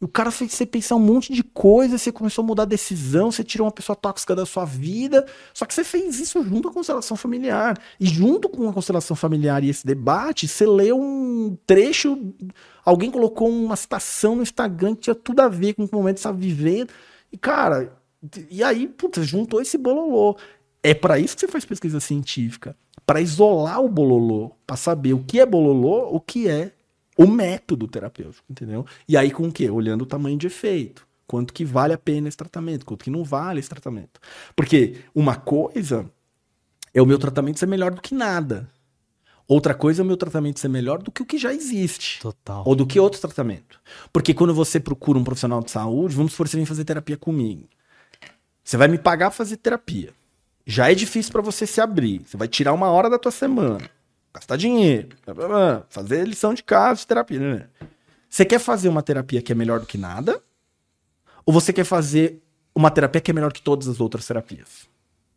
E o cara fez você pensar um monte de coisa, você começou a mudar a decisão, você tirou uma pessoa tóxica da sua vida, só que você fez isso junto com a constelação familiar. E junto com a constelação familiar e esse debate, você leu um trecho, alguém colocou uma citação no Instagram que tinha tudo a ver com o momento que você estava vivendo. E, cara, e aí, putz, juntou esse bololô. É para isso que você faz pesquisa científica. Para isolar o bololô, para saber o que é bololô, o que é o método terapêutico, entendeu? E aí com o quê? Olhando o tamanho de efeito. Quanto que vale a pena esse tratamento, quanto que não vale esse tratamento. Porque uma coisa é o meu tratamento ser melhor do que nada. Outra coisa é o meu tratamento ser melhor do que o que já existe. Total. Ou do que outro tratamento. Porque quando você procura um profissional de saúde, vamos supor que você vem fazer terapia comigo. Você vai me pagar pra fazer terapia. Já é difícil para você se abrir. Você vai tirar uma hora da tua semana. Gastar dinheiro. Fazer lição de casa de terapia. Né? Você quer fazer uma terapia que é melhor do que nada? Ou você quer fazer uma terapia que é melhor que todas as outras terapias?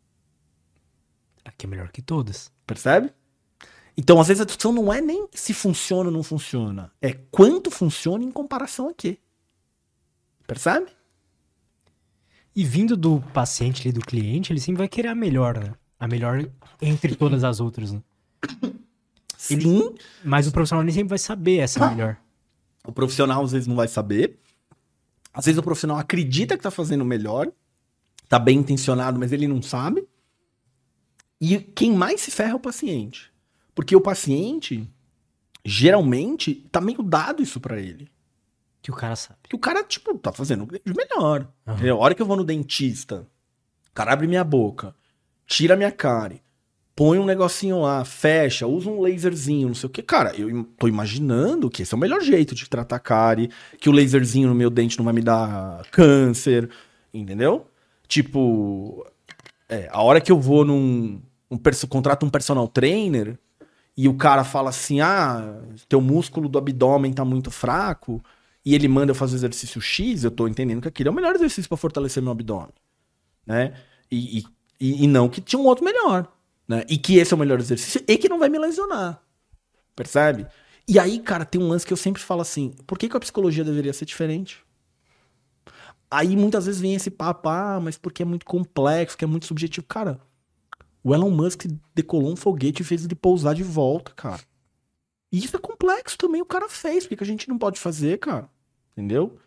Aqui é melhor que todas. Percebe? Então, às vezes, a discussão não é nem se funciona ou não funciona. É quanto funciona em comparação a quê. Percebe? E vindo do paciente ali, do cliente, ele sempre vai querer a melhor, né? A melhor entre todas as outras, né? Sim. Mas o profissional nem sempre vai saber essa melhor. O profissional, às vezes, não vai saber. Às vezes, o profissional acredita que tá fazendo melhor. Tá bem intencionado, mas ele não sabe. E quem mais se ferra é o paciente. Porque o paciente, geralmente, tá meio dado isso pra ele. Que o cara sabe. Que o cara, tipo, tá fazendo o melhor. Uhum. A hora que eu vou no dentista, o cara abre minha boca, tira minha cárie, põe um negocinho lá, fecha, usa um laserzinho, não sei o que. Cara, eu tô imaginando que esse é o melhor jeito de tratar a cárie, que o laserzinho no meu dente não vai me dar câncer, entendeu? Tipo, a hora que eu vou contrato um personal trainer e o cara fala assim, teu músculo do abdômen tá muito fraco, e ele manda eu fazer o exercício X, eu tô entendendo que aquele é o melhor exercício para fortalecer meu abdômen, né? E não que tinha um outro melhor, né? E que esse é o melhor exercício e que não vai me lesionar, percebe? E aí, cara, tem um lance que eu sempre falo assim, por que a psicologia deveria ser diferente? Aí muitas vezes vem esse papo, mas porque é muito complexo, que é muito subjetivo. Cara, o Elon Musk decolou um foguete e fez ele pousar de volta, cara. E isso é complexo também, o cara fez. Por que a gente não pode fazer, cara? Entendeu?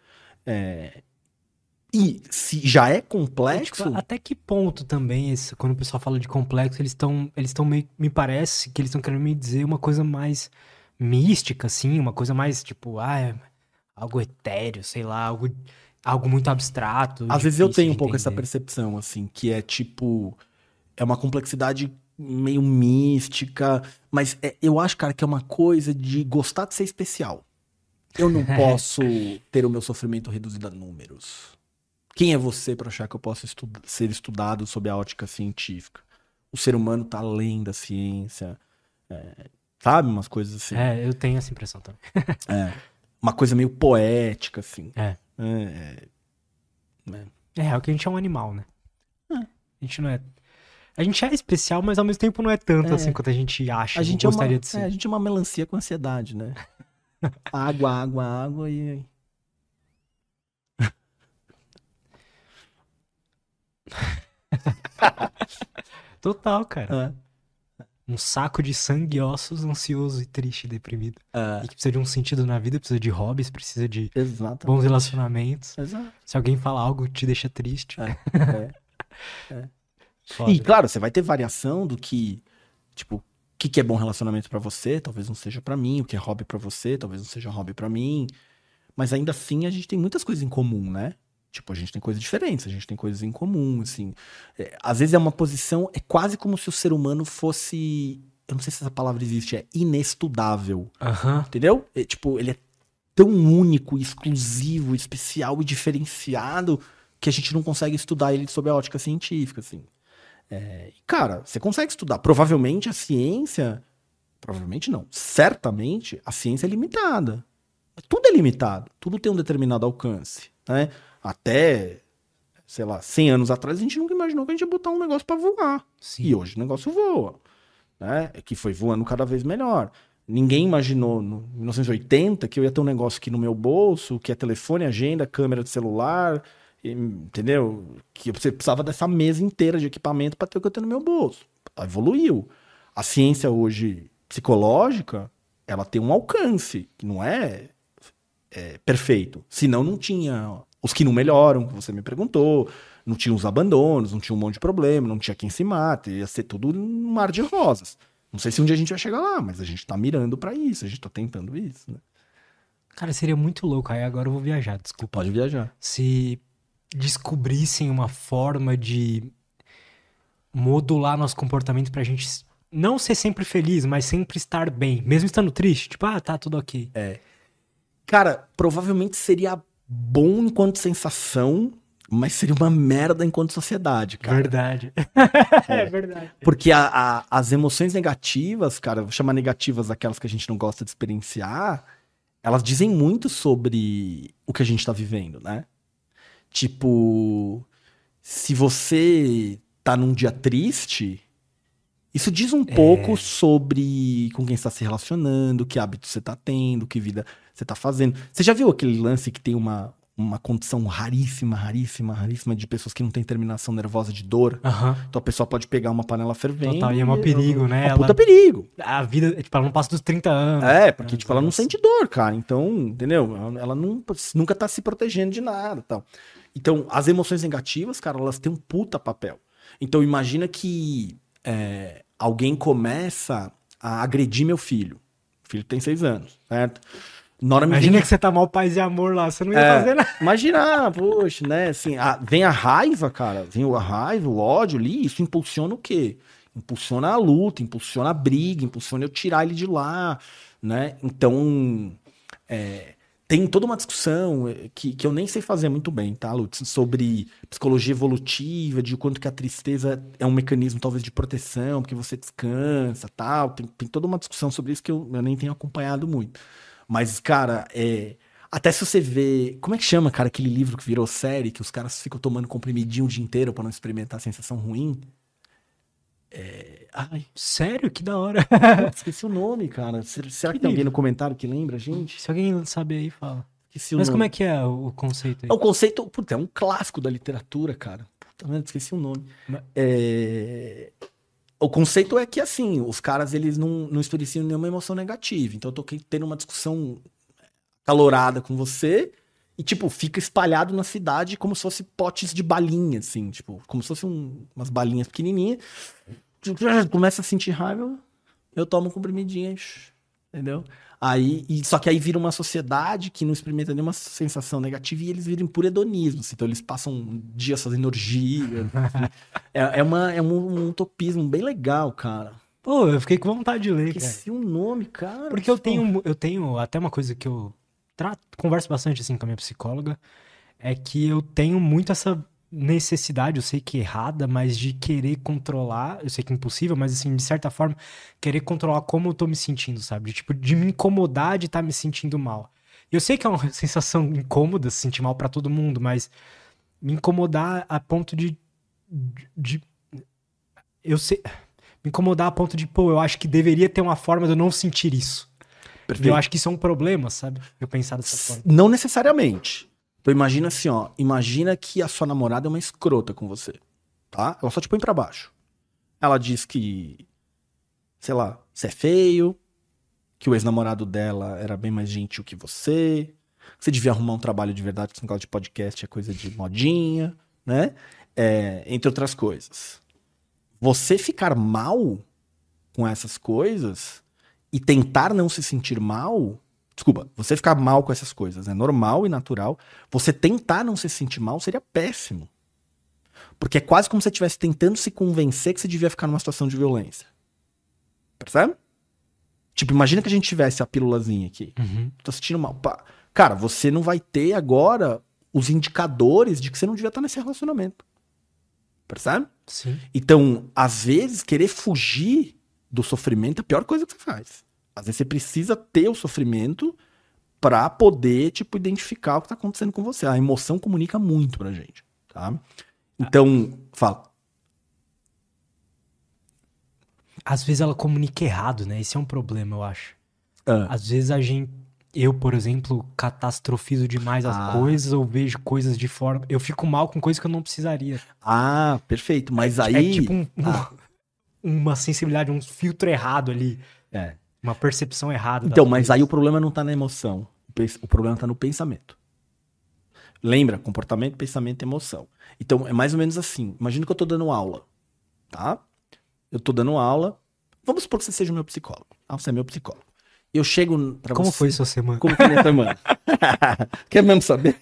E se já é complexo... Tipo, até que ponto também, quando o pessoal fala de complexo, eles estão meio... Me parece que eles estão querendo me dizer uma coisa mais mística, assim, uma coisa mais, tipo, algo etéreo, sei lá, algo muito abstrato. Às vezes eu difícil tenho de um pouco essa entender. percepção, assim, que é tipo... É uma complexidade meio mística, mas eu acho, cara, que é uma coisa de gostar de ser especial. Eu não posso ter o meu sofrimento reduzido a números. Quem é você para achar que eu posso ser estudado sob a ótica científica? O ser humano tá além da ciência, sabe? Umas coisas assim. Eu tenho essa impressão também. Uma coisa meio poética, assim. É o que a gente é um animal, né? A gente não é... A gente é especial, mas ao mesmo tempo não é tanto assim quanto a gente acha. A gente gostaria de ser. a gente é uma melancia com ansiedade, né? Água e... Total, cara. Um saco de sangue e ossos, ansioso e triste, deprimido. E que precisa de um sentido na vida, precisa de hobbies, precisa de Exatamente. bons relacionamentos. Exato. Se alguém fala algo que te deixa triste. E claro, você vai ter variação do que, tipo, o que é bom relacionamento pra você, talvez não seja pra mim, o que é hobby pra você, talvez não seja hobby pra mim. Mas ainda assim a gente tem muitas coisas em comum, né? Tipo, a gente tem coisas diferentes, a gente tem coisas em comum, assim. Às vezes é uma posição, é quase como se o ser humano fosse, eu não sei se essa palavra existe, é inestudável. Entendeu? Tipo, ele é tão único, exclusivo, especial e diferenciado que a gente não consegue estudar ele sob a ótica científica, assim. Cara, você consegue estudar. Provavelmente a ciência... Provavelmente não. Certamente a ciência é limitada. Tudo é limitado. Tudo tem um determinado alcance, né? Até, sei lá, 100 anos atrás a gente nunca imaginou que a gente ia botar um negócio pra voar. Sim. E hoje o negócio voa, né? Que foi voando cada vez melhor. Ninguém imaginou no 1980 que eu ia ter um negócio aqui no meu bolso, que é telefone, agenda, câmera de celular, entendeu? Que você precisava dessa mesa inteira de equipamento para ter o que eu tenho no meu bolso. Evoluiu. A ciência hoje psicológica, ela tem um alcance, que não é perfeito. Senão não tinha os que não melhoram, que você me perguntou, não tinha os abandonos, não tinha um monte de problema, não tinha quem se mata, ia ser tudo um mar de rosas. Não sei se um dia a gente vai chegar lá, mas a gente tá mirando pra isso, a gente tá tentando isso, né? Cara, seria muito louco. Aí agora eu vou viajar, desculpa. Pode viajar. Se descobrissem uma forma de modular nosso comportamento pra gente não ser sempre feliz, mas sempre estar bem, mesmo estando triste. Tipo, tá tudo ok. Cara, provavelmente seria bom enquanto sensação, mas seria uma merda enquanto sociedade, cara. Verdade. É verdade. Porque as emoções negativas, cara, vou chamar negativas aquelas que a gente não gosta de experienciar, elas dizem muito sobre o que a gente tá vivendo, né? Tipo, se você tá num dia triste, isso diz um pouco sobre com quem está se relacionando, que hábitos você tá tendo, que vida você tá fazendo. Você já viu aquele lance que tem uma condição raríssima de pessoas que não têm terminação nervosa de dor? Aham. Então a pessoa pode pegar uma panela fervendo. Total, e é maior perigo, né? É um puta perigo. A vida, tipo, ela não passa dos 30 anos. Porque tipo, ela não sente dor, cara. Então, entendeu? Ela nunca tá se protegendo de nada e tal. Então, as emoções negativas, cara, elas têm um puta papel. Então, imagina que alguém começa a agredir meu filho. O filho tem 6 anos, certo? Imagina que você tá mal paz e amor lá, você não ia fazer nada. Imagina, poxa, né? Assim, vem a raiva, cara. Vem a raiva, o ódio ali. Isso impulsiona o quê? Impulsiona a luta, impulsiona a briga, impulsiona eu tirar ele de lá, né? Então, tem toda uma discussão que eu nem sei fazer muito bem, tá, Lutz? Sobre psicologia evolutiva, de quanto que a tristeza é um mecanismo, talvez, de proteção, porque você descansa, tal. Tem toda uma discussão sobre isso que eu nem tenho acompanhado muito. Mas, cara, até se você vê... Como é que chama, cara, aquele livro que virou série, que os caras ficam tomando comprimidinho o dia inteiro pra não experimentar a sensação ruim? Ai, Sério? Que da hora. esqueci o nome, cara. Será que tem alguém no comentário que lembra, gente? Se alguém sabe aí, fala. Esqueci o Mas nome. como é que é o conceito aí? O conceito, puta, é um clássico da literatura, cara. Puta merda, esqueci o nome. O conceito é que, assim, os caras, eles não experienciam nenhuma emoção negativa. Então, eu tô tendo uma discussão calorada com você e, tipo, fica espalhado na cidade como se fosse potes de balinha, assim. Tipo, como se fossem umas balinhas pequenininhas. Começa a sentir raiva, eu tomo um comprimidinho, entendeu? Só que aí vira uma sociedade que não experimenta nenhuma sensação negativa e eles viram puro hedonismo. Então eles passam dias fazendo orgia. É um utopismo bem legal, cara. Pô, eu fiquei com vontade de ler, Esqueci o nome, cara. Porque eu tenho até uma coisa que eu converso bastante assim com a minha psicóloga, é que eu tenho muito essa necessidade, eu sei que é errada, mas de querer controlar, eu sei que é impossível, mas assim, de certa forma, querer controlar como eu tô me sentindo, sabe? De me incomodar de estar me sentindo mal. Eu sei que é uma sensação incômoda se sentir mal pra todo mundo, mas me incomodar a ponto de eu sei, me incomodar a ponto de, eu acho que deveria ter uma forma de eu não sentir isso. Perfeito. E eu acho que isso é um problema, sabe? Eu pensar dessa forma. Não necessariamente. Então imagina assim, ó. Imagina que a sua namorada é uma escrota com você, tá? Ela só te põe pra baixo. Ela diz que, sei lá, você é feio, que o ex-namorado dela era bem mais gentil que você devia arrumar um trabalho de verdade, que esse negócio de podcast é coisa de modinha, né? Entre outras coisas. Você ficar mal com essas coisas e tentar não se sentir mal... Desculpa, você ficar mal com essas coisas é normal e natural. Você tentar não se sentir mal seria péssimo. Porque é quase como se você estivesse tentando se convencer que você devia ficar numa situação de violência. Percebe? Tipo, imagina que a gente tivesse a pílulazinha aqui. Uhum. Tô sentindo mal. Pá. Cara, você não vai ter agora os indicadores de que você não devia estar nesse relacionamento. Percebe? Sim. Então, às vezes, querer fugir do sofrimento é a pior coisa que você faz. Às vezes você precisa ter o sofrimento pra poder, tipo, identificar o que tá acontecendo com você. A emoção comunica muito pra gente, tá? Então, fala. Às vezes ela comunica errado, né? Esse é um problema, eu acho. Às vezes eu, por exemplo, catastrofizo demais as coisas, ou vejo coisas de forma... Eu fico mal com coisas que eu não precisaria. Ah, perfeito. Mas É aí... tipo uma sensibilidade, um filtro errado ali. É. Uma percepção errada. Então, das mas coisas. aí o problema não tá na emoção. O problema tá no pensamento. Lembra? Comportamento, pensamento e emoção. Então, é mais ou menos assim. Imagina que eu tô dando aula, tá? Eu tô dando aula. Vamos supor que você seja o meu psicólogo. Ah, você é meu psicólogo. Eu chego pra Como você... foi sua semana? Como foi minha semana? Quer mesmo saber?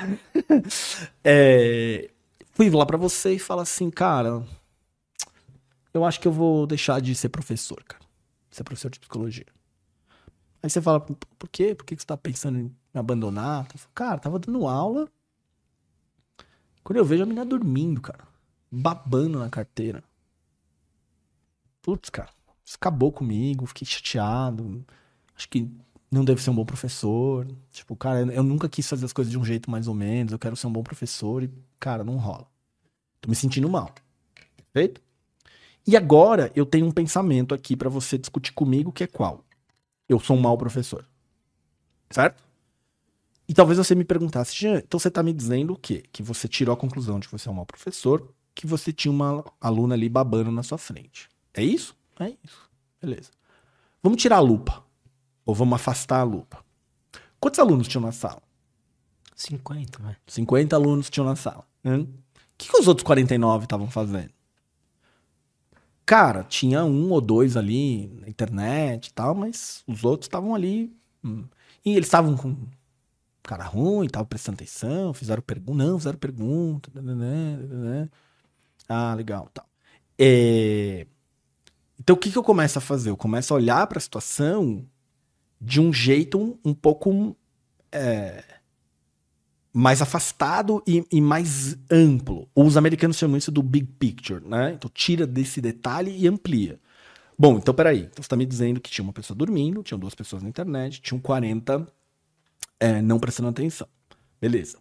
Fui lá pra você e falo assim, cara, eu acho que eu vou deixar de ser professor, cara. Ser professor de psicologia. Aí você fala, por quê? Por que você tá pensando em me abandonar? Eu falo, cara, tava dando aula. Quando eu vejo a menina dormindo, cara. Babando na carteira. Putz, cara. Isso acabou comigo. Fiquei chateado. Acho que não deve ser um bom professor. Tipo, cara, eu nunca quis fazer as coisas de um jeito mais ou menos. Eu quero ser um bom professor e, cara, não rola. Tô me sentindo mal. Perfeito? E agora eu tenho um pensamento aqui pra você discutir comigo, que é qual? Eu sou um mau professor. Certo? E talvez você me perguntasse, Jean, então você tá me dizendo o quê? Que você tirou a conclusão de que você é um mau professor, que você tinha uma aluna ali babando na sua frente. É isso? É isso. Beleza. Vamos tirar a lupa. Ou vamos afastar a lupa. Quantos alunos tinham na sala? 50, velho. 50 alunos tinham na sala. O que os outros 49 estavam fazendo? Cara, tinha um ou dois ali na internet e tal, mas os outros estavam ali. E eles estavam com cara ruim, estavam prestando atenção, fizeram pergunta. Ah, legal, tal. Então o que eu começo a fazer? Eu começo a olhar para a situação de um jeito um pouco mais afastado e mais amplo. Os americanos chamam isso do big picture, né? Então tira desse detalhe e amplia. Bom, então peraí. Então você está me dizendo que tinha uma pessoa dormindo, tinham 2 pessoas na internet, tinham 40 não prestando atenção. Beleza.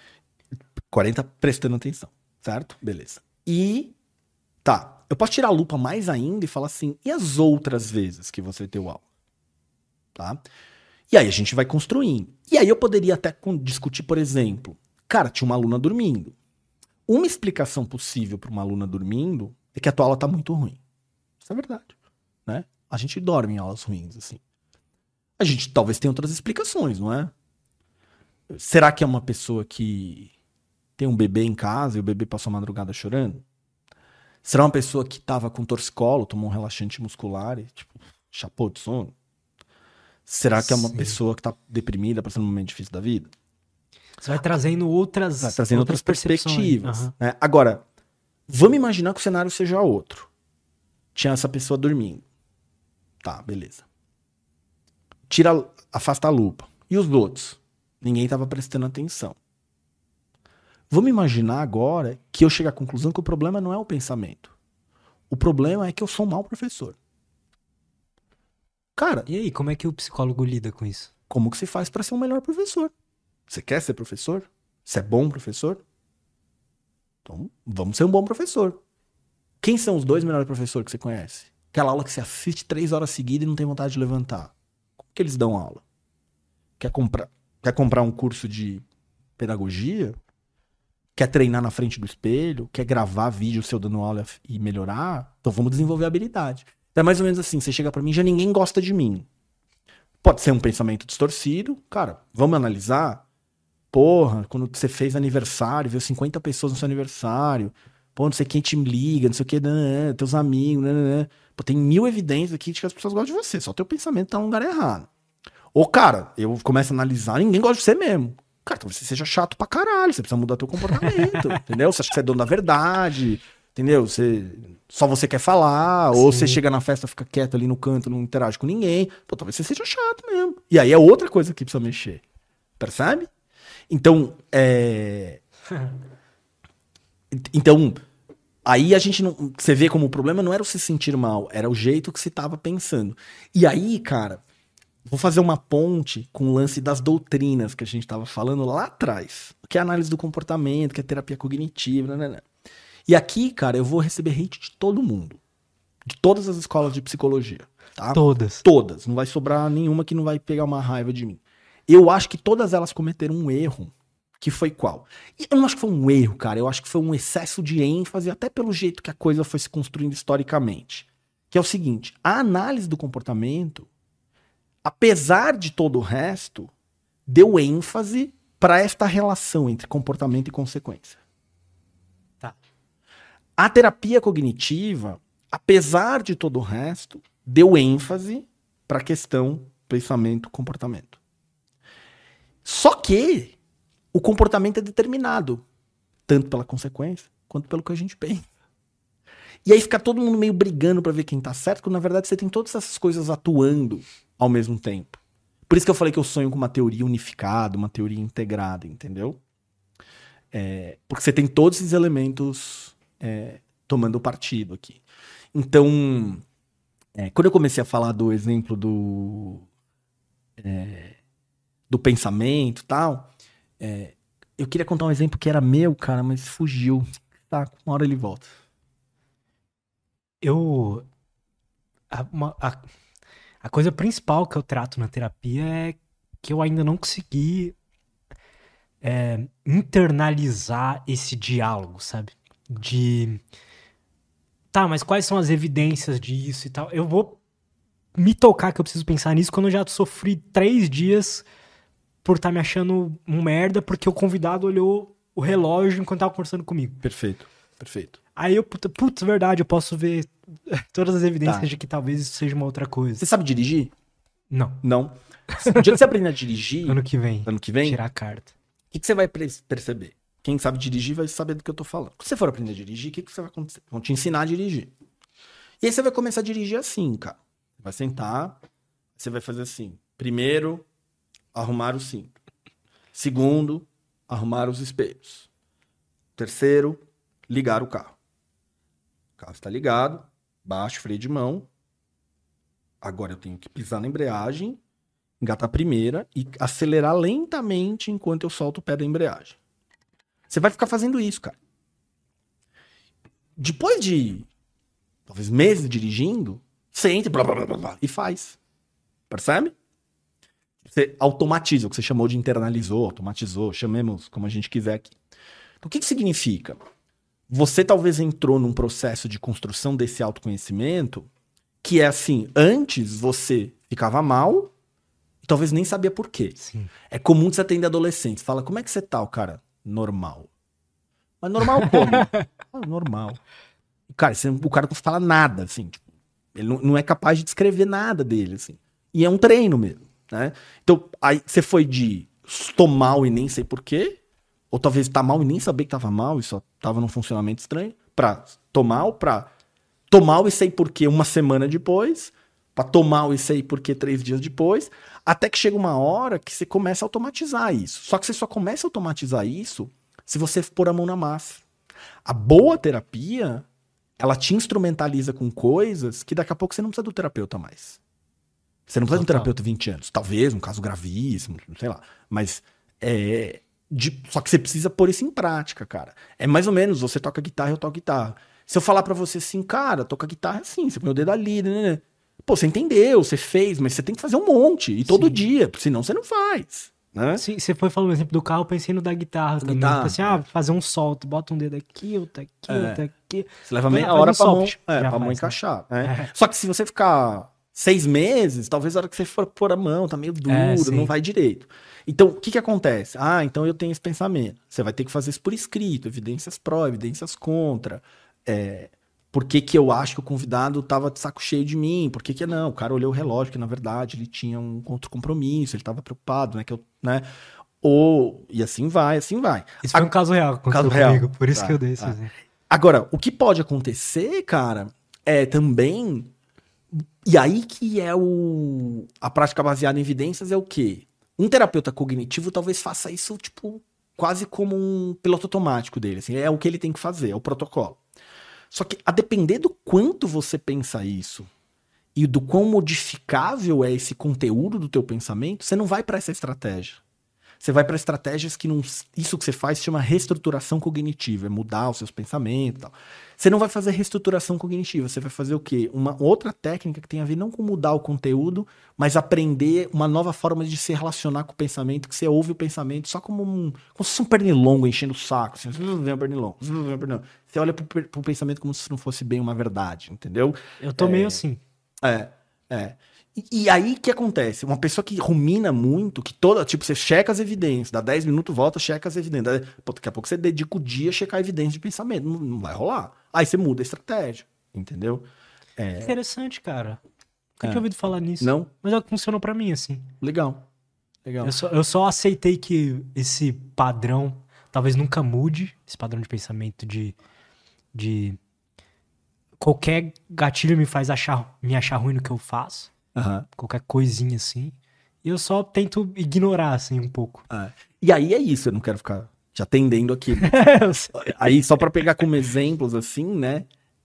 40 prestando atenção, certo? Beleza. E tá, eu posso tirar a lupa mais ainda e falar assim, e as outras vezes que você deu aula? Tá? E aí a gente vai construindo. E aí eu poderia até discutir, por exemplo, cara, tinha uma aluna dormindo. Uma explicação possível para uma aluna dormindo é que a tua aula tá muito ruim. Isso é verdade, né? A gente dorme em aulas ruins, assim. A gente talvez tenha outras explicações, não é? Será que é uma pessoa que tem um bebê em casa e o bebê passou a madrugada chorando? Será uma pessoa que tava com torcicolo, tomou um relaxante muscular e, tipo, chapou de sono? Será que é uma pessoa que tá deprimida, passando um momento difícil da vida? Você vai trazendo outras perspectivas. Uhum. Né? Agora, vamos imaginar que o cenário seja outro. Tinha essa pessoa dormindo. Tá, beleza. Afasta a lupa. E os outros? Ninguém tava prestando atenção. Vamos imaginar agora que eu chego à conclusão que o problema não é o pensamento. O problema é que eu sou um mau professor. Cara... E aí, como é que o psicólogo lida com isso? Como que se faz para ser um melhor professor? Você quer ser professor? Você é bom professor? Então, vamos ser um bom professor. Quem são os 2 melhores professores que você conhece? Aquela aula que você assiste 3 horas seguidas e não tem vontade de levantar. Como que eles dão aula? Quer comprar um curso de pedagogia? Quer treinar na frente do espelho? Quer gravar vídeo seu dando aula e melhorar? Então vamos desenvolver a habilidade. Então é mais ou menos assim, você chega pra mim, já ninguém gosta de mim. Pode ser um pensamento distorcido. Cara, vamos analisar? Porra, quando você fez aniversário, viu 50 pessoas no seu aniversário. Pô, não sei quem te liga, não sei o que, teus amigos, Pô, tem 1000 evidências aqui de que as pessoas gostam de você. Só teu pensamento tá no lugar errado. Ou, cara, eu começo a analisar, ninguém gosta de você mesmo. Cara, talvez você seja chato pra caralho, você precisa mudar teu comportamento, entendeu? Você acha que você é dono da verdade, entendeu? Só você quer falar, ou você chega na festa, fica quieto ali no canto, não interage com ninguém. Pô, talvez você seja chato mesmo. E aí é outra coisa que precisa mexer. Percebe? Então, Então, aí a gente não... Você vê como o problema não era o se sentir mal, era o jeito que se tava pensando. E aí, cara, vou fazer uma ponte com o lance das doutrinas que a gente tava falando lá atrás. Que é a análise do comportamento, que é terapia cognitiva, E aqui, cara, eu vou receber hate de todo mundo. De todas as escolas de psicologia, tá? Todas. Todas. Não vai sobrar nenhuma que não vai pegar uma raiva de mim. Eu acho que todas elas cometeram um erro, que foi qual? E eu não acho que foi um erro, cara. Eu acho que foi um excesso de ênfase, até pelo jeito que a coisa foi se construindo historicamente. Que é o seguinte, a análise do comportamento, apesar de todo o resto, deu ênfase para esta relação entre comportamento e consequência. Tá. A terapia cognitiva, apesar de todo o resto, deu ênfase para a questão pensamento-comportamento. Só que o comportamento é determinado, tanto pela consequência, quanto pelo que a gente pensa. E aí fica todo mundo meio brigando para ver quem tá certo, quando na verdade você tem todas essas coisas atuando ao mesmo tempo. Por isso que eu falei que eu sonho com uma teoria unificada, uma teoria integrada, entendeu? Porque você tem todos esses elementos tomando partido aqui. Então, quando eu comecei a falar do exemplo do pensamento e tal, eu queria contar um exemplo que era meu, cara, mas fugiu. Tá, uma hora ele volta. A coisa principal que eu trato na terapia é que eu ainda não consegui internalizar esse diálogo, sabe? Tá, mas quais são as evidências disso e tal? Eu vou me tocar que eu preciso pensar nisso quando eu já sofri 3 dias por estar me achando um merda porque o convidado olhou o relógio enquanto tava conversando comigo. Perfeito. Aí eu, putz, verdade, eu posso ver todas as evidências de que talvez isso seja uma outra coisa. Você sabe dirigir? Não. Não. O dia que você aprender a dirigir... Ano que vem. Tirar a carta. O que você vai perceber? Quem sabe dirigir vai saber do que eu tô falando. Quando você for aprender a dirigir, o que vai acontecer? Vão te ensinar a dirigir. E aí você vai começar a dirigir assim, cara. Vai sentar, você vai fazer assim. Primeiro, arrumar o cinto. Segundo, arrumar os espelhos. Terceiro, ligar o carro. O carro está ligado, baixo, freio de mão. Agora eu tenho que pisar na embreagem, engatar a primeira e acelerar lentamente enquanto eu solto o pé da embreagem. Você vai ficar fazendo isso, cara. Depois de, talvez, meses dirigindo, você entra blá, blá, blá, blá, e faz. Percebe? Você automatiza, o que você chamou de internalizou, automatizou, chamemos como a gente quiser aqui. Então, o que significa? Você talvez entrou num processo de construção desse autoconhecimento que é assim, antes você ficava mal e talvez nem sabia por quê. Sim. É comum você atender adolescentes. Fala, como é que você tá? O cara, normal. Mas normal como? Normal. Cara, o cara não fala nada, assim. Tipo, ele não é capaz de descrever nada dele, assim. E é um treino mesmo, né? Então, aí você foi de tô mal e nem sei por quê, ou talvez tá mal e nem saber que tava mal e só tava num funcionamento estranho, pra tomar e sei por quê uma semana depois, pra tomar e sei por quê 3 dias depois, até que chega uma hora que você começa a automatizar isso. Só que você só começa a automatizar isso se você pôr a mão na massa. A boa terapia, ela te instrumentaliza com coisas que daqui a pouco você não precisa do terapeuta mais. Você não precisa de um terapeuta 20 anos. Talvez, um caso gravíssimo, sei lá. Mas só que você precisa pôr isso em prática, cara. É mais ou menos, você toca guitarra, eu toco guitarra. Se eu falar pra você assim, cara, toca guitarra assim, você põe o dedo ali, né? Pô, você entendeu, você fez, mas você tem que fazer um monte. E todo dia, senão você não faz. Né? Sim, você foi falando o exemplo do carro, eu pensei no da guitarra também. Tipo assim, fazer um solto, bota um dedo aqui, outro aqui, outro aqui. Você leva meia hora pra mão encaixar. Né? Só que se você ficar 6 meses, talvez a hora que você for pôr a mão, tá meio duro, não vai direito. Então, o que acontece? Então eu tenho esse pensamento. Você vai ter que fazer isso por escrito, evidências pró, evidências contra. Por que eu acho que o convidado tava de saco cheio de mim? Por que não? O cara olhou o relógio, que na verdade ele tinha um outro compromisso, ele tava preocupado, né? E assim vai. Isso foi um caso real que aconteceu comigo, por isso que eu dei esse exemplo. Agora, o que pode acontecer, cara, é também... E aí que é a prática baseada em evidências é o quê? Um terapeuta cognitivo talvez faça isso, tipo, quase como um piloto automático dele. Assim, é o que ele tem que fazer, é o protocolo. Só que, a depender do quanto você pensa isso e do quão modificável é esse conteúdo do teu pensamento, você não vai para essa estratégia. você vai para estratégias que não... Isso que você faz se chama reestruturação cognitiva, é mudar os seus pensamentos e tal. Você não vai fazer reestruturação cognitiva, você vai fazer o quê? Uma outra técnica que tem a ver não com mudar o conteúdo, mas aprender uma nova forma de se relacionar com o pensamento, que você ouve o pensamento só como se fosse um pernilongo enchendo o saco. Assim, vem um pernilongo, vem um pernilongo. Você olha pro pensamento como se não fosse bem uma verdade, entendeu? Eu tô meio assim. E aí, o que acontece? Uma pessoa que rumina muito, que tipo, você checa as evidências, dá 10 minutos, volta, checa as evidências. Pô, daqui a pouco você dedica o dia a checar a evidência de pensamento. Não vai rolar. Aí você muda a estratégia, entendeu? Interessante, cara. Nunca tinha ouvido falar nisso. Não? Mas é o que funcionou pra mim, assim. Legal. Eu só aceitei que esse padrão talvez nunca mude, esse padrão de pensamento de qualquer gatilho me faz me achar ruim no que eu faço. Qualquer coisinha assim. E eu só tento ignorar, assim, um pouco. E aí é isso, eu não quero ficar te atendendo aqui. Aí, só pra pegar como exemplos, assim, né?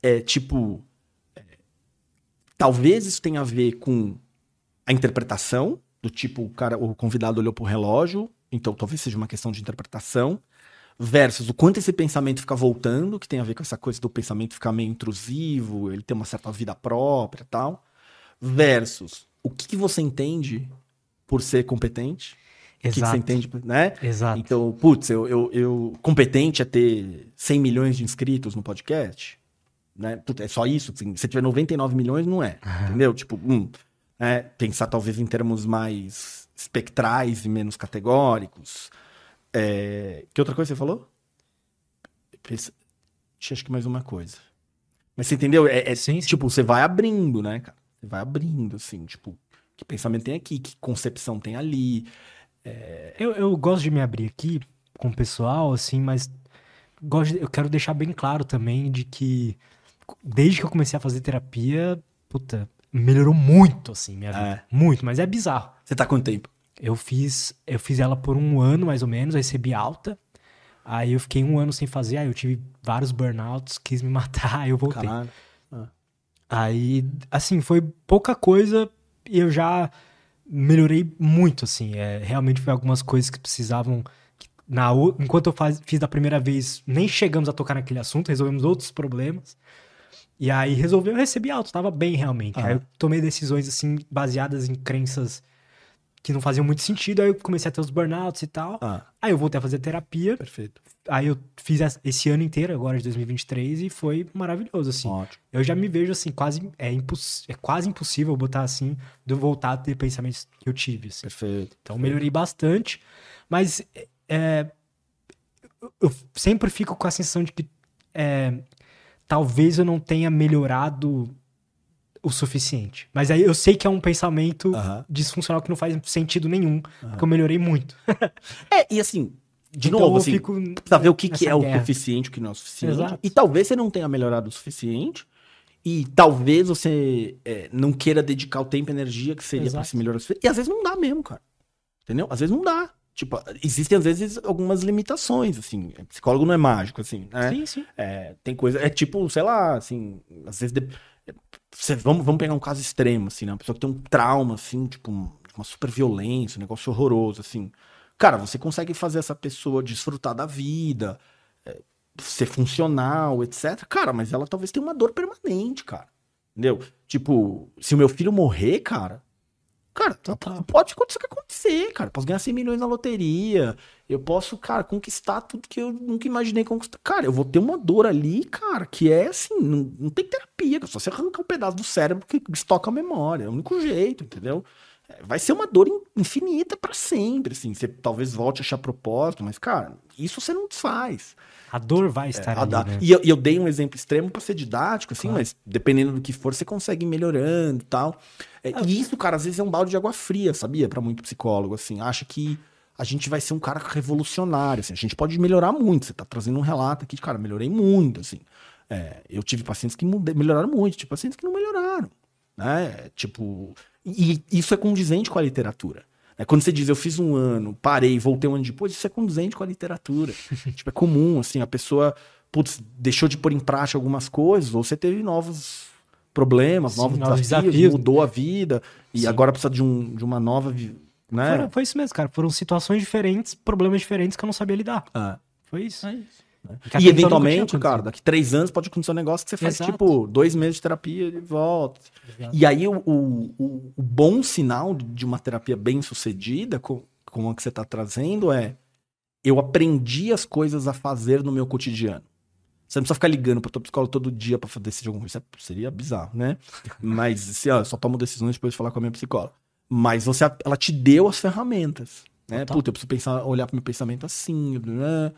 Talvez isso tenha a ver com a interpretação, do tipo, o convidado olhou pro relógio, então talvez seja uma questão de interpretação, versus o quanto esse pensamento fica voltando, que tem a ver com essa coisa do pensamento ficar meio intrusivo, ele ter uma certa vida própria e tal. Versus o que você entende por ser competente. Exato. O que você entende, né? Exato. Então, putz, eu competente é ter 100 milhões de inscritos no podcast, né? Putz, é só isso. Assim, se tiver 99 milhões, não é. Entendeu? Tipo, pensar talvez em termos mais espectrais e menos categóricos. Que outra coisa você falou? Acho que mais uma coisa. Mas você entendeu? Sim. Tipo, você vai abrindo, né, cara? Você vai abrindo, assim, tipo, que pensamento tem aqui, que concepção tem ali. Eu gosto de me abrir aqui com o pessoal, assim, mas eu quero deixar bem claro também de que desde que eu comecei a fazer terapia, puta, melhorou muito, assim, minha vida. Muito, mas é bizarro. Você tá há quanto tempo? Eu fiz ela por 1 ano, mais ou menos, eu recebi alta. Aí eu fiquei 1 ano sem fazer, aí eu tive vários burnouts, quis me matar, aí eu voltei. Caralho. Aí, assim, foi pouca coisa e eu já melhorei muito, assim. Realmente foi algumas coisas que precisavam... Enquanto eu fiz da primeira vez, nem chegamos a tocar naquele assunto, resolvemos outros problemas. E aí eu recebi alta, tava bem realmente. Aí eu tomei decisões, assim, baseadas em crenças que não faziam muito sentido, aí eu comecei a ter os burnouts e tal. Aí eu voltei a fazer terapia. Perfeito. Aí eu fiz esse ano inteiro, agora de 2023, e foi maravilhoso, assim. Ótimo. Eu já me vejo, assim, é quase impossível botar, assim, de eu voltar a ter pensamentos que eu tive, assim. Perfeito. Então, melhorei bastante, mas eu sempre fico com a sensação de que talvez eu não tenha melhorado o suficiente. Mas aí eu sei que é um pensamento disfuncional que não faz sentido nenhum, porque eu melhorei muito. E assim, de Então novo, eu assim, fico precisa ver o que é guerra. o suficiente, o que não é o suficiente. Exato. E talvez você não tenha melhorado o suficiente, e talvez você não queira dedicar o tempo e energia que seria pra se melhorar o suficiente. E às vezes não dá mesmo, cara. Entendeu? Às vezes não dá. Tipo, existem às vezes algumas limitações, assim. Psicólogo não é mágico, assim, né? Sim. Tem coisa... tipo, sei lá, assim... Às vezes... Vamos pegar um caso extremo, assim, né? Uma pessoa que tem um trauma, assim, tipo, uma super violência, um negócio horroroso, assim. Cara, você consegue fazer essa pessoa desfrutar da vida, ser funcional, etc. Cara, mas ela talvez tenha uma dor permanente, cara. Entendeu? Tipo, se o meu filho morrer, cara, pode acontecer o que acontecer, cara. Posso ganhar 100 milhões na loteria. Eu posso, cara, conquistar tudo que eu nunca imaginei conquistar. Cara, eu vou ter uma dor ali, cara, que é assim, não tem terapia. Só você arrancar um pedaço do cérebro que estoca a memória. É o único jeito, entendeu? Vai ser uma dor infinita pra sempre, assim. Você talvez volte a achar propósito, mas, cara, isso você não desfaz. A dor vai estar ali, né? E eu dei um exemplo extremo pra ser didático, assim, mas dependendo do que for, você consegue ir melhorando e tal. E isso, cara, às vezes é um balde de água fria, sabia? Pra muito psicólogo, assim. Acha que a gente vai ser um cara revolucionário, assim. A gente pode melhorar muito. Você tá trazendo um relato aqui de, cara, melhorei muito, assim. Eu tive pacientes que melhoraram muito, tive pacientes que não melhoraram, né? Tipo... E isso é condizente com a literatura. Quando você diz, eu fiz 1 ano, parei, voltei 1 ano depois, isso é condizente com a literatura. Tipo, é comum, assim, a pessoa, deixou de pôr em prática algumas coisas, ou você teve novos problemas, novos desafios, mudou a vida, e agora precisa de uma nova né? Foi isso mesmo, cara. Foram situações diferentes, problemas diferentes que eu não sabia lidar. Foi isso. É isso. Né? Que E até então nunca tinha eventualmente, acontecido. cara, daqui 3 anos pode acontecer um negócio que você faz, Exato. tipo, 2 meses de terapia e volta. Exato. E aí, o bom sinal de uma terapia bem sucedida, como a que você tá trazendo, é eu aprendi as coisas a fazer no meu cotidiano. Você não precisa ficar ligando pra tua psicóloga todo dia pra decidir alguma coisa. Isso seria bizarro, né? Mas, assim, ó, eu só tomo decisões depois de falar com a minha psicóloga. Mas ela te deu as ferramentas, né? Total. Puta, eu preciso olhar pro meu pensamento assim, né?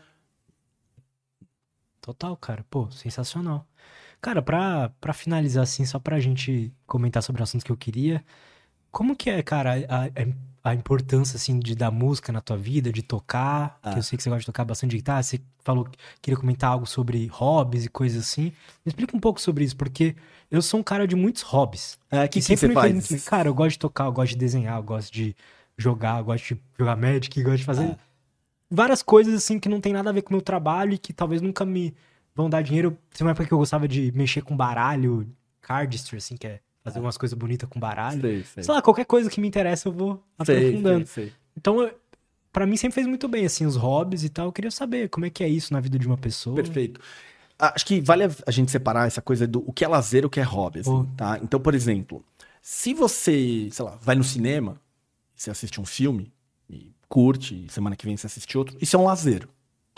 Total, cara. Pô, sensacional. Cara, pra finalizar assim, só pra gente comentar sobre o assunto que eu queria, como que é, cara, a importância, assim, da música na tua vida, de tocar, que eu sei que você gosta de tocar bastante guitarra, você falou que queria comentar algo sobre hobbies e coisas assim. Me explica um pouco sobre isso, porque eu sou um cara de muitos hobbies. O que E sempre você me fez faz? muito bem. Cara, eu gosto de tocar, eu gosto de desenhar, eu gosto de jogar, eu gosto de jogar Magic, eu gosto de fazer várias coisas assim que não tem nada a ver com o meu trabalho e que talvez nunca me vão dar dinheiro. Tem uma época que eu gostava de mexer com baralho, cardistry, assim, que é fazer umas coisas bonitas com baralho. Sei lá, qualquer coisa que me interessa eu vou aprofundando. Sei. Então, pra mim sempre fez muito bem, assim, os hobbies e tal. Eu queria saber como é que é isso na vida de uma pessoa. Perfeito. Acho que vale a gente separar essa coisa do o que é lazer e o que é hobby, assim, tá? Então, por exemplo, se você, sei lá, vai no cinema, você assiste um filme e curte, e semana que vem você assiste outro, isso é um lazer.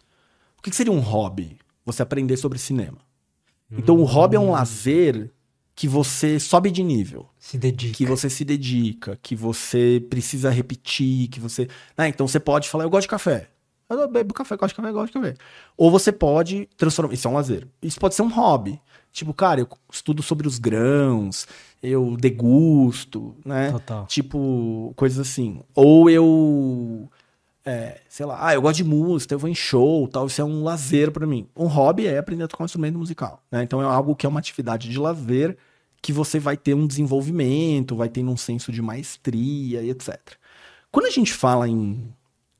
O que seria um hobby? Você aprender sobre cinema. Então, o hobby é um lazer que você sobe de nível. Se dedica. Que você se dedica, que você precisa repetir, que você... então você pode falar, eu gosto de café. Eu bebo café, gosto de café. Ou você pode transformar... Isso é um lazer. Isso pode ser um hobby. Tipo, cara, eu estudo sobre os grãos, eu degusto, né? Total. Tipo, coisas assim. Ou eu... sei lá, eu gosto de música, eu vou em show, tal, isso é um lazer pra mim. Um hobby é aprender a tocar um instrumento musical, né? Então é algo que é uma atividade de lazer que você vai ter um desenvolvimento, vai ter um senso de maestria e etc. Quando a gente fala em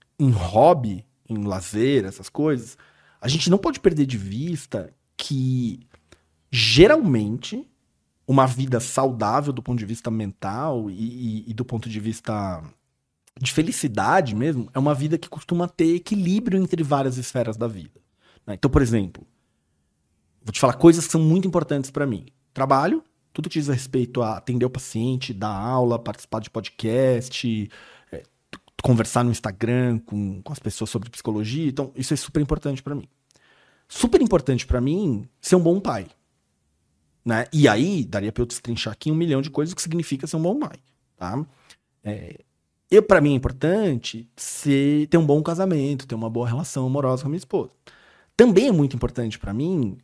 hobby, em lazer, essas coisas, a gente não pode perder de vista que geralmente uma vida saudável do ponto de vista mental e do ponto de vista de felicidade mesmo, é uma vida que costuma ter equilíbrio entre várias esferas da vida. Né? Então, por exemplo, vou te falar coisas que são muito importantes para mim. Trabalho, tudo que diz respeito a atender o paciente, dar aula, participar de podcast, conversar no Instagram com as pessoas sobre psicologia. Então, isso é super importante para mim. Super importante para mim ser um bom pai. Né? E aí, daria para eu destrinchar aqui 1 milhão de coisas que significa ser um bom pai. Tá? Para mim é importante ter um bom casamento, ter uma boa relação amorosa com a minha esposa. Também é muito importante para mim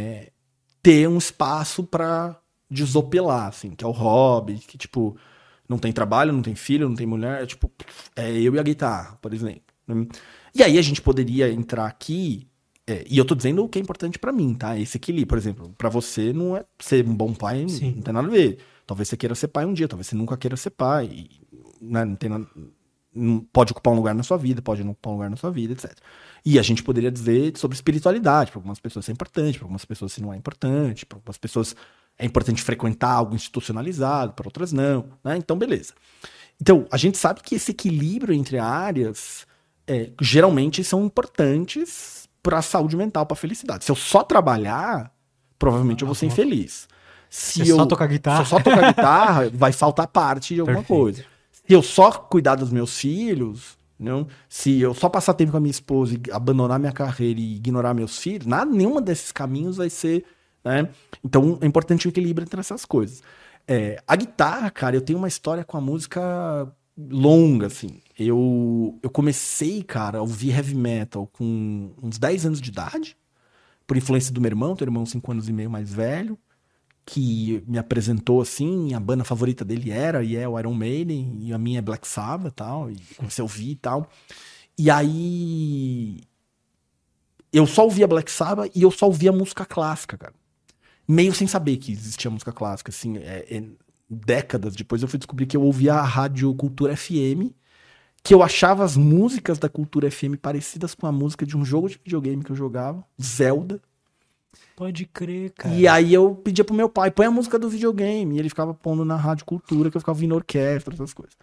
ter um espaço para desopilar, assim, que é o hobby, que, tipo, não tem trabalho, não tem filho, não tem mulher, tipo, eu e a guitarra, por exemplo. E aí a gente poderia entrar aqui, e eu tô dizendo o que é importante para mim, tá? Esse equilíbrio, por exemplo, para você não é ser um bom pai, Sim. Não tem nada a ver. Talvez você queira ser pai um dia, talvez você nunca queira ser pai, né? Não tem nada, pode ocupar um lugar na sua vida, pode não ocupar um lugar na sua vida, etc. E a gente poderia dizer sobre espiritualidade, para algumas pessoas isso é importante, para algumas pessoas isso não é importante, para algumas pessoas é importante frequentar algo institucionalizado, para outras não, né? Então, beleza. Então, a gente sabe que esse equilíbrio entre áreas geralmente são importantes para a saúde mental, para a felicidade. Se eu só trabalhar, provavelmente eu vou ser infeliz. Se eu só tocar guitarra. Se eu só tocar guitarra, vai faltar parte de alguma coisa. Se eu só cuidar dos meus filhos, não? Se eu só passar tempo com a minha esposa e abandonar minha carreira e ignorar meus filhos, nenhum desses caminhos vai ser... Né? Então é importante o equilíbrio entre essas coisas. A guitarra, cara, eu tenho uma história com a música longa, assim. Eu comecei, cara, a ouvir heavy metal com uns 10 anos de idade, por influência do meu irmão, teu irmão 5 anos e meio mais velho, que me apresentou assim, a banda favorita dele era e é o Iron Maiden, e a minha é Black Sabbath e tal, e comecei a ouvir e tal. E aí eu só ouvia Black Sabbath e eu só ouvia música clássica, cara. Meio sem saber que existia música clássica, assim, décadas depois eu fui descobrir que eu ouvia a Rádio Cultura FM, que eu achava as músicas da Cultura FM parecidas com a música de um jogo de videogame que eu jogava, Zelda. Pode crer, cara. E aí eu pedia pro meu pai, põe a música do videogame, e ele ficava pondo na Rádio Cultura, que eu ficava ouvindo orquestra, essas coisas.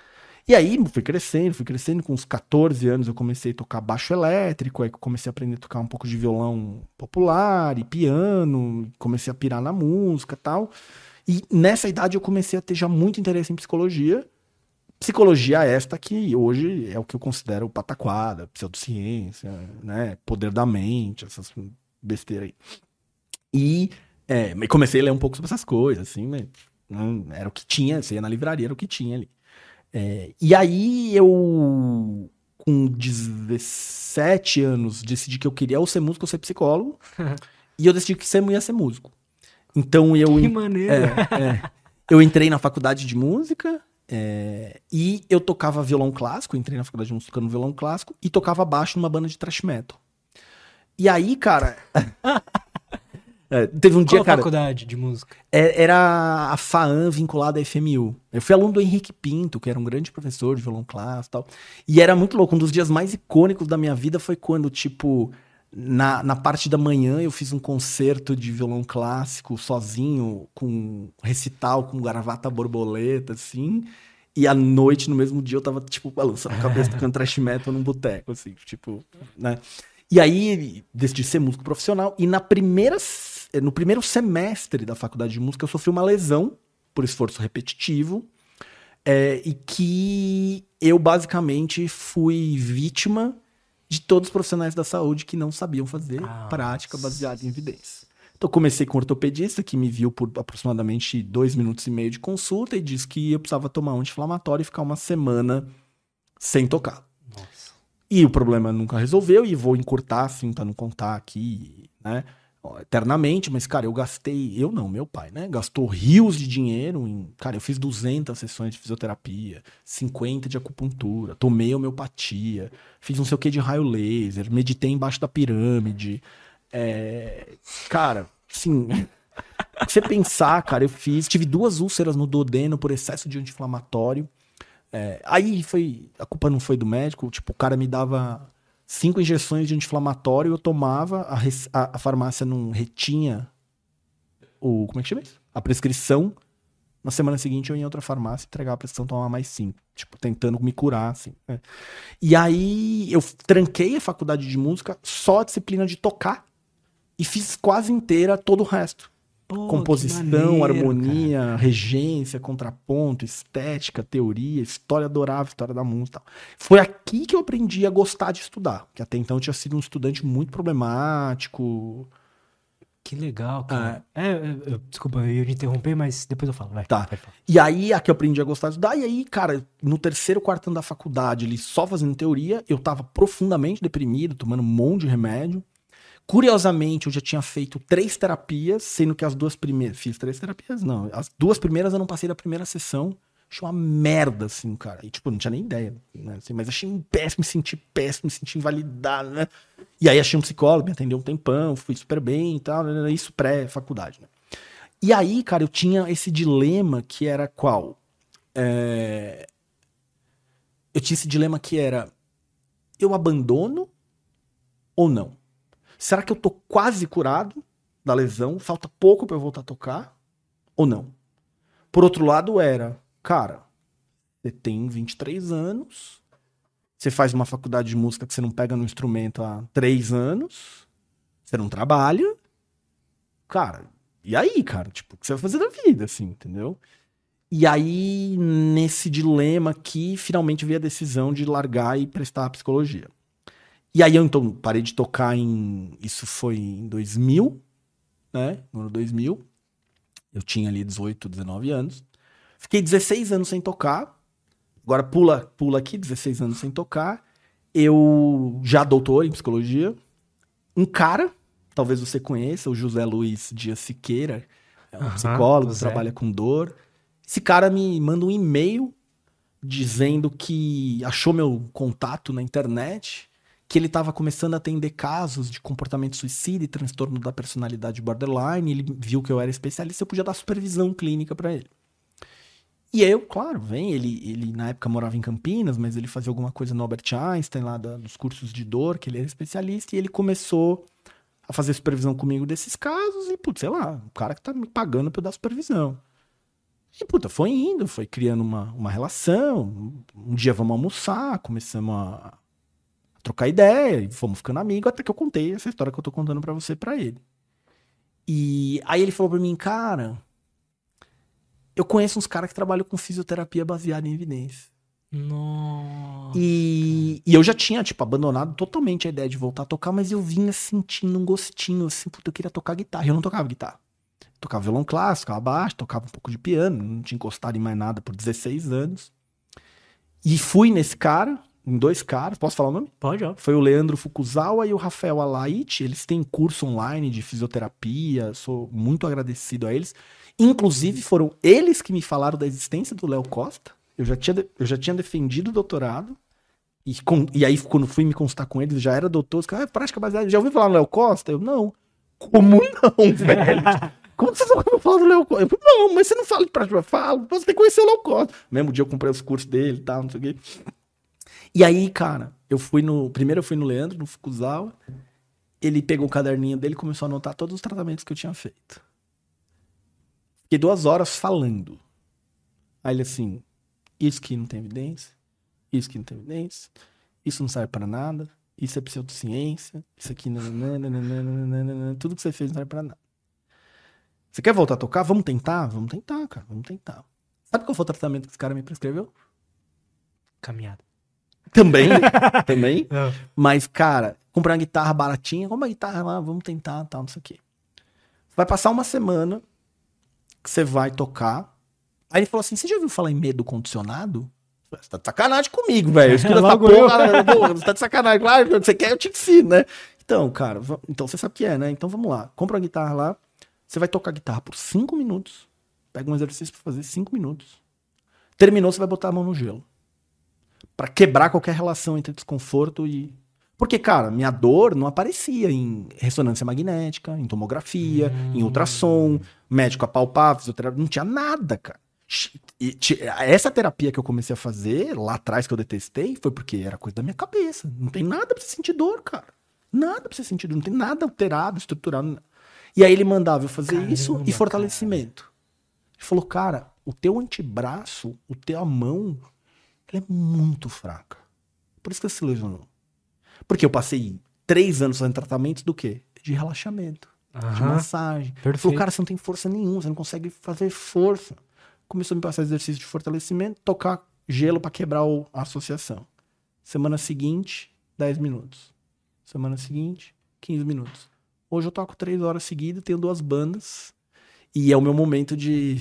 E aí fui crescendo, com uns 14 anos eu comecei a tocar baixo elétrico, aí comecei a aprender a tocar um pouco de violão popular e piano, comecei a pirar na música e tal. E nessa idade eu comecei a ter já muito interesse em psicologia. Psicologia esta que hoje é o que eu considero pataquada, pseudociência, né, poder da mente, essas besteiras aí. E comecei a ler um pouco sobre essas coisas, assim, mas não, era o que tinha, você ia na livraria, era o que tinha ali. E aí eu, com 17 anos, decidi que eu queria ou ser músico ou ser psicólogo, e eu decidi que ia ser músico. Então Que maneiro. eu entrei na faculdade de música, e eu tocava violão clássico, entrei na faculdade de música tocando violão clássico, e tocava baixo numa banda de thrash metal. E aí, cara... teve um dia, Qual cara... faculdade de música? Era a FAAM vinculada à FMU. Eu fui aluno do Henrique Pinto, que era um grande professor de violão clássico e tal. E era muito louco. Um dos dias mais icônicos da minha vida foi quando, tipo, na parte da manhã eu fiz um concerto de violão clássico sozinho, com recital, com gravata borboleta, assim. E à noite, no mesmo dia, eu tava, tipo, balançando a cabeça, tocando thrash metal num boteco, assim, tipo, né? E aí, decidi ser músico profissional. E no primeiro semestre da faculdade de música, eu sofri uma lesão por esforço repetitivo. E que eu, basicamente, fui vítima de todos os profissionais da saúde que não sabiam fazer prática baseada em evidência. Então, comecei com um ortopedista, que me viu por aproximadamente 2 minutos e meio de consulta e disse que eu precisava tomar um anti-inflamatório e ficar uma semana sem tocar. E o problema nunca resolveu, e vou encurtar, assim, pra não contar aqui, né, eternamente, mas, cara, eu não, meu pai, né, gastou rios de dinheiro cara, eu fiz 200 sessões de fisioterapia, 50 de acupuntura, tomei homeopatia, fiz não sei o que de raio laser, meditei embaixo da pirâmide, cara, assim, se você pensar, cara, tive 2 úlceras no duodeno por excesso de anti-inflamatório. Aí a culpa não foi do médico, tipo, o cara me dava 5 injeções de anti-inflamatório, eu tomava, a farmácia não retinha como é que chama isso? A prescrição. Na semana seguinte eu ia em outra farmácia, entregava a prescrição, tomava mais 5, tipo, tentando me curar, assim. E aí eu tranquei a faculdade de música, só a disciplina de tocar, e fiz quase inteira todo o resto. Pô, Composição, maneiro, harmonia, cara. regência, contraponto, estética, teoria, história adorável, história da música e tal. Foi aqui que eu aprendi a gostar de estudar, que até então eu tinha sido um estudante muito problemático. Que legal, cara. Desculpa, eu ia te interromper, mas depois eu falo. Vai, Tá. pode falar. E aí, aqui eu aprendi a gostar de estudar, e aí, cara, no 3º, 4º ano da faculdade, ali, só fazendo teoria, eu tava profundamente deprimido, tomando um monte de remédio. Curiosamente, eu já tinha feito 3 terapias, sendo que as 2 primeiras... Fiz 3 terapias, não. As 2 primeiras eu não passei da primeira sessão. Achei uma merda, assim, cara. E, tipo, não tinha nem ideia, né? Assim, mas achei péssimo, me senti invalidado, né? E aí achei um psicólogo, me atendeu um tempão, fui super bem e tal, né? Isso pré-faculdade, né? E aí, cara, eu tinha esse dilema que era qual? Eu tinha esse dilema que era: eu abandono ou não? Será que eu tô quase curado da lesão? Falta pouco pra eu voltar a tocar? Ou não? Por outro lado, cara, você tem 23 anos, você faz uma faculdade de música que você não pega no instrumento há 3 anos, você não trabalha, cara, e aí, cara? Tipo, o que você vai fazer da vida, assim, entendeu? E aí, nesse dilema aqui, finalmente veio a decisão de largar e prestar psicologia. E aí eu, então, parei de tocar isso foi em 2000, né? No ano 2000. Eu tinha ali 18, 19 anos. Fiquei 16 anos sem tocar. Agora pula aqui, 16 anos sem tocar. Eu já doutor em psicologia. Um cara, talvez você conheça, o José Luiz Dias Siqueira. É um psicólogo, trabalha com dor. Esse cara me manda um e-mail dizendo que achou meu contato na internet, que ele estava começando a atender casos de comportamento suicida e transtorno da personalidade borderline. Ele viu que eu era especialista, eu podia dar supervisão clínica para ele. E eu, claro, ele na época morava em Campinas, mas ele fazia alguma coisa no Albert Einstein, lá dos cursos de dor, que ele era especialista, e ele começou a fazer supervisão comigo desses casos, e, putz, sei lá, o cara que tá me pagando pra eu dar supervisão. E, puta, foi indo, foi criando uma relação. Um dia vamos almoçar, começamos a trocar ideia, e fomos ficando amigos, até que eu contei essa história que eu tô contando pra você, pra ele. E aí ele falou pra mim, cara, eu conheço uns caras que trabalham com fisioterapia baseada em evidência. Nossa. E eu já tinha, tipo, abandonado totalmente a ideia de voltar a tocar, mas eu vinha sentindo um gostinho, assim, puta, eu queria tocar guitarra. E eu não tocava guitarra. Tocava violão clássico, tocava baixo, tocava um pouco de piano, não tinha encostado em mais nada por 16 anos. E fui nesse cara, em 2 caras, posso falar o nome? Pode, ó. Foi o Leandro Fukuzawa e o Rafael Alaite. Eles têm curso online de fisioterapia, sou muito agradecido a eles. Inclusive, foram eles que me falaram da existência do Léo Costa. Eu já tinha defendido o doutorado. E aí, quando fui me consultar com eles, já era doutor. Os caras, prática baseada. Já ouviu falar no Léo Costa? Eu, não. Como não, velho? Como vocês não ouviram falar do Léo Costa? Eu, não, mas você não fala de prática. Eu falo, você tem que conhecer o Léo Costa. Mesmo dia eu comprei os cursos dele e tal, não sei o quê. E aí, cara, primeiro eu fui no Leandro, no Fukuzawa. Ele pegou o caderninho dele e começou a anotar todos os tratamentos que eu tinha feito. Fiquei 2 horas falando. Aí ele assim, isso aqui não tem evidência, isso aqui não tem evidência, isso não serve pra nada, isso é pseudociência, isso aqui tudo que você fez não serve pra nada. Você quer voltar a tocar? Vamos tentar? Vamos tentar, cara, vamos tentar. Sabe qual foi o tratamento que esse cara me prescreveu? Caminhada. Também, também. Não. Mas, cara, comprar uma guitarra baratinha, compra uma guitarra lá, vamos tentar, tal, não sei o quê. Vai passar uma semana que você vai tocar. Aí ele falou assim, você já ouviu falar em medo condicionado? Você tá de sacanagem comigo, velho. Estuda essa porra, você tá de sacanagem. Claro, você quer, eu te ensino, né? Então, cara, então você sabe o que é, né? Então vamos lá. Compra uma guitarra lá, você vai tocar a guitarra por 5 minutos. Pega um exercício pra fazer 5 minutos. Terminou, você vai botar a mão no gelo. Pra quebrar qualquer relação entre desconforto e... Porque, cara, minha dor não aparecia em ressonância magnética, em tomografia, em ultrassom, médico apalpar, fisioterapia, não tinha nada, cara. Essa terapia que eu comecei a fazer, lá atrás que eu detestei, foi porque era coisa da minha cabeça. Não tem nada pra você sentir dor, cara. Nada pra você sentir dor, não tem nada alterado, estruturado. E aí ele mandava eu fazer isso e fortalecimento. Ele falou, cara, o teu antebraço, a mão, ela é muito fraca. Por isso que você se lesionou. Porque eu passei 3 anos fazendo tratamentos do quê? De relaxamento, de massagem. Ele falou, cara, você não tem força nenhuma, você não consegue fazer força. Começou a me passar exercício de fortalecimento, tocar gelo pra quebrar a associação. Semana seguinte, 10 minutos. Semana seguinte, 15 minutos. Hoje eu toco 3 horas seguidas, tenho 2 bandas. E é o meu momento de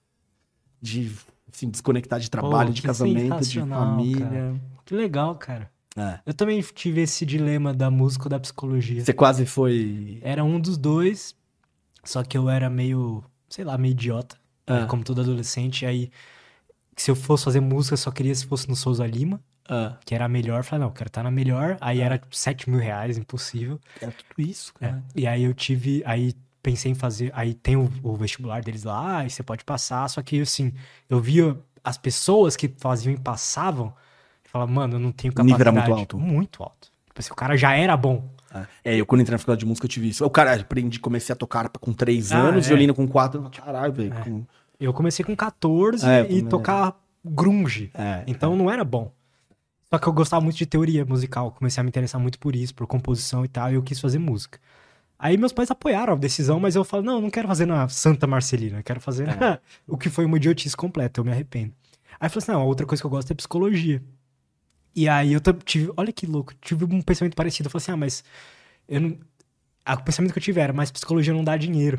assim, desconectar de trabalho, de casamento, de família. Cara. Que legal, cara. É. Eu também tive esse dilema da música ou da psicologia. Você quase foi... Era um dos dois, só que eu era meio, sei lá, meio idiota. Como todo adolescente. Aí, se eu fosse fazer música, eu só queria se fosse no Souza Lima, que era a melhor. Eu falei, não, eu quero estar na melhor. Aí era tipo, R$7.000, impossível. Era tudo isso, cara. E aí aí pensei em fazer, aí tem o vestibular deles lá, e você pode passar. Só que, assim, eu via as pessoas que faziam e passavam, falava, mano, eu não tenho capacidade. O nível era muito alto. Muito alto. Tipo assim, o cara já era bom. Eu quando entrei na faculdade de música eu tive isso. O cara, comecei a tocar com 3 anos, violino com 4. Caralho, velho. Eu comecei com 14 e tocar grunge. Então não era bom. Só que eu gostava muito de teoria musical. Comecei a me interessar muito por isso, por composição e tal, e eu quis fazer música. Aí meus pais apoiaram a decisão, mas eu falo, não quero fazer na Santa Marcelina, eu quero fazer o que foi uma idiotice completa, eu me arrependo. Aí eu falei assim, não, a outra coisa que eu gosto é psicologia. E aí eu tive, olha que louco, tive um pensamento parecido. Eu falei assim, mas eu não... O pensamento que eu tive era, mas psicologia não dá dinheiro.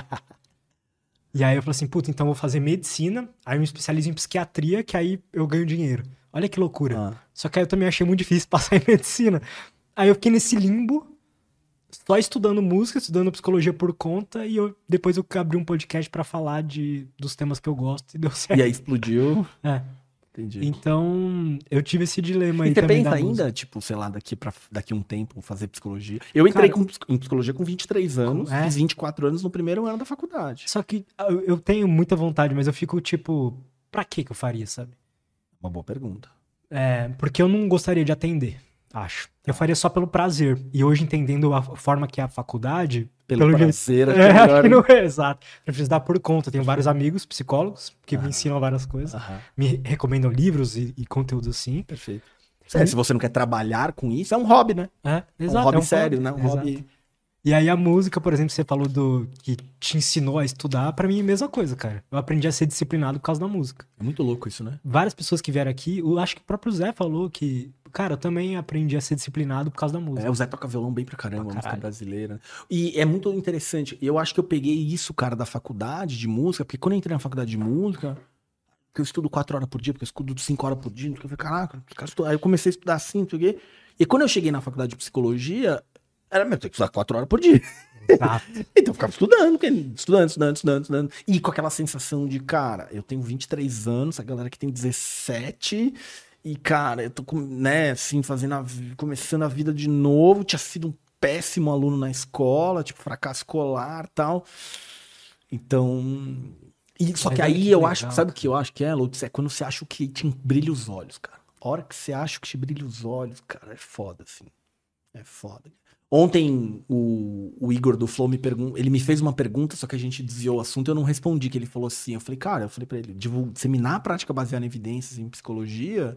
E aí eu falei assim, puta, então eu vou fazer medicina, aí eu me especializo em psiquiatria, que aí eu ganho dinheiro. Olha que loucura. Só que aí eu também achei muito difícil passar em medicina. Aí eu fiquei nesse limbo, só estudando música, estudando psicologia por conta, e depois eu abri um podcast pra falar dos temas que eu gosto, e deu certo. E aí explodiu. Entendi. Então, eu tive esse dilema aí e você também. Você pensa ainda, tipo, sei lá, daqui um tempo, fazer psicologia? Eu entrei em psicologia com 23 anos, fiz 24 anos no primeiro ano da faculdade. Só que eu tenho muita vontade, mas eu fico, tipo, pra que eu faria, sabe? Uma boa pergunta. Porque eu não gostaria de atender. Acho. Eu faria só pelo prazer. E hoje, entendendo a forma que é a faculdade... Pelo prazer, acho que acho melhor, que né? não é, exato. Eu preciso dar por conta. Tenho vários amigos, psicólogos, que me ensinam várias coisas. Me recomendam livros e conteúdos assim. Perfeito. Se você não quer trabalhar com isso, é um hobby, né? Exato. É um hobby sério, né? Um hobby... E aí a música, por exemplo, você falou que te ensinou a estudar, pra mim é a mesma coisa, cara. Eu aprendi a ser disciplinado por causa da música. É muito louco isso, né? Várias pessoas que vieram aqui, eu acho que o próprio Zé falou que, cara, eu também aprendi a ser disciplinado por causa da música. O Zé toca violão bem pra caramba, música brasileira. E é muito interessante. Eu acho que eu peguei isso, cara, da faculdade de música, porque quando eu entrei na faculdade de música, que eu estudo 4 horas por dia, porque eu estudo 5 horas por dia, eu falei, caraca, aí eu comecei a estudar assim, não sei o quê. E quando eu cheguei na faculdade de psicologia, era mesmo, tem que estudar 4 horas por dia. Exato. Então eu ficava estudando. E com aquela sensação de, cara, eu tenho 23 anos, a galera que tem 17, e, cara, eu tô, né, assim, começando a vida de novo, tinha sido um péssimo aluno na escola, tipo, fracasso escolar e tal. Então... Só que aí eu acho, sabe o que eu acho que é, Lutz? É quando você acha o que te brilha os olhos, cara. A hora que você acha o que te brilha os olhos, cara, é foda, assim. É foda. Ontem, o Igor do Flow ele me fez uma pergunta, só que a gente desviou o assunto e eu não respondi, que ele falou assim, eu falei pra ele, disseminar a prática baseada em evidências em psicologia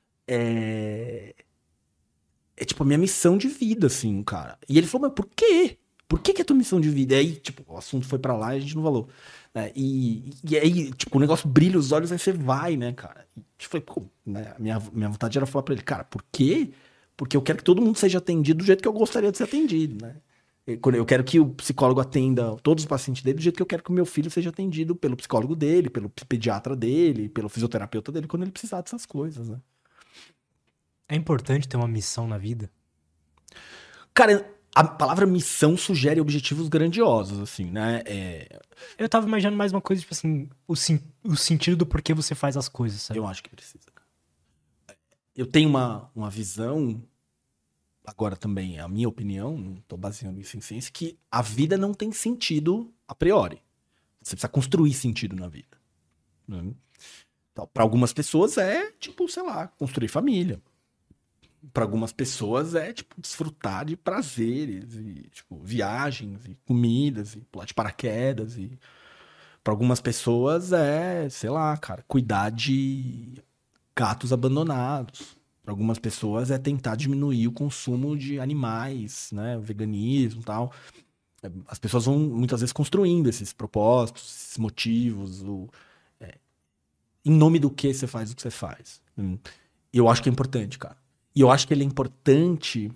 é tipo a minha missão de vida, assim, cara. E ele falou, mas por quê? Por que é a tua missão de vida? E aí, tipo, o assunto foi pra lá e a gente não falou. E aí, tipo, o negócio brilha os olhos, aí você vai, né, cara? E eu falei, pô, né, minha vontade era falar pra ele, cara, por quê? Porque eu quero que todo mundo seja atendido do jeito que eu gostaria de ser atendido, né? Eu quero que o psicólogo atenda todos os pacientes dele do jeito que eu quero que o meu filho seja atendido pelo psicólogo dele, pelo pediatra dele, pelo fisioterapeuta dele, quando ele precisar dessas coisas, né? É importante ter uma missão na vida? Cara, a palavra missão sugere objetivos grandiosos, assim, né? Eu tava imaginando mais uma coisa, tipo assim, o sentido do porquê você faz as coisas, sabe? Eu acho que precisa. Eu tenho uma visão, agora também é a minha opinião, não tô baseando isso em ciência, que a vida não tem sentido a priori. Você precisa construir sentido na vida. Né? Então, para algumas pessoas é, tipo, sei lá, construir família. Para algumas pessoas é, tipo, desfrutar de prazeres, e, tipo, viagens, e comidas, e pular de paraquedas. E para algumas pessoas é, sei lá, cara, cuidar de gatos abandonados. Para algumas pessoas é tentar diminuir o consumo de animais, né, o veganismo e tal. As pessoas vão, muitas vezes, construindo esses propósitos, esses motivos, em nome do que você faz o que você faz. E eu acho que é importante, cara. E eu acho que ele é importante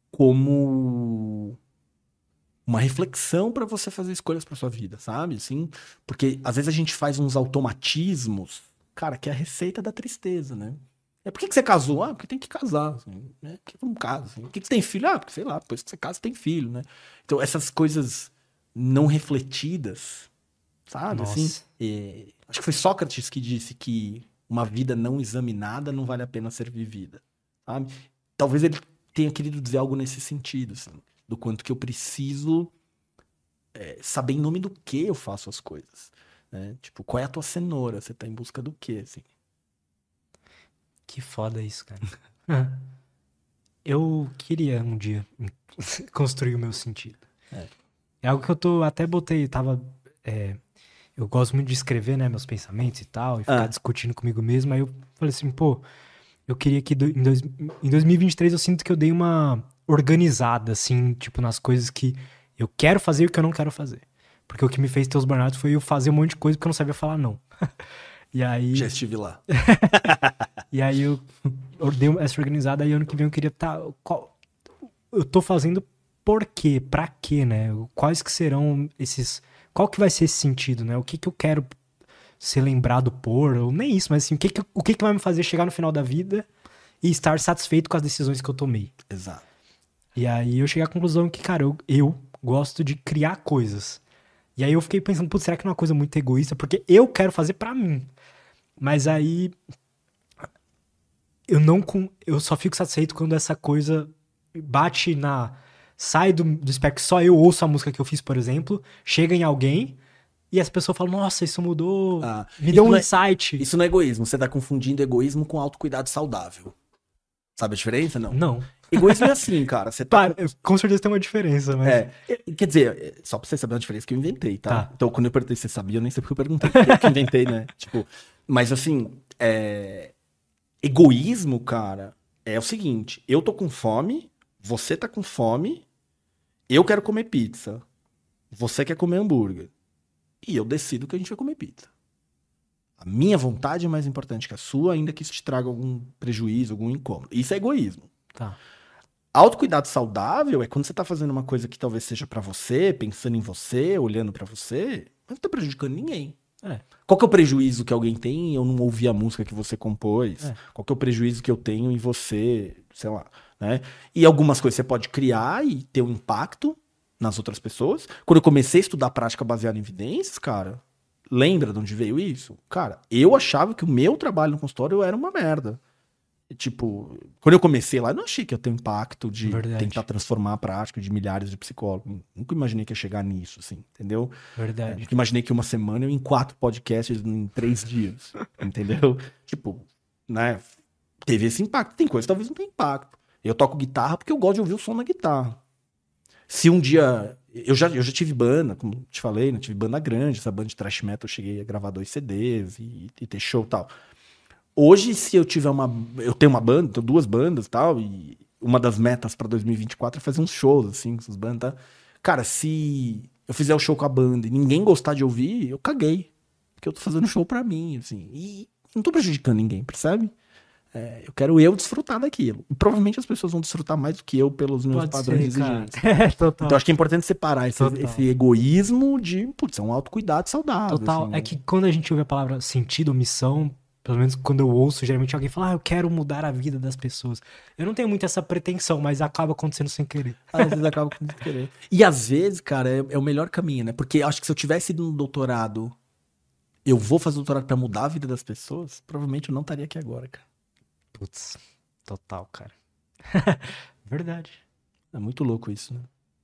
como uma reflexão para você fazer escolhas para sua vida, sabe? Assim, porque às vezes a gente faz uns automatismos, cara, que é a receita da tristeza, né? Por que você casou? Porque tem que casar, assim, né? Por que não casa? Assim? Por que você tem filho? Porque, sei lá, depois que você casa, tem filho, né? Então, essas coisas não refletidas, sabe? Nossa. Assim, acho que foi Sócrates que disse que uma vida não examinada não vale a pena ser vivida. Sabe? Talvez ele tenha querido dizer algo nesse sentido, assim, do quanto que eu preciso saber em nome do que eu faço as coisas. Né? Tipo, qual é a tua cenoura? Você tá em busca do quê, assim? Que foda isso, cara. Eu queria um dia construir o meu sentido. É algo que eu eu gosto muito de escrever, né, meus pensamentos e tal, e ficar discutindo comigo mesmo. Aí eu falei assim, pô, eu queria que em 2023 eu sinto que eu dei uma organizada, assim, tipo, nas coisas que eu quero fazer e o que eu não quero fazer. Porque o que me fez ter os burnouts foi eu fazer um monte de coisa porque eu não sabia falar não. E aí... Já estive lá. E aí eu dei essa organizada, aí ano que vem eu queria eu tô fazendo por quê? Pra quê, né? Quais que serão qual que vai ser esse sentido, né? O que eu quero ser lembrado por, ou nem isso, mas assim, o que vai me fazer chegar no final da vida e estar satisfeito com as decisões que eu tomei. Exato. E aí eu cheguei à conclusão que, cara, eu gosto de criar coisas. E aí eu fiquei pensando, putz, será que não é uma coisa muito egoísta? Porque eu quero fazer pra mim. Mas aí eu só fico satisfeito quando essa coisa bate sai do espectro que só eu ouço a música que eu fiz, por exemplo, chega em alguém e as pessoas falam, nossa, isso mudou, me deu um insight. Isso não é egoísmo, você tá confundindo egoísmo com autocuidado saudável. Sabe a diferença? Não. Não. Egoísmo é assim, cara. Você tá... Com certeza tem uma diferença, mas... Quer dizer, só pra você saber a diferença que eu inventei, tá? Tá. Então, quando eu perguntei se você sabia, eu nem sei porque eu perguntei. Porque eu que inventei, né? Tipo, mas assim, egoísmo, cara, é o seguinte. Eu tô com fome, você tá com fome, eu quero comer pizza. Você quer comer hambúrguer. E eu decido que a gente vai comer pizza. A minha vontade é mais importante que a sua, ainda que isso te traga algum prejuízo, algum incômodo. Isso é egoísmo. Tá. Autocuidado saudável é quando você tá fazendo uma coisa que talvez seja pra você, pensando em você, olhando pra você, mas não tá prejudicando ninguém. Qual que é o prejuízo que alguém tem em eu não ouvir a música que você compôs? Qual que é o prejuízo que eu tenho em você, sei lá, né? E algumas coisas você pode criar e ter um impacto nas outras pessoas. Quando eu comecei a estudar prática baseada em evidências, cara, lembra de onde veio isso? Cara, eu achava que o meu trabalho no consultório era uma merda. Tipo, quando eu comecei lá, eu não achei que ia ter impacto de tentar transformar a prática de milhares de psicólogos. Nunca imaginei que ia chegar nisso, assim, entendeu? Verdade. Nunca imaginei que uma semana eu ia em 4 podcasts em 3 dias, entendeu? Tipo, né? Teve esse impacto. Tem coisa que talvez não tenha impacto. Eu toco guitarra porque eu gosto de ouvir o som da guitarra. Se um dia... Eu já tive banda, como te falei, né? Tive banda grande, essa banda de thrash metal, eu cheguei a gravar 2 CDs e ter show e tal. Hoje, se eu tiver eu tenho uma banda, tenho 2 bandas e tal, e uma das metas pra 2024 é fazer uns shows, assim, com essas bandas, tá? Cara, se eu fizer o show com a banda e ninguém gostar de ouvir, eu caguei. Porque eu tô fazendo show pra mim, assim. E não tô prejudicando ninguém, percebe? Eu quero desfrutar daquilo. E provavelmente as pessoas vão desfrutar mais do que eu pelos meus padrões exigentes. Total. Então acho que é importante separar esse egoísmo de, putz, é um autocuidado saudável. Total. Assim, é que quando a gente ouve a palavra sentido, missão, pelo menos quando eu ouço, geralmente alguém fala, eu quero mudar a vida das pessoas. Eu não tenho muito essa pretensão, mas acaba acontecendo sem querer. Às vezes acaba acontecendo sem querer. E às vezes, cara, é o melhor caminho, né? Porque acho que se eu tivesse ido no doutorado, eu vou fazer doutorado pra mudar a vida das pessoas, provavelmente eu não estaria aqui agora, cara. Putz, total, cara. Verdade. É muito louco isso, né?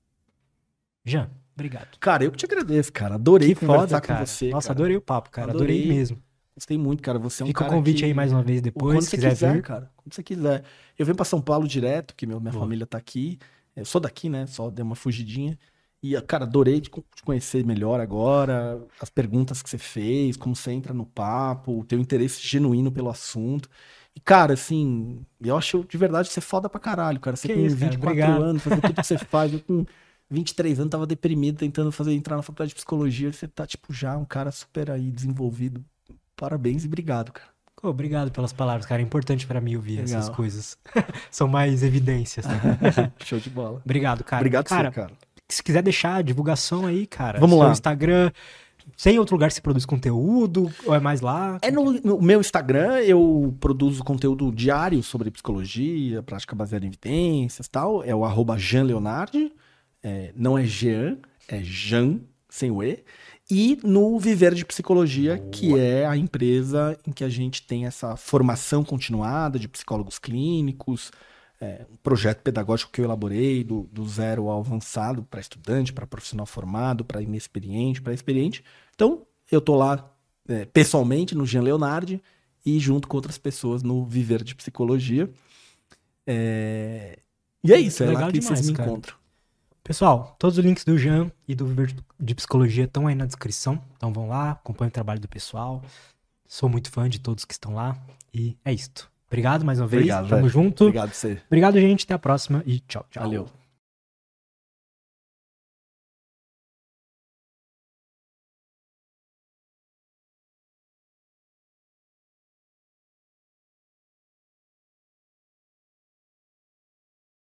Jean, obrigado. Cara, eu que te agradeço, cara. Adorei conversar com você. Nossa, cara. adorei o papo, cara. Adorei mesmo. Gostei muito, cara. Você é um Fica cara o convite aí mais uma vez depois, quando se você quiser vir. cara. Quando você quiser. Eu venho pra São Paulo direto, que minha família tá aqui. Eu sou daqui, né? Só dei uma fugidinha. E, cara, adorei te conhecer melhor agora. As perguntas que você fez, como você entra no papo, o teu interesse genuíno pelo assunto. E, cara, assim, eu acho de verdade você foda pra caralho, cara. Você Que com isso, cara? 24 Obrigado. anos, fazer tudo que você faz. Eu com 23 anos tava deprimido, tentando entrar na faculdade de psicologia. Você tá, tipo, já um cara super aí desenvolvido. Parabéns e obrigado, cara. Obrigado pelas palavras, cara. É importante pra mim ouvir Legal. essas coisas. São mais evidências. Show de bola. Obrigado, cara. Obrigado, cara, cara. Se quiser deixar a divulgação aí, cara. Vamos lá. Instagram. Tem outro lugar que você produz conteúdo? Ou é mais lá? No meu Instagram eu produzo conteúdo diário sobre psicologia, prática baseada em evidências e tal. É o @JeanLeonardi. Não é Jean, é Jean, sem o E. E no Viver de Psicologia, que é a empresa em que a gente tem essa formação continuada de psicólogos clínicos, um projeto pedagógico que eu elaborei do zero ao avançado, para estudante, para profissional formado, para inexperiente, para experiente. Então, eu tô lá pessoalmente no Jean Leonardi e junto com outras pessoas no Viver de Psicologia. E é isso, é lá que vocês me encontram. Pessoal, todos os links do Jean e do Viver de Psicologia estão aí na descrição. Então vão lá, acompanhem o trabalho do pessoal. Sou muito fã de todos que estão lá. E é isto. Obrigado mais uma vez. Tamo junto. Obrigado você. Obrigado, gente. Até a próxima e tchau, tchau. Valeu.